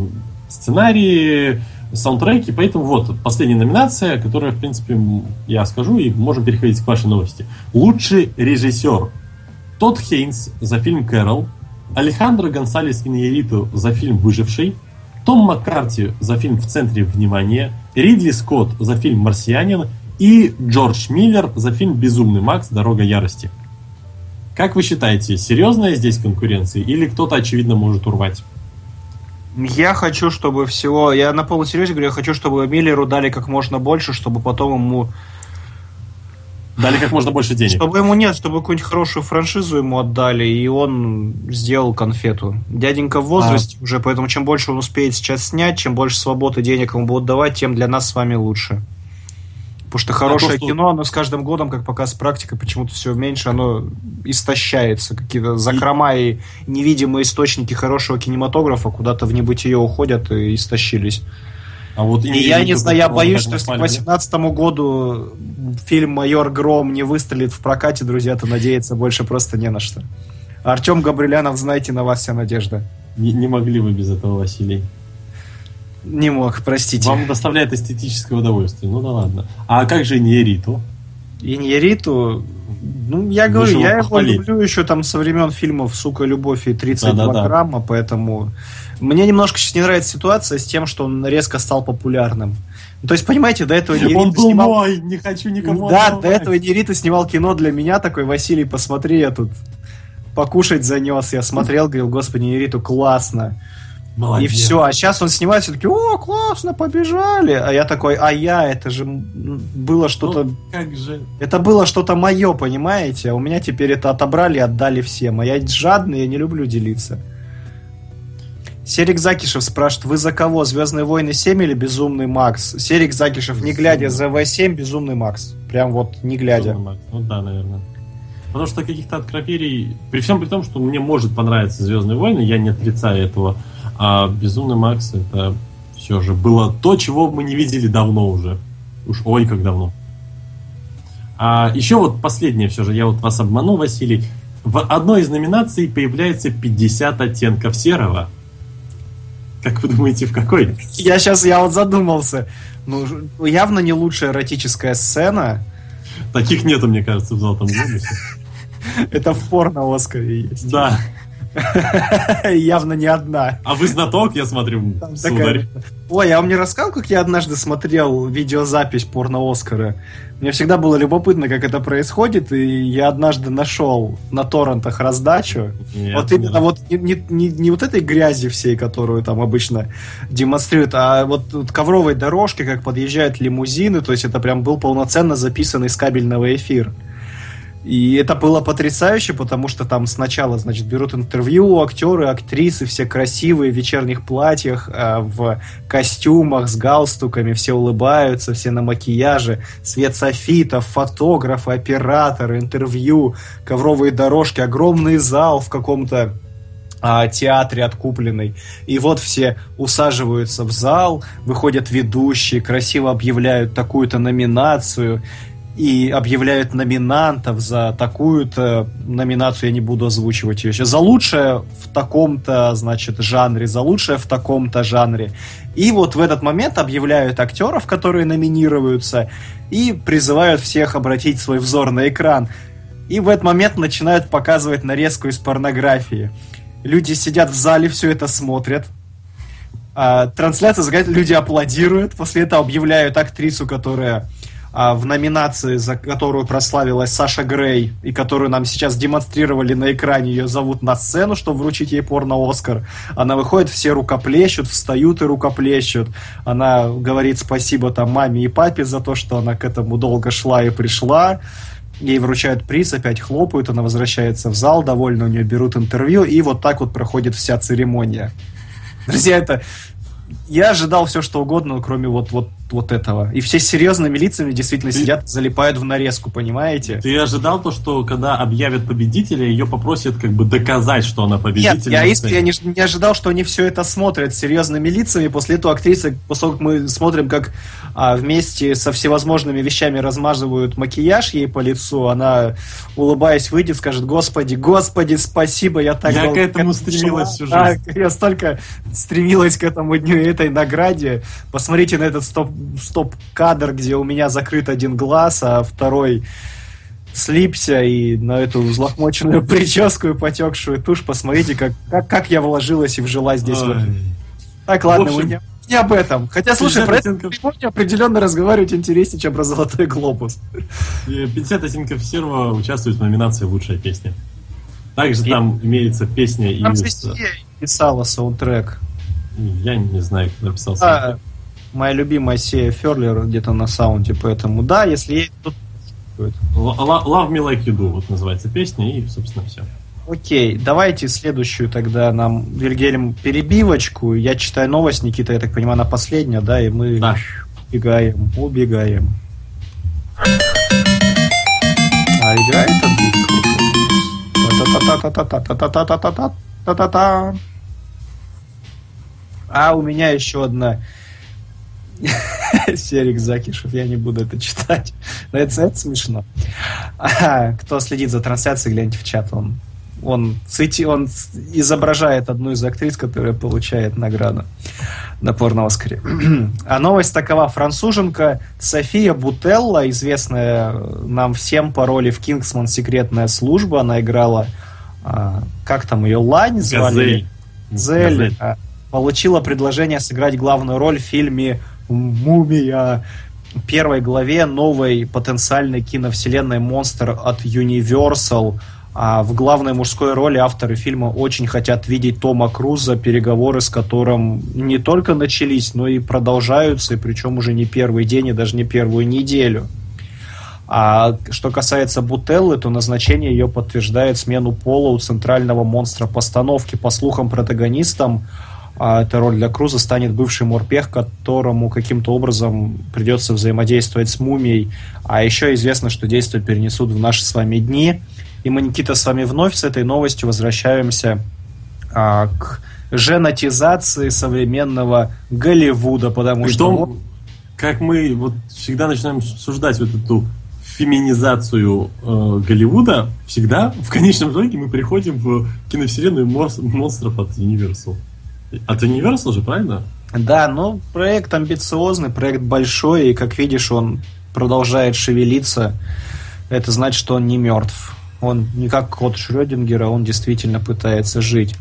сценарии, саундтреки. Поэтому вот последняя номинация, которая, в принципе, я скажу, и можем переходить к вашей новости. Лучший режиссер. Тодд Хейнс за фильм «Кэрол», Алехандро Гонсалес Иньярриту за фильм «Выживший», Том Маккарти за фильм «В центре внимания», Ридли Скотт за фильм «Марсианин» и Джордж Миллер за фильм «Безумный Макс. Дорога ярости». Как вы считаете, серьезная здесь конкуренция или кто-то, очевидно, может урвать? Я хочу, чтобы всего... Я на полном серьезе говорю, я хочу, чтобы Миллеру дали как можно больше, чтобы потом ему... Дали как можно больше денег. Чтобы какую-нибудь хорошую франшизу ему отдали, и он сделал конфету. Дяденька в возрасте уже, поэтому чем больше он успеет сейчас снять, чем больше свободы денег ему будут давать, тем для нас с вами лучше. Потому что хорошее кино, оно с каждым годом, как показывает практика, почему-то все меньше, оно истощается. Какие-то закрома и невидимые источники хорошего кинематографа куда-то в небытие уходят и истощились. А вот я не знаю, я боюсь, что если к 2018 году фильм «Майор Гром» не выстрелит в прокате, друзья, то надеяться больше просто не на что. Артем Габрилянов, знаете, на вас вся надежда. Не могли вы без этого, Василий. Не мог, простите. Вам доставляет эстетическое удовольствие, ну да ладно. А как же Иньярриту? Иньярриту, я говорю, я его люблю еще там со времен фильмов «Сука, любовь» и 32 грамма, поэтому... Мне немножко сейчас не нравится ситуация с тем, что он резко стал популярным. То есть, понимаете, до этого Иньярриту он был снимал... мой, не хочу никому до этого Иньярриту снимал кино для меня, такой: Василий, посмотри, я тут покушать занес. Я смотрел, говорил: господи, Иньярриту классно. Молодец. И все, а сейчас он снимает, все таки: о, классно, побежали. А я такой: это же было что-то... как же? Это было что-то мое, понимаете? А у меня теперь это отобрали и отдали всем. А я жадный, я не люблю делиться. Серик Закишев спрашивает: вы за кого? «Звездные войны 7» или «Безумный Макс»? Серик Закишев, не глядя, за В7, «Безумный Макс». Прям вот не глядя. Ну да, наверное. Потому что каких-то откровений... При всем при том, что мне может понравиться «Звездные войны», я не отрицаю этого. А «Безумный Макс» — это все же было то, чего мы не видели давно уже. Уж ой, как давно. А еще вот последнее все же. Я вот вас обману, Василий. В одной из номинаций появляется 50 оттенков серого. Как вы думаете, в какой? Я вот задумался. Явно не лучшая эротическая сцена. Таких нету, мне кажется, в «Золотом глобусе». Это в порно «Оскаре» есть. Да. Явно не одна. А вы знаток, я смотрю, сударь. Ой, я вам не рассказал, как я однажды смотрел видеозапись порно-Оскара? Мне всегда было любопытно, как это происходит, и я однажды нашел на торрентах раздачу. Вот не вот этой грязи всей, которую там обычно демонстрируют, а вот ковровой дорожки, как подъезжают лимузины, то есть это прям был полноценно записанный с кабельного эфир. И это было потрясающе, потому что там сначала, берут интервью, актеры, актрисы, все красивые в вечерних платьях, в костюмах, с галстуками, все улыбаются, все на макияже, свет софитов, фотографы, операторы, интервью, ковровые дорожки, огромный зал в каком-то театре откупленный. И вот все усаживаются в зал, выходят ведущие, красиво объявляют такую-то номинацию, и объявляют номинантов за такую-то номинацию, я не буду озвучивать ее сейчас, за лучшее в таком-то, жанре, за лучшее в таком-то жанре. И вот в этот момент объявляют актеров, которые номинируются, и призывают всех обратить свой взор на экран. И в этот момент начинают показывать нарезку из порнографии. Люди сидят в зале, все это смотрят. Трансляция загорает, люди аплодируют, после этого объявляют актрису, которая... в номинации, за которую прославилась Саша Грей, и которую нам сейчас демонстрировали на экране, ее зовут на сцену, чтобы вручить ей порно-Оскар. Она выходит, все рукоплещут, встают и рукоплещут. Она говорит спасибо маме и папе за то, что она к этому долго шла и пришла. Ей вручают приз, опять хлопают, она возвращается в зал, довольно у нее берут интервью, и вот так вот проходит вся церемония. Друзья, я ожидал все, что угодно, кроме вот вот этого. И все с серьезными лицами действительно сидят, залипают в нарезку, понимаете? Ты ожидал то, что когда объявят победителя, ее попросят как бы доказать, что она победитель? Нет, я не ожидал, что они все это смотрят с серьезными лицами. После этого актрисы, после того, как мы смотрим, как вместе со всевозможными вещами размазывают макияж ей по лицу, она, улыбаясь, выйдет, скажет: Господи, спасибо, я так... Я к этому стремилась всю жизнь. Я столько стремилась к этому дню и этой награде. Посмотрите на этот стоп-кадр, где у меня закрыт один глаз, а второй слипся, и на эту взлохмоченную прическу и потекшую тушь. Посмотрите, как я вложилась и вжилась здесь. Так, ладно, мы не об этом. Хотя, слушай, про это определенно разговаривать интереснее, чем про «Золотой глобус». 50 оттенков серого участвует в номинации «Лучшая песня». Также там имеется песня из... Там здесь писала саундтрек. Я не знаю, кто написал саундтрек. Моя любимая Сия Ферлер где-то на саунде, поэтому да, если есть, то... Love Me Like You Do, вот называется песня, и, собственно, все. Окей, давайте следующую тогда нам, Вильгельм, перебивочку. Я читаю новость, Никита, я так понимаю, она последняя, да, и мы убегаем. А играет та-та-та-та-та-та-та-та-та-та-та-та-та. А у меня еще одна. Серик Закишев, я не буду это читать. Но это смешно. Кто следит за трансляцией, гляньте в чат. Он изображает одну из актрис, которая получает награду на порно-Оскаре. А новость такова. Француженка София Бутелла, известная нам всем по роли в «Кингсман. Секретная служба», она играла, как там ее, Лань звали? Газель. Получила предложение сыграть главную роль в фильме «Мумия», первой главе новой потенциальной киновселенной «Монстр» от Universal. А в главной мужской роли авторы фильма очень хотят видеть Тома Круза, переговоры с которым не только начались, но и продолжаются, и причем уже не первый день и даже не первую неделю. А что касается Бутеллы, то назначение ее подтверждает смену пола у центрального монстра постановки. По слухам, протагонистом эта роль для Круза станет бывший морпех, которому каким-то образом придется взаимодействовать с мумией. А еще известно, что действия перенесут в наши с вами дни. И мы, Никита, с вами вновь с этой новостью возвращаемся к женатизации современного Голливуда, потому что... Как мы вот всегда начинаем обсуждать вот эту феминизацию Голливуда, всегда в конечном итоге мы приходим в киновселенную монстров от Universal. От Universal же, правильно? Да, но проект амбициозный, проект большой, и, как видишь, он продолжает шевелиться. Это значит, что он не мертв. Он не как кот Шрёдингера, он действительно пытается жить.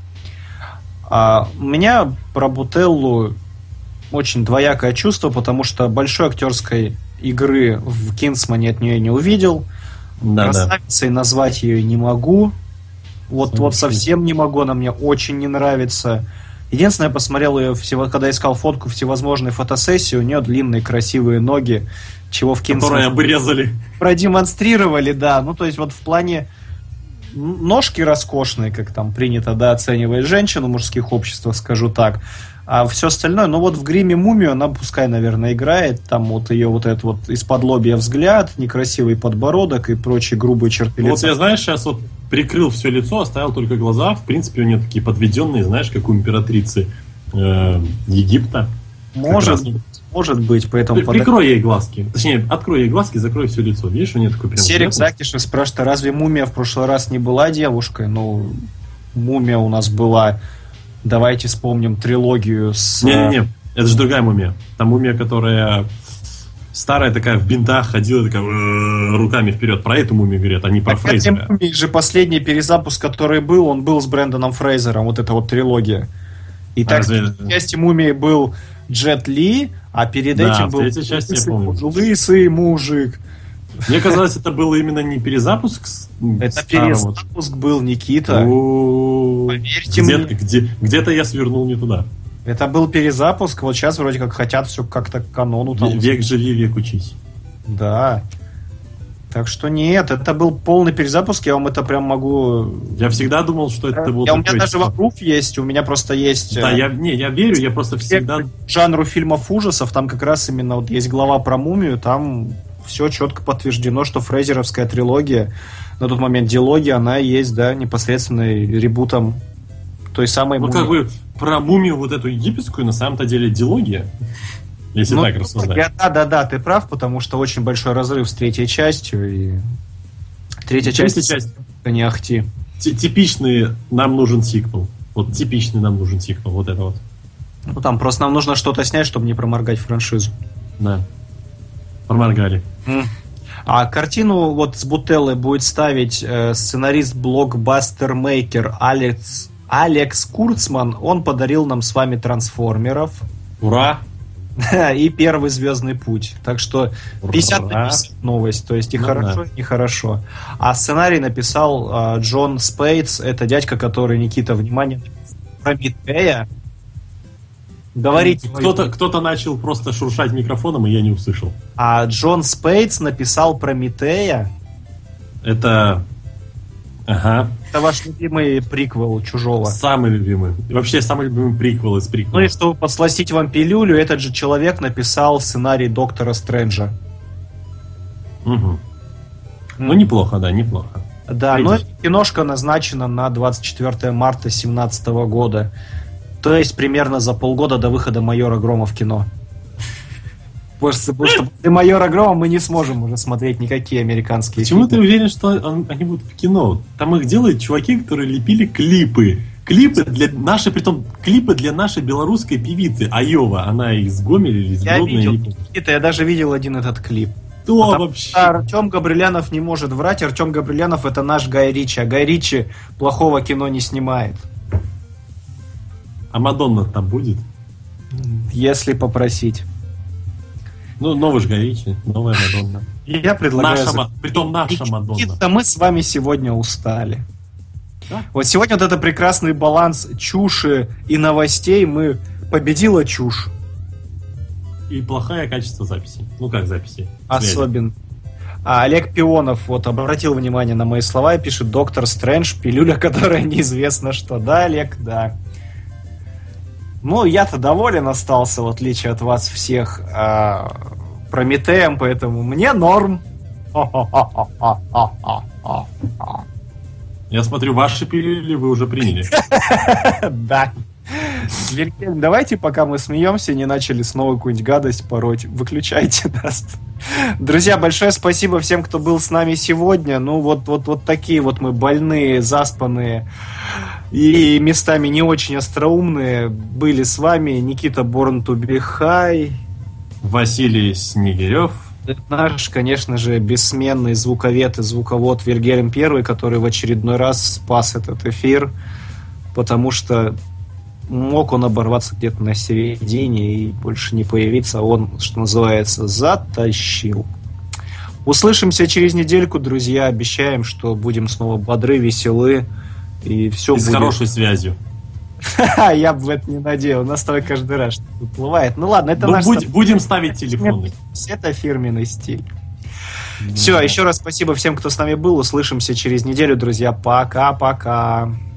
У меня про Бутеллу очень двоякое чувство, потому что большой актерской игры в «Кингсмане» от нее не увидел. Красавицей назвать ее не могу. Вот совсем не могу, она мне очень не нравится. Единственное, я посмотрел ее, когда искал фотку всевозможной фотосессии, у нее длинные красивые ноги, чего в «Кингсмане» которые обрезали. Продемонстрировали, да. Ну, то есть, вот в плане ножки роскошные, как там принято, да, оценивать женщину в мужских обществах, скажу так. А все остальное, ну вот в гриме «Мумию» она пускай, наверное, играет. Там вот ее вот этот вот из-под лобья взгляд, некрасивый подбородок и прочие грубые черты лица. Вот я, знаешь, сейчас вот прикрыл все лицо, оставил только глаза. В принципе, у нее такие подведенные, знаешь, как у императрицы Египта. Может быть, поэтому... Прикрой ей глазки. Точнее, открой ей глазки, закрой все лицо. Видишь, у нее такой прям... Серик Закишев спрашивает, разве «Мумия» в прошлый раз не была девушкой? Ну, «Мумия» у нас была... Давайте вспомним трилогию с... Не-не-не, это же другая «Мумия». Там «Мумия», которая старая такая, в бинтах ходила, такая руками вперед. Про эту «Мумию» говорят, а не про Фрейзера. «Мумии» же последний перезапуск, который был, он был с Брэндоном Фрейзером, вот эта вот трилогия. И так в части «Мумии» был Джет Ли, а перед этим был лысый мужик. Мне казалось, это был именно не перезапуск. Это перезапуск был, Никита. Поверьте мне. Где-то я свернул не туда. Это был перезапуск, вот сейчас вроде как хотят все как-то к канону. Век живи, век учись. Да. Так что нет, это был полный перезапуск, я вам это прям могу... Я всегда думал, что это был... У меня даже вокруг есть, у меня просто есть... Да, я верю, я просто всегда... Жанру фильмов ужасов, там как раз именно вот есть глава про мумию, там все четко подтверждено, что фрейзеровская трилогия, на тот момент дилогия, она есть, да, непосредственно ребутом той самой мумии. Как бы про мумию вот эту египетскую на самом-то деле дилогия. Если так рассуждать. Да, ты прав, потому что очень большой разрыв с третьей частью. И третья часть не ахти. Типичный нам нужен сиквел. Вот типичный нам нужен сиквел. Вот это вот. Ну там просто нам нужно что-то снять, чтобы не проморгать франшизу. Да. Проморгали. А картину вот с Бутеллой будет ставить сценарист-блокбастер-мейкер Алекс Курцман. Он подарил нам с вами «Трансформеров». Ура! И первый «Звездный путь». Так что 50 на 50 новость. То есть и хорошо, и нехорошо. А сценарий написал Джон Спейтс. Это дядька, который, Никита, внимание, Прометея. Говорите. Кто-то начал просто шуршать микрофоном, и я не услышал. А Джон Спейтс написал Прометея. Это... Ага. Это ваш любимый приквел «Чужого». Самый любимый. И вообще самый любимый приквел из приквела. Ну и чтобы подсластить вам пилюлю, этот же человек написал сценарий «Доктора Стрэнджа». Угу. Ну неплохо, да, неплохо. Да, но киношка назначена на 24 марта 2017 года. То есть примерно за полгода до выхода «Майора Грома» в кино. Потому что после «Майора Грома» мы не сможем уже смотреть никакие американские фильмы. Почему ты уверен, что они будут в кино? Там их делают чуваки, которые лепили клипы. Клипы для нашей, притом клипы для нашей белорусской певицы Айова. Она из Гомеля или из Гродно? Я даже видел один этот клип. Что вообще? Артем Габрилянов не может врать. Артем Габрилянов — это наш Гай Ричи. А Гай Ричи плохого кино не снимает. А Мадонна там будет? Если попросить. Ну, новый же Гай Ричи, новая Мадонна. Я предлагаю... Притом наша Мадонна. Мы с вами сегодня устали. Да? Вот сегодня вот этот прекрасный баланс чуши и новостей, победила чушь. И плохое качество записи. Ну как записи? Особенно. А Олег Пионов вот обратил внимание на мои слова и пишет: «Доктор Стрэндж, пилюля, которая неизвестно что». Да, Олег, да. Ну, я-то доволен остался, в отличие от вас всех, Прометеем, поэтому мне норм. Я смотрю, ваши пилюли вы уже приняли. Да. Вильгельм, давайте, пока мы смеемся, не начали снова какую-нибудь гадость пороть. Выключайте нас. Друзья, большое спасибо всем, кто был с нами сегодня. Ну, вот такие вот мы больные, заспанные и местами не очень остроумные были с вами. Никита Born to be High, Василий Снегирев, наш, конечно же, бессменный звуковед и звуковод Вильгельм I, который в очередной раз спас этот эфир, потому что мог он оборваться где-то на середине и больше не появиться. Он, что называется, затащил. Услышимся через недельку, друзья. Обещаем, что будем снова бодры, веселы. И все будет... с хорошей связью. Я бы в это не надеял. У нас только каждый раз что-то выплывает. Ну ладно, это наш... Будем ставить телефоны. Это фирменный стиль. Все, еще раз спасибо всем, кто с нами был. Услышимся через неделю, друзья. Пока-пока.